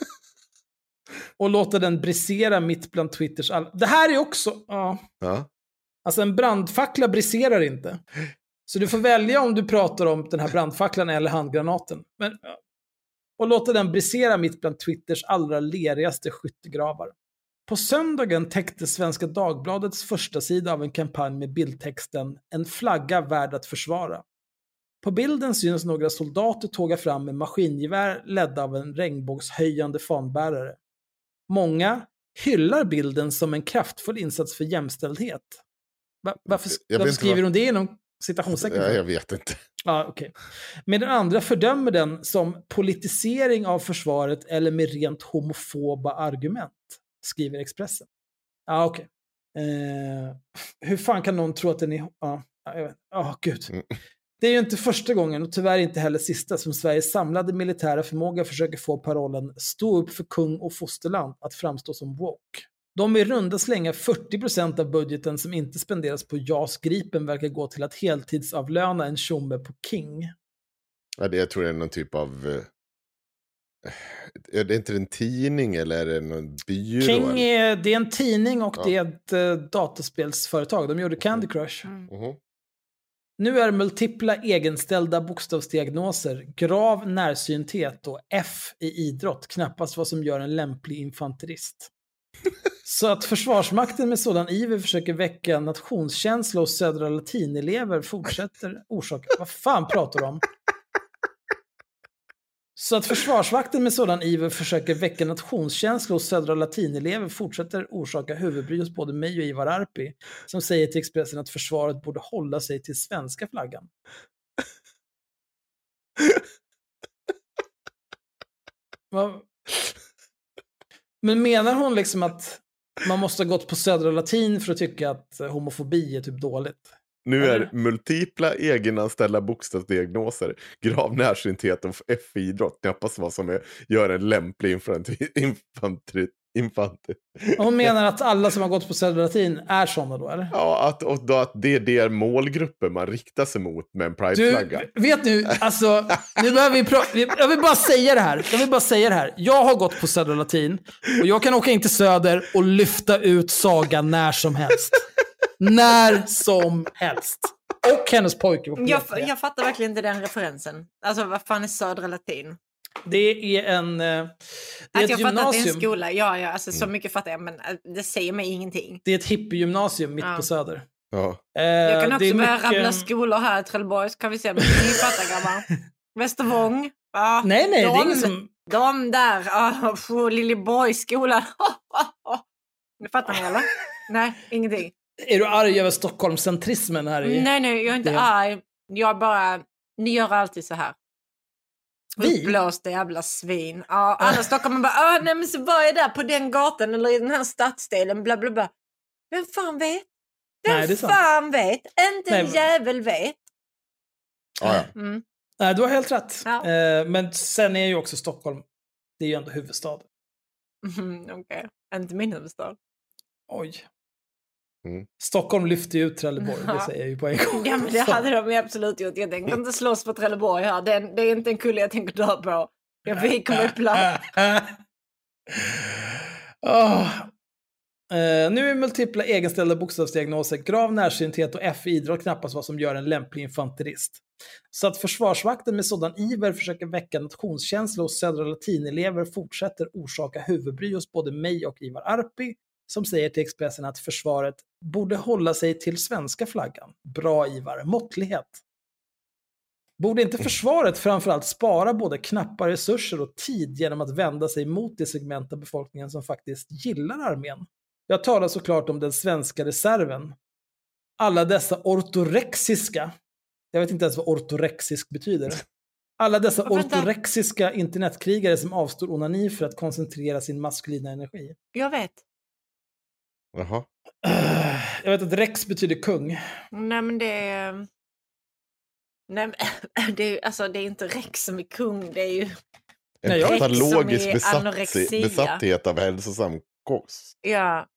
Speaker 7: Och låta den brisera mitt bland Twitters Det här är också... Ja. Alltså en brandfackla briserar inte. Så du får välja om du pratar om den här brandfacklan eller handgranaten. Och låta den brisera mitt bland Twitters allra lerigaste skyttegravar. På söndagen täckte Svenska Dagbladets första sida av en kampanj med bildtexten "En flagga värd att försvara". På bilden syns några soldater tåga fram med maskingevär ledda av en regnbågshöjande fanbärare. Många hyllar bilden som en kraftfull insats för jämställdhet. Varför skriver hon det inom citationstecken?
Speaker 8: Jag vet inte.
Speaker 7: Ja, okej. Medan andra fördömer den som politisering av försvaret eller med rent homofoba argument, skriver Expressen. Ja, okej. Hur fan kan någon tro att den är... Gud. Det är ju inte första gången och tyvärr inte heller sista som Sveriges samlade militära förmåga försöker få parollen "stå upp för kung och fosterland" att framstå som woke. De i runda slänga 40% av budgeten som inte spenderas på JAS Gripen verkar gå till att heltidsavlöna en tjomme på King.
Speaker 8: Ja, jag tror det är någon typ av... Är det inte en tidning eller är det någon byrå?
Speaker 7: King det är en tidning och det är ett dataspelsföretag. De gjorde Candy Crush. Nu är multipla egenställda bokstavsdiagnoser, grav närsynthet och F i idrott knappast vad som gör en lämplig infanterist. Så att Försvarsmakten med sådan iver försöker väcka nationskänsla hos södra latinelever fortsätter orsaka... Vad fan pratar du om? Så att Försvarsmakten med sådan iver försöker väcka nationskänsla hos södra latinelever fortsätter orsaka huvudbry hos både mig och Ivar Arpi, som säger till Expressen att försvaret borde hålla sig till svenska flaggan. Men menar hon liksom att man måste ha gått på södra latin för att tycka att homofobi är typ dåligt?
Speaker 8: Nu är multipla egenanställda bokstavsdiagnoser, grav närsynthet och F-idrott knappast vad som gör en lämplig infanter.
Speaker 7: Hon menar att alla som har gått på södra latin är sådana då, eller?
Speaker 8: Ja, att det är målgrupper man riktar sig mot med en prideflagga.
Speaker 7: Du, vet nu, alltså, nu behöver jag vill bara säga det här. Jag har gått på södra latin och jag kan åka in till söder och lyfta ut Saga när som helst. När som helst. Och hennes pojke.
Speaker 6: Jag fattar verkligen inte den referensen. Alltså, vad fan är södra latin?
Speaker 7: Det är en... Det är ett
Speaker 6: jag
Speaker 7: gymnasium.
Speaker 6: fattar att det är en skola. Ja, alltså så mycket fattar jag, men det säger mig ingenting.
Speaker 7: Det är ett hippiegymnasium mitt på söder.
Speaker 8: Ja.
Speaker 6: Jag kan också börja rabbla skolor här i Trelleborg, så kan vi se om ni fattar, grabbar. Västervång. Ja,
Speaker 7: nej, det är ingen som...
Speaker 6: De där, Lilleborgsskolan. Nu fattar ni, eller? Nej, ingenting.
Speaker 7: Är du arg över Stockholmscentrismen här i...
Speaker 6: Nej, jag är inte arg. Jag bara... Ni gör alltid så här. Uppblåsta jävla svin. Ja, alla Stockholm bara, nej men så var jag där på den gatan eller i den här stadsdelen, bla bla bla. Vem fan vet? Vem fan vet? Inte en jävel vet.
Speaker 8: Ja.
Speaker 7: Nej, du har helt rätt. Ja. Men sen är ju också Stockholm Det är ju ändå huvudstad.
Speaker 6: Okej. Inte min huvudstad.
Speaker 7: Oj. Stockholm lyfter ut Trelleborg, det säger jag ju på en gång.
Speaker 6: Ja, men det hade de ju absolut gjort. Jag tänker inte slåss på Trelleborg här. Det är inte en kulle jag tänker dö på. Jag viker mig platt.
Speaker 7: Nu är multipla egenställda bokstavsdiagnoser, grav närsynthet och F i idrott knappast vad som gör en lämplig infanterist. Så att Försvarsmakten med sådan iver försöker väcka nationskänsla hos södra latinelever fortsätter orsaka huvudbry hos både mig och Ivar Arpi, som säger till Expressen att försvaret borde hålla sig till svenska flaggan. Bra Ivar, måttlighet. Borde inte försvaret framförallt spara både knappa resurser och tid genom att vända sig mot det segment av befolkningen som faktiskt gillar armén? Jag talar såklart om den svenska reserven. Alla dessa ortorexiska, jag vet inte ens vad ortorexisk betyder. Alla dessa ortorexiska internetkrigare som avstår onani för att koncentrera sin maskulina energi.
Speaker 6: Jag vet.
Speaker 8: Jaha.
Speaker 7: Jag vet att rex betyder kung.
Speaker 6: Nej, men det är... Nej, det är inte rex som är kung, det är ju...
Speaker 8: En patologisk besatthet av hälsosam kost.
Speaker 6: Ja.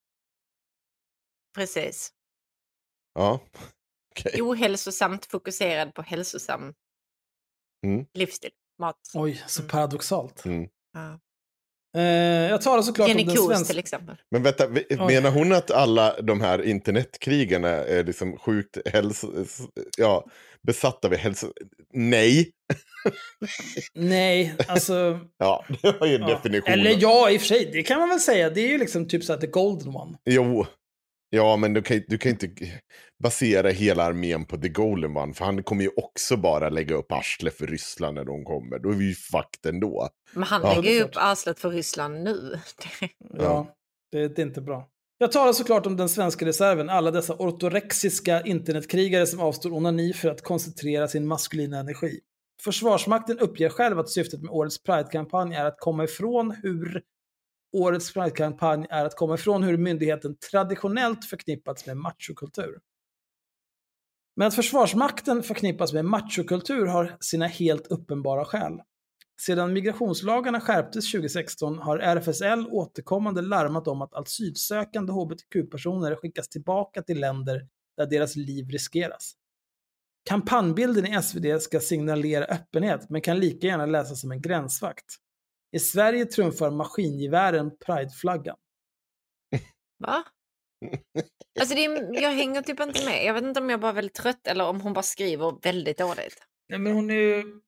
Speaker 6: Precis.
Speaker 8: Ja. Okay.
Speaker 6: Ohälsosamt fokuserad på hälsosam livsstil, mat.
Speaker 7: Oj, så paradoxalt.
Speaker 6: Ja.
Speaker 7: Jag talar såklart
Speaker 6: Jenny
Speaker 7: om den
Speaker 6: svenska till exempel.
Speaker 8: Men vänta, menar hon att alla de här internetkrigarna är liksom sjukt besatta vid hälso... Nej.
Speaker 7: Nej, alltså...
Speaker 8: Ja, det var ju en definition.
Speaker 7: Eller ja, i och för sig, det kan man väl säga. Det är ju liksom typ så att the golden one.
Speaker 8: Jo. Ja, men du kan inte basera hela armén på the golden one. För han kommer ju också bara lägga upp arslet för Ryssland när de kommer. Då är vi ju fucked ändå.
Speaker 6: Men han lägger ju upp arslet för Ryssland nu.
Speaker 7: Ja, det är inte bra. Jag talar såklart om den svenska reserven. Alla dessa ortorexiska internetkrigare som avstår onani för att koncentrera sin maskulina energi. Försvarsmakten uppger själv att syftet med årets Pride-kampanj är att komma ifrån hur myndigheten traditionellt förknippats med machokultur. Men att Försvarsmakten förknippas med machokultur har sina helt uppenbara skäl. Sedan migrationslagarna skärptes 2016 har RFSL återkommande larmat om att asylsökande hbtq-personer skickas tillbaka till länder där deras liv riskeras. Kampanjbilden i SvD ska signalera öppenhet men kan lika gärna läsas som en gränsvakt. I Sverige trumfar maskingevären Pride-flaggan.
Speaker 6: Va? Alltså jag hänger typ inte med. Jag vet inte om jag bara är väldigt trött eller om hon bara skriver väldigt dåligt.
Speaker 7: Nej, men hon är ju...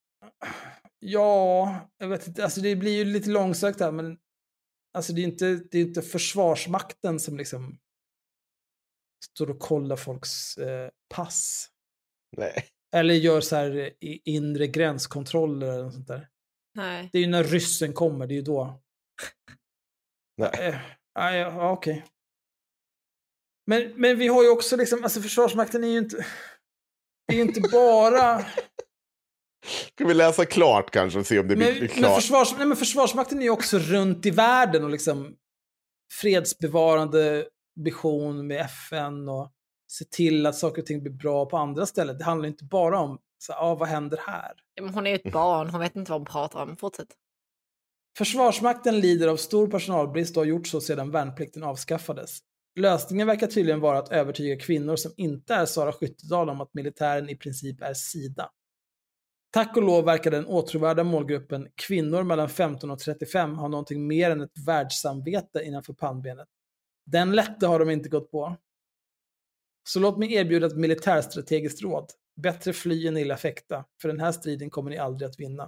Speaker 7: Ja, jag vet inte. Alltså det blir ju lite långsökt här, men alltså det är inte Försvarsmakten som liksom står och kollar folks pass.
Speaker 8: Nej.
Speaker 7: Eller gör så här inre gränskontroller eller något sånt där.
Speaker 6: Nej.
Speaker 7: Det är ju när ryssen kommer, det är ju då.
Speaker 8: Nej.
Speaker 7: Ja, okej. Men vi har ju också liksom, alltså Försvarsmakten är ju inte... Det är ju inte bara...
Speaker 8: Ska vi läsa klart kanske och se om det blir klart?
Speaker 7: Men Försvarsmakten är ju också runt i världen och liksom fredsbevarande vision med FN och se till att saker och ting blir bra på andra ställen. Det handlar inte bara om vad händer här?
Speaker 6: Hon är ju ett barn, hon vet inte vad hon pratar om. Fortsätt.
Speaker 7: Försvarsmakten lider av stor personalbrist och har gjort så sedan värnplikten avskaffades. Lösningen verkar tydligen vara att övertyga kvinnor som inte är Sara Skyttedal om att militären i princip är sida. Tack och lov verkar den åtråvärda målgruppen kvinnor mellan 15 och 35 ha någonting mer än ett världssamvete innanför pannbenet. Den lätte har de inte gått på. Så låt mig erbjuda ett militärstrategiskt råd. Bättre fly än illa fäkta, för den här striden kommer ni aldrig att vinna.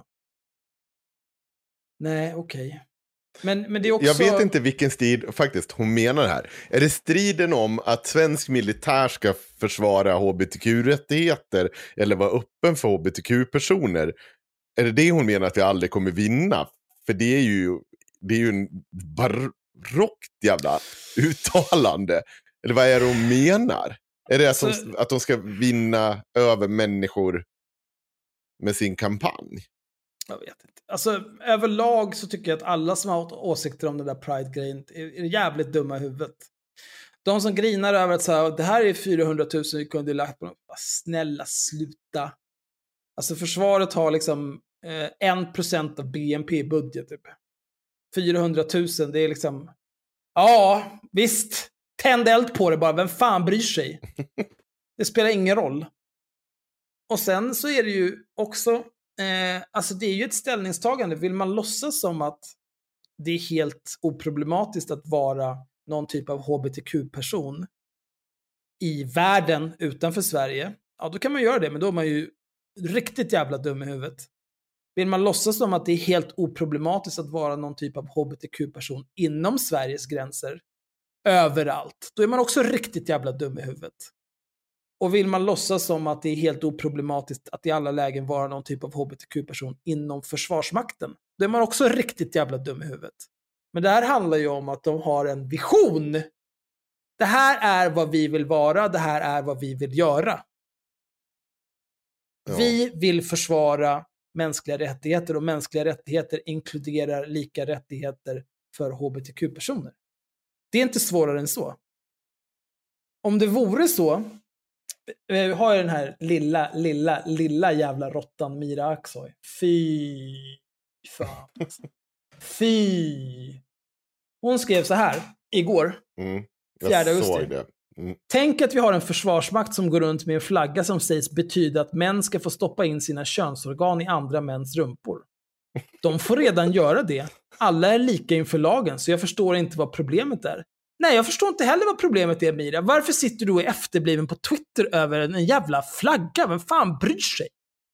Speaker 7: Nej, okej. Men det är också...
Speaker 8: Jag vet inte vilken strid faktiskt hon menar här. Är det striden om att svensk militär ska försvara hbtq-rättigheter eller vara öppen för hbtq-personer? Är det hon menar att jag aldrig kommer vinna? För det är ju en barockt jävla uttalande. Eller vad är det hon menar? Är det att de ska vinna över människor med sin kampanj?
Speaker 7: Jag vet inte. Alltså överlag så tycker jag att alla som har åsikter om den där Pride-grejen är jävligt dumma i huvudet. De som grinar över att det här är 400 000 vi kunde lagt på. Snälla sluta. Alltså försvaret har liksom 1% av BNP i budget. Typ. 400 000, det är liksom... Ja, visst. Tänd eld på det bara. Vem fan bryr sig? Det spelar ingen roll. Och sen så är det ju också... alltså det är ju ett ställningstagande. Vill man låtsas som att det är helt oproblematiskt att vara någon typ av hbtq-person i världen utanför Sverige, ja då kan man göra det, men då är man ju riktigt jävla dum i huvudet. Vill man låtsas som att det är helt oproblematiskt att vara någon typ av hbtq-person inom Sveriges gränser, överallt, då är man också riktigt jävla dum i huvudet. Och vill man låtsas som att det är helt oproblematiskt att i alla lägen vara någon typ av hbtq-person inom Försvarsmakten, då är man också riktigt jävla dum i huvudet. Men det här handlar ju om att de har en vision. Det här är vad vi vill vara, det här är vad vi vill göra. Ja. Vi vill försvara mänskliga rättigheter, och mänskliga rättigheter inkluderar lika rättigheter för hbtq-personer. Det är inte svårare än så. Om det vore så, vi har ju den här lilla jävla råttan Mira Aksoy. Fy fan. Fy. Hon skrev så här igår. 4 augusti. Tänk att vi har en försvarsmakt som går runt med en flagga som sägs betyda att män ska få stoppa in sina könsorgan i andra mäns rumpor. De får redan göra det. Alla är lika inför lagen, så jag förstår inte vad problemet är. Nej, jag förstår inte heller vad problemet är, Mira. Varför sitter du och är efterbliven på Twitter över en jävla flagga? Vem fan bryr sig?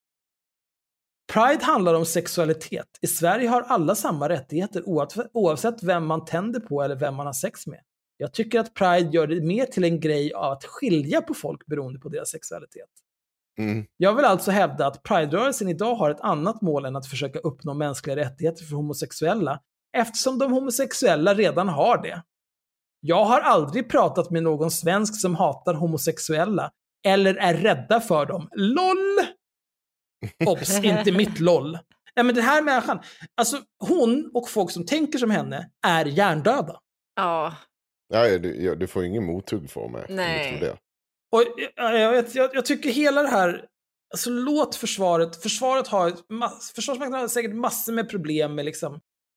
Speaker 7: Pride handlar om sexualitet. I Sverige har alla samma rättigheter oavsett vem man tänder på eller vem man har sex med. Jag tycker att Pride gör det mer till en grej av att skilja på folk beroende på deras sexualitet. Jag vill alltså hävda att Pride-rörelsen idag har ett annat mål än att försöka uppnå mänskliga rättigheter för homosexuella, eftersom de homosexuella redan har det. Jag har aldrig pratat med någon svensk som hatar homosexuella eller är rädda för dem. LOL! Obs, inte mitt LOL. Nej, men det här människan, alltså hon och folk som tänker som henne är hjärndöda.
Speaker 6: Ja.
Speaker 8: Ja, du får ingen mothugg för mig.
Speaker 6: Nej.
Speaker 8: Det.
Speaker 7: Och jag tycker hela det här, alltså låt Försvarsmakten har säkert massor med problem med liksom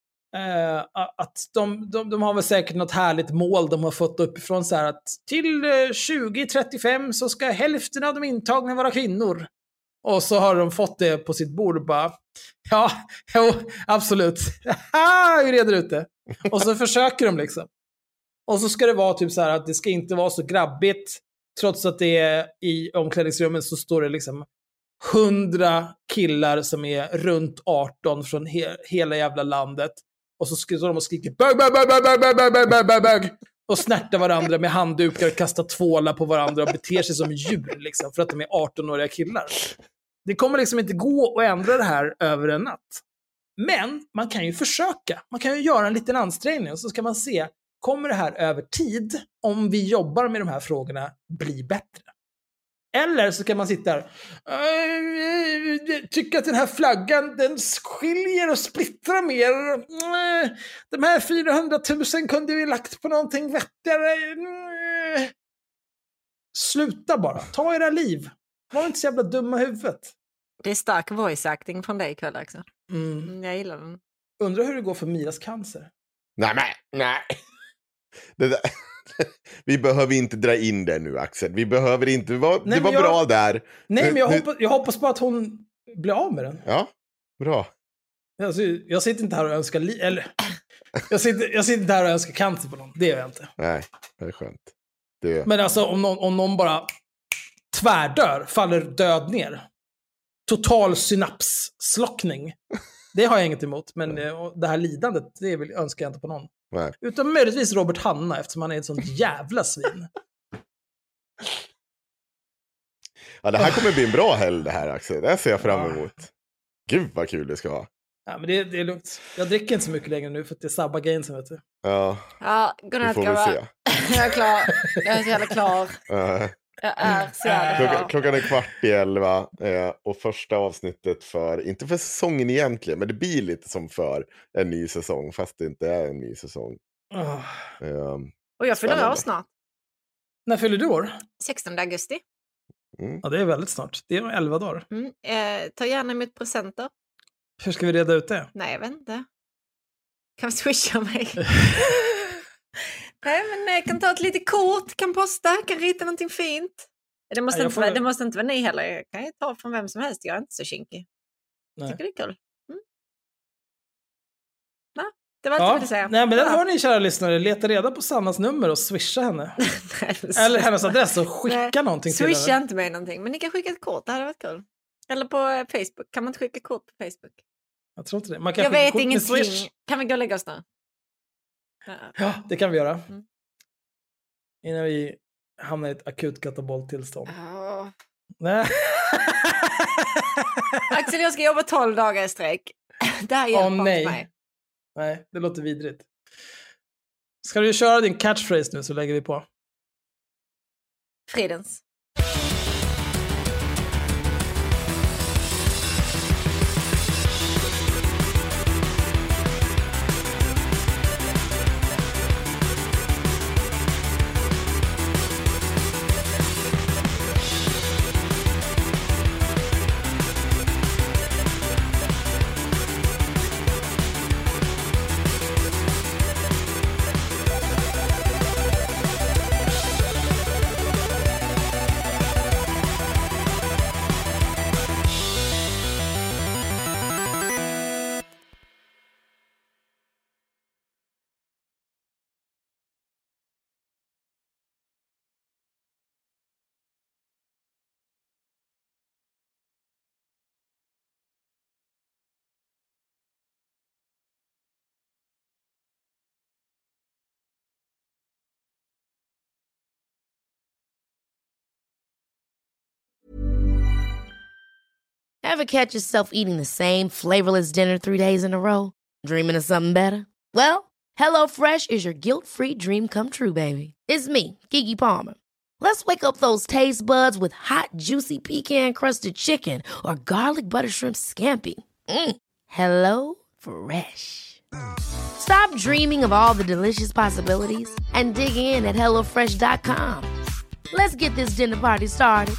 Speaker 7: att de har väl säkert något härligt mål de har fått uppifrån, så här att till 2035 så ska hälften av de intagna vara kvinnor. Och så har de fått det på sitt bord och bara, ja, jo, absolut. Vi reder ut det. Och så försöker de liksom. Och så ska det vara typ så här att det ska inte vara så grabbigt, trots att det är i omklädningsrummet så står det liksom 100 killar som är runt 18 från hela jävla landet. Och så står de och skriker bög, bög, bög, bög, bög, bög, bög, bög, bög, och snärtar varandra med handdukar, kastar tvålar på varandra och beter sig som djur liksom, för att de är 18-åriga killar. Det kommer liksom inte gå att ändra det här över en natt. Men man kan ju försöka. Man kan ju göra en liten ansträngning och så ska man se, kommer det här över tid, om vi jobbar med de här frågorna, bli bättre? Eller så kan man sitta där, tycka att den här flaggan, den skiljer och splittrar mer. De här 400 000 kunde vi lagt på någonting vettigare. Sluta bara, ta era liv. Var inte så jävla dumma huvudet.
Speaker 6: Det är stark voice acting från dig ikväll också. Jag gillar den.
Speaker 7: Undrar hur det går för Miras cancer.
Speaker 8: Nej. Det där. Vi behöver inte dra in det nu, Axel. Vi behöver inte. Det var bra där.
Speaker 7: Nej, men jag hoppas på att hon blir av med den.
Speaker 8: Ja, bra.
Speaker 7: Alltså, jag sitter inte här och önskar jag sitter inte här och önskar cancer på någon. Det gör jag inte.
Speaker 8: Nej, det är skönt.
Speaker 7: Men alltså om någon bara tvärdör, faller död ner. Total synapsslockning. Det har jag inget emot. Men det här lidandet, det önskar jag inte på någon.
Speaker 8: Nej.
Speaker 7: Utan möjligtvis Robert Hanna, eftersom han är ett sånt jävla svin.
Speaker 8: Ja, det här kommer bli en bra helg det här, Axel. Det här ser jag fram emot. Gud vad kul det ska vara.
Speaker 7: Ja, men det är lugnt. Jag dricker inte så mycket längre nu för att det är sabba gainsen, vet du.
Speaker 8: Ja,
Speaker 6: godnatt,
Speaker 8: vi får väl se.
Speaker 6: Jag är klar. Jag är så jävla klar. Jag är så jävla klar.
Speaker 8: Klockan är 10:15 och första avsnittet inte för säsongen egentligen, men det blir lite som för en ny säsong, fast det inte är en ny säsong.
Speaker 6: Och jag fyller år snart.
Speaker 7: När fyller du år?
Speaker 6: 16 augusti.
Speaker 7: Ja, det är väldigt snart. Det är 11 dagar.
Speaker 6: Ta gärna emot presenter.
Speaker 7: Hur ska vi reda ut det?
Speaker 6: Nej, jag vet inte. Kan swisha mig? Nej, men jag kan ta ett litet kort, kan posta, kan rita någonting fint. Det måste inte vara ni heller. Jag kan ju ta från vem som helst. Jag är inte så kinkig. Jag tycker det är kul. Det var inte det säga.
Speaker 7: Nej, men den har ni, kära lyssnare. Leta reda på Sannas nummer och swisha henne. Eller hennes adress och skicka någonting till henne.
Speaker 6: Swisha inte mig någonting. Men ni kan skicka ett kort, det hade varit kul. Eller på Facebook. Kan man inte skicka kort på Facebook?
Speaker 7: Jag tror inte det. Man kan
Speaker 6: jag vet ingenting. Kan vi gå och lägga oss nu?
Speaker 7: Ja, det kan vi göra. Innan vi hamnar i ett akut kataboltillstånd. Nej.
Speaker 6: Axel, jag ska jobba 12 dagar i sträck. Det här hjälper inte mig.
Speaker 7: Nej, det låter vidrigt. Ska du köra din catchphrase nu så lägger vi på.
Speaker 6: Fridens.
Speaker 9: Ever catch yourself eating the same flavorless dinner 3 days in a row? Dreaming of something better? Well, HelloFresh is your guilt-free dream come true, baby. It's me, Keke Palmer. Let's wake up those taste buds with hot, juicy pecan-crusted chicken or garlic butter shrimp scampi. Hello Fresh. Stop dreaming of all the delicious possibilities and dig in at HelloFresh.com. Let's get this dinner party started.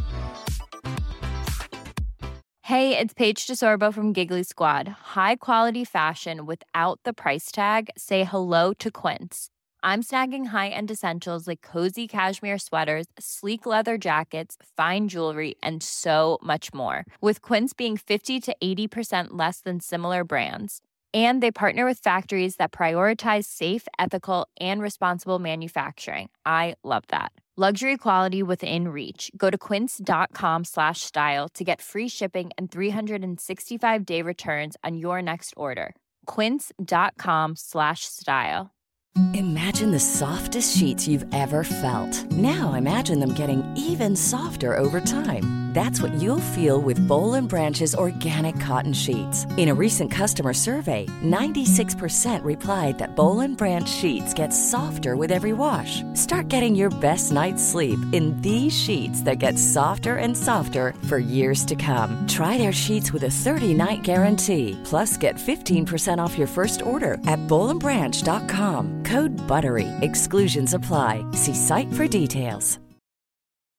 Speaker 5: Hey, it's Paige DeSorbo from Giggly Squad. High quality fashion without the price tag. Say hello to Quince. I'm snagging high-end essentials like cozy cashmere sweaters, sleek leather jackets, fine jewelry, and so much more. With Quince being 50 to 80% less than similar brands. And they partner with factories that prioritize safe, ethical, and responsible manufacturing. I love that. Luxury quality within reach. Go to quince.com/style to get free shipping and 365-day returns on your next order. Quince.com/style.
Speaker 10: Imagine the softest sheets you've ever felt. Now imagine them getting even softer over time. That's what you'll feel with Boll & Branch's organic cotton sheets. In a recent customer survey, 96% replied that Boll & Branch sheets get softer with every wash. Start getting your best night's sleep in these sheets that get softer and softer for years to come. Try their sheets with a 30-night guarantee. Plus, get 15% off your first order at bollandbranch.com. Code BUTTERY. Exclusions apply. See site for details.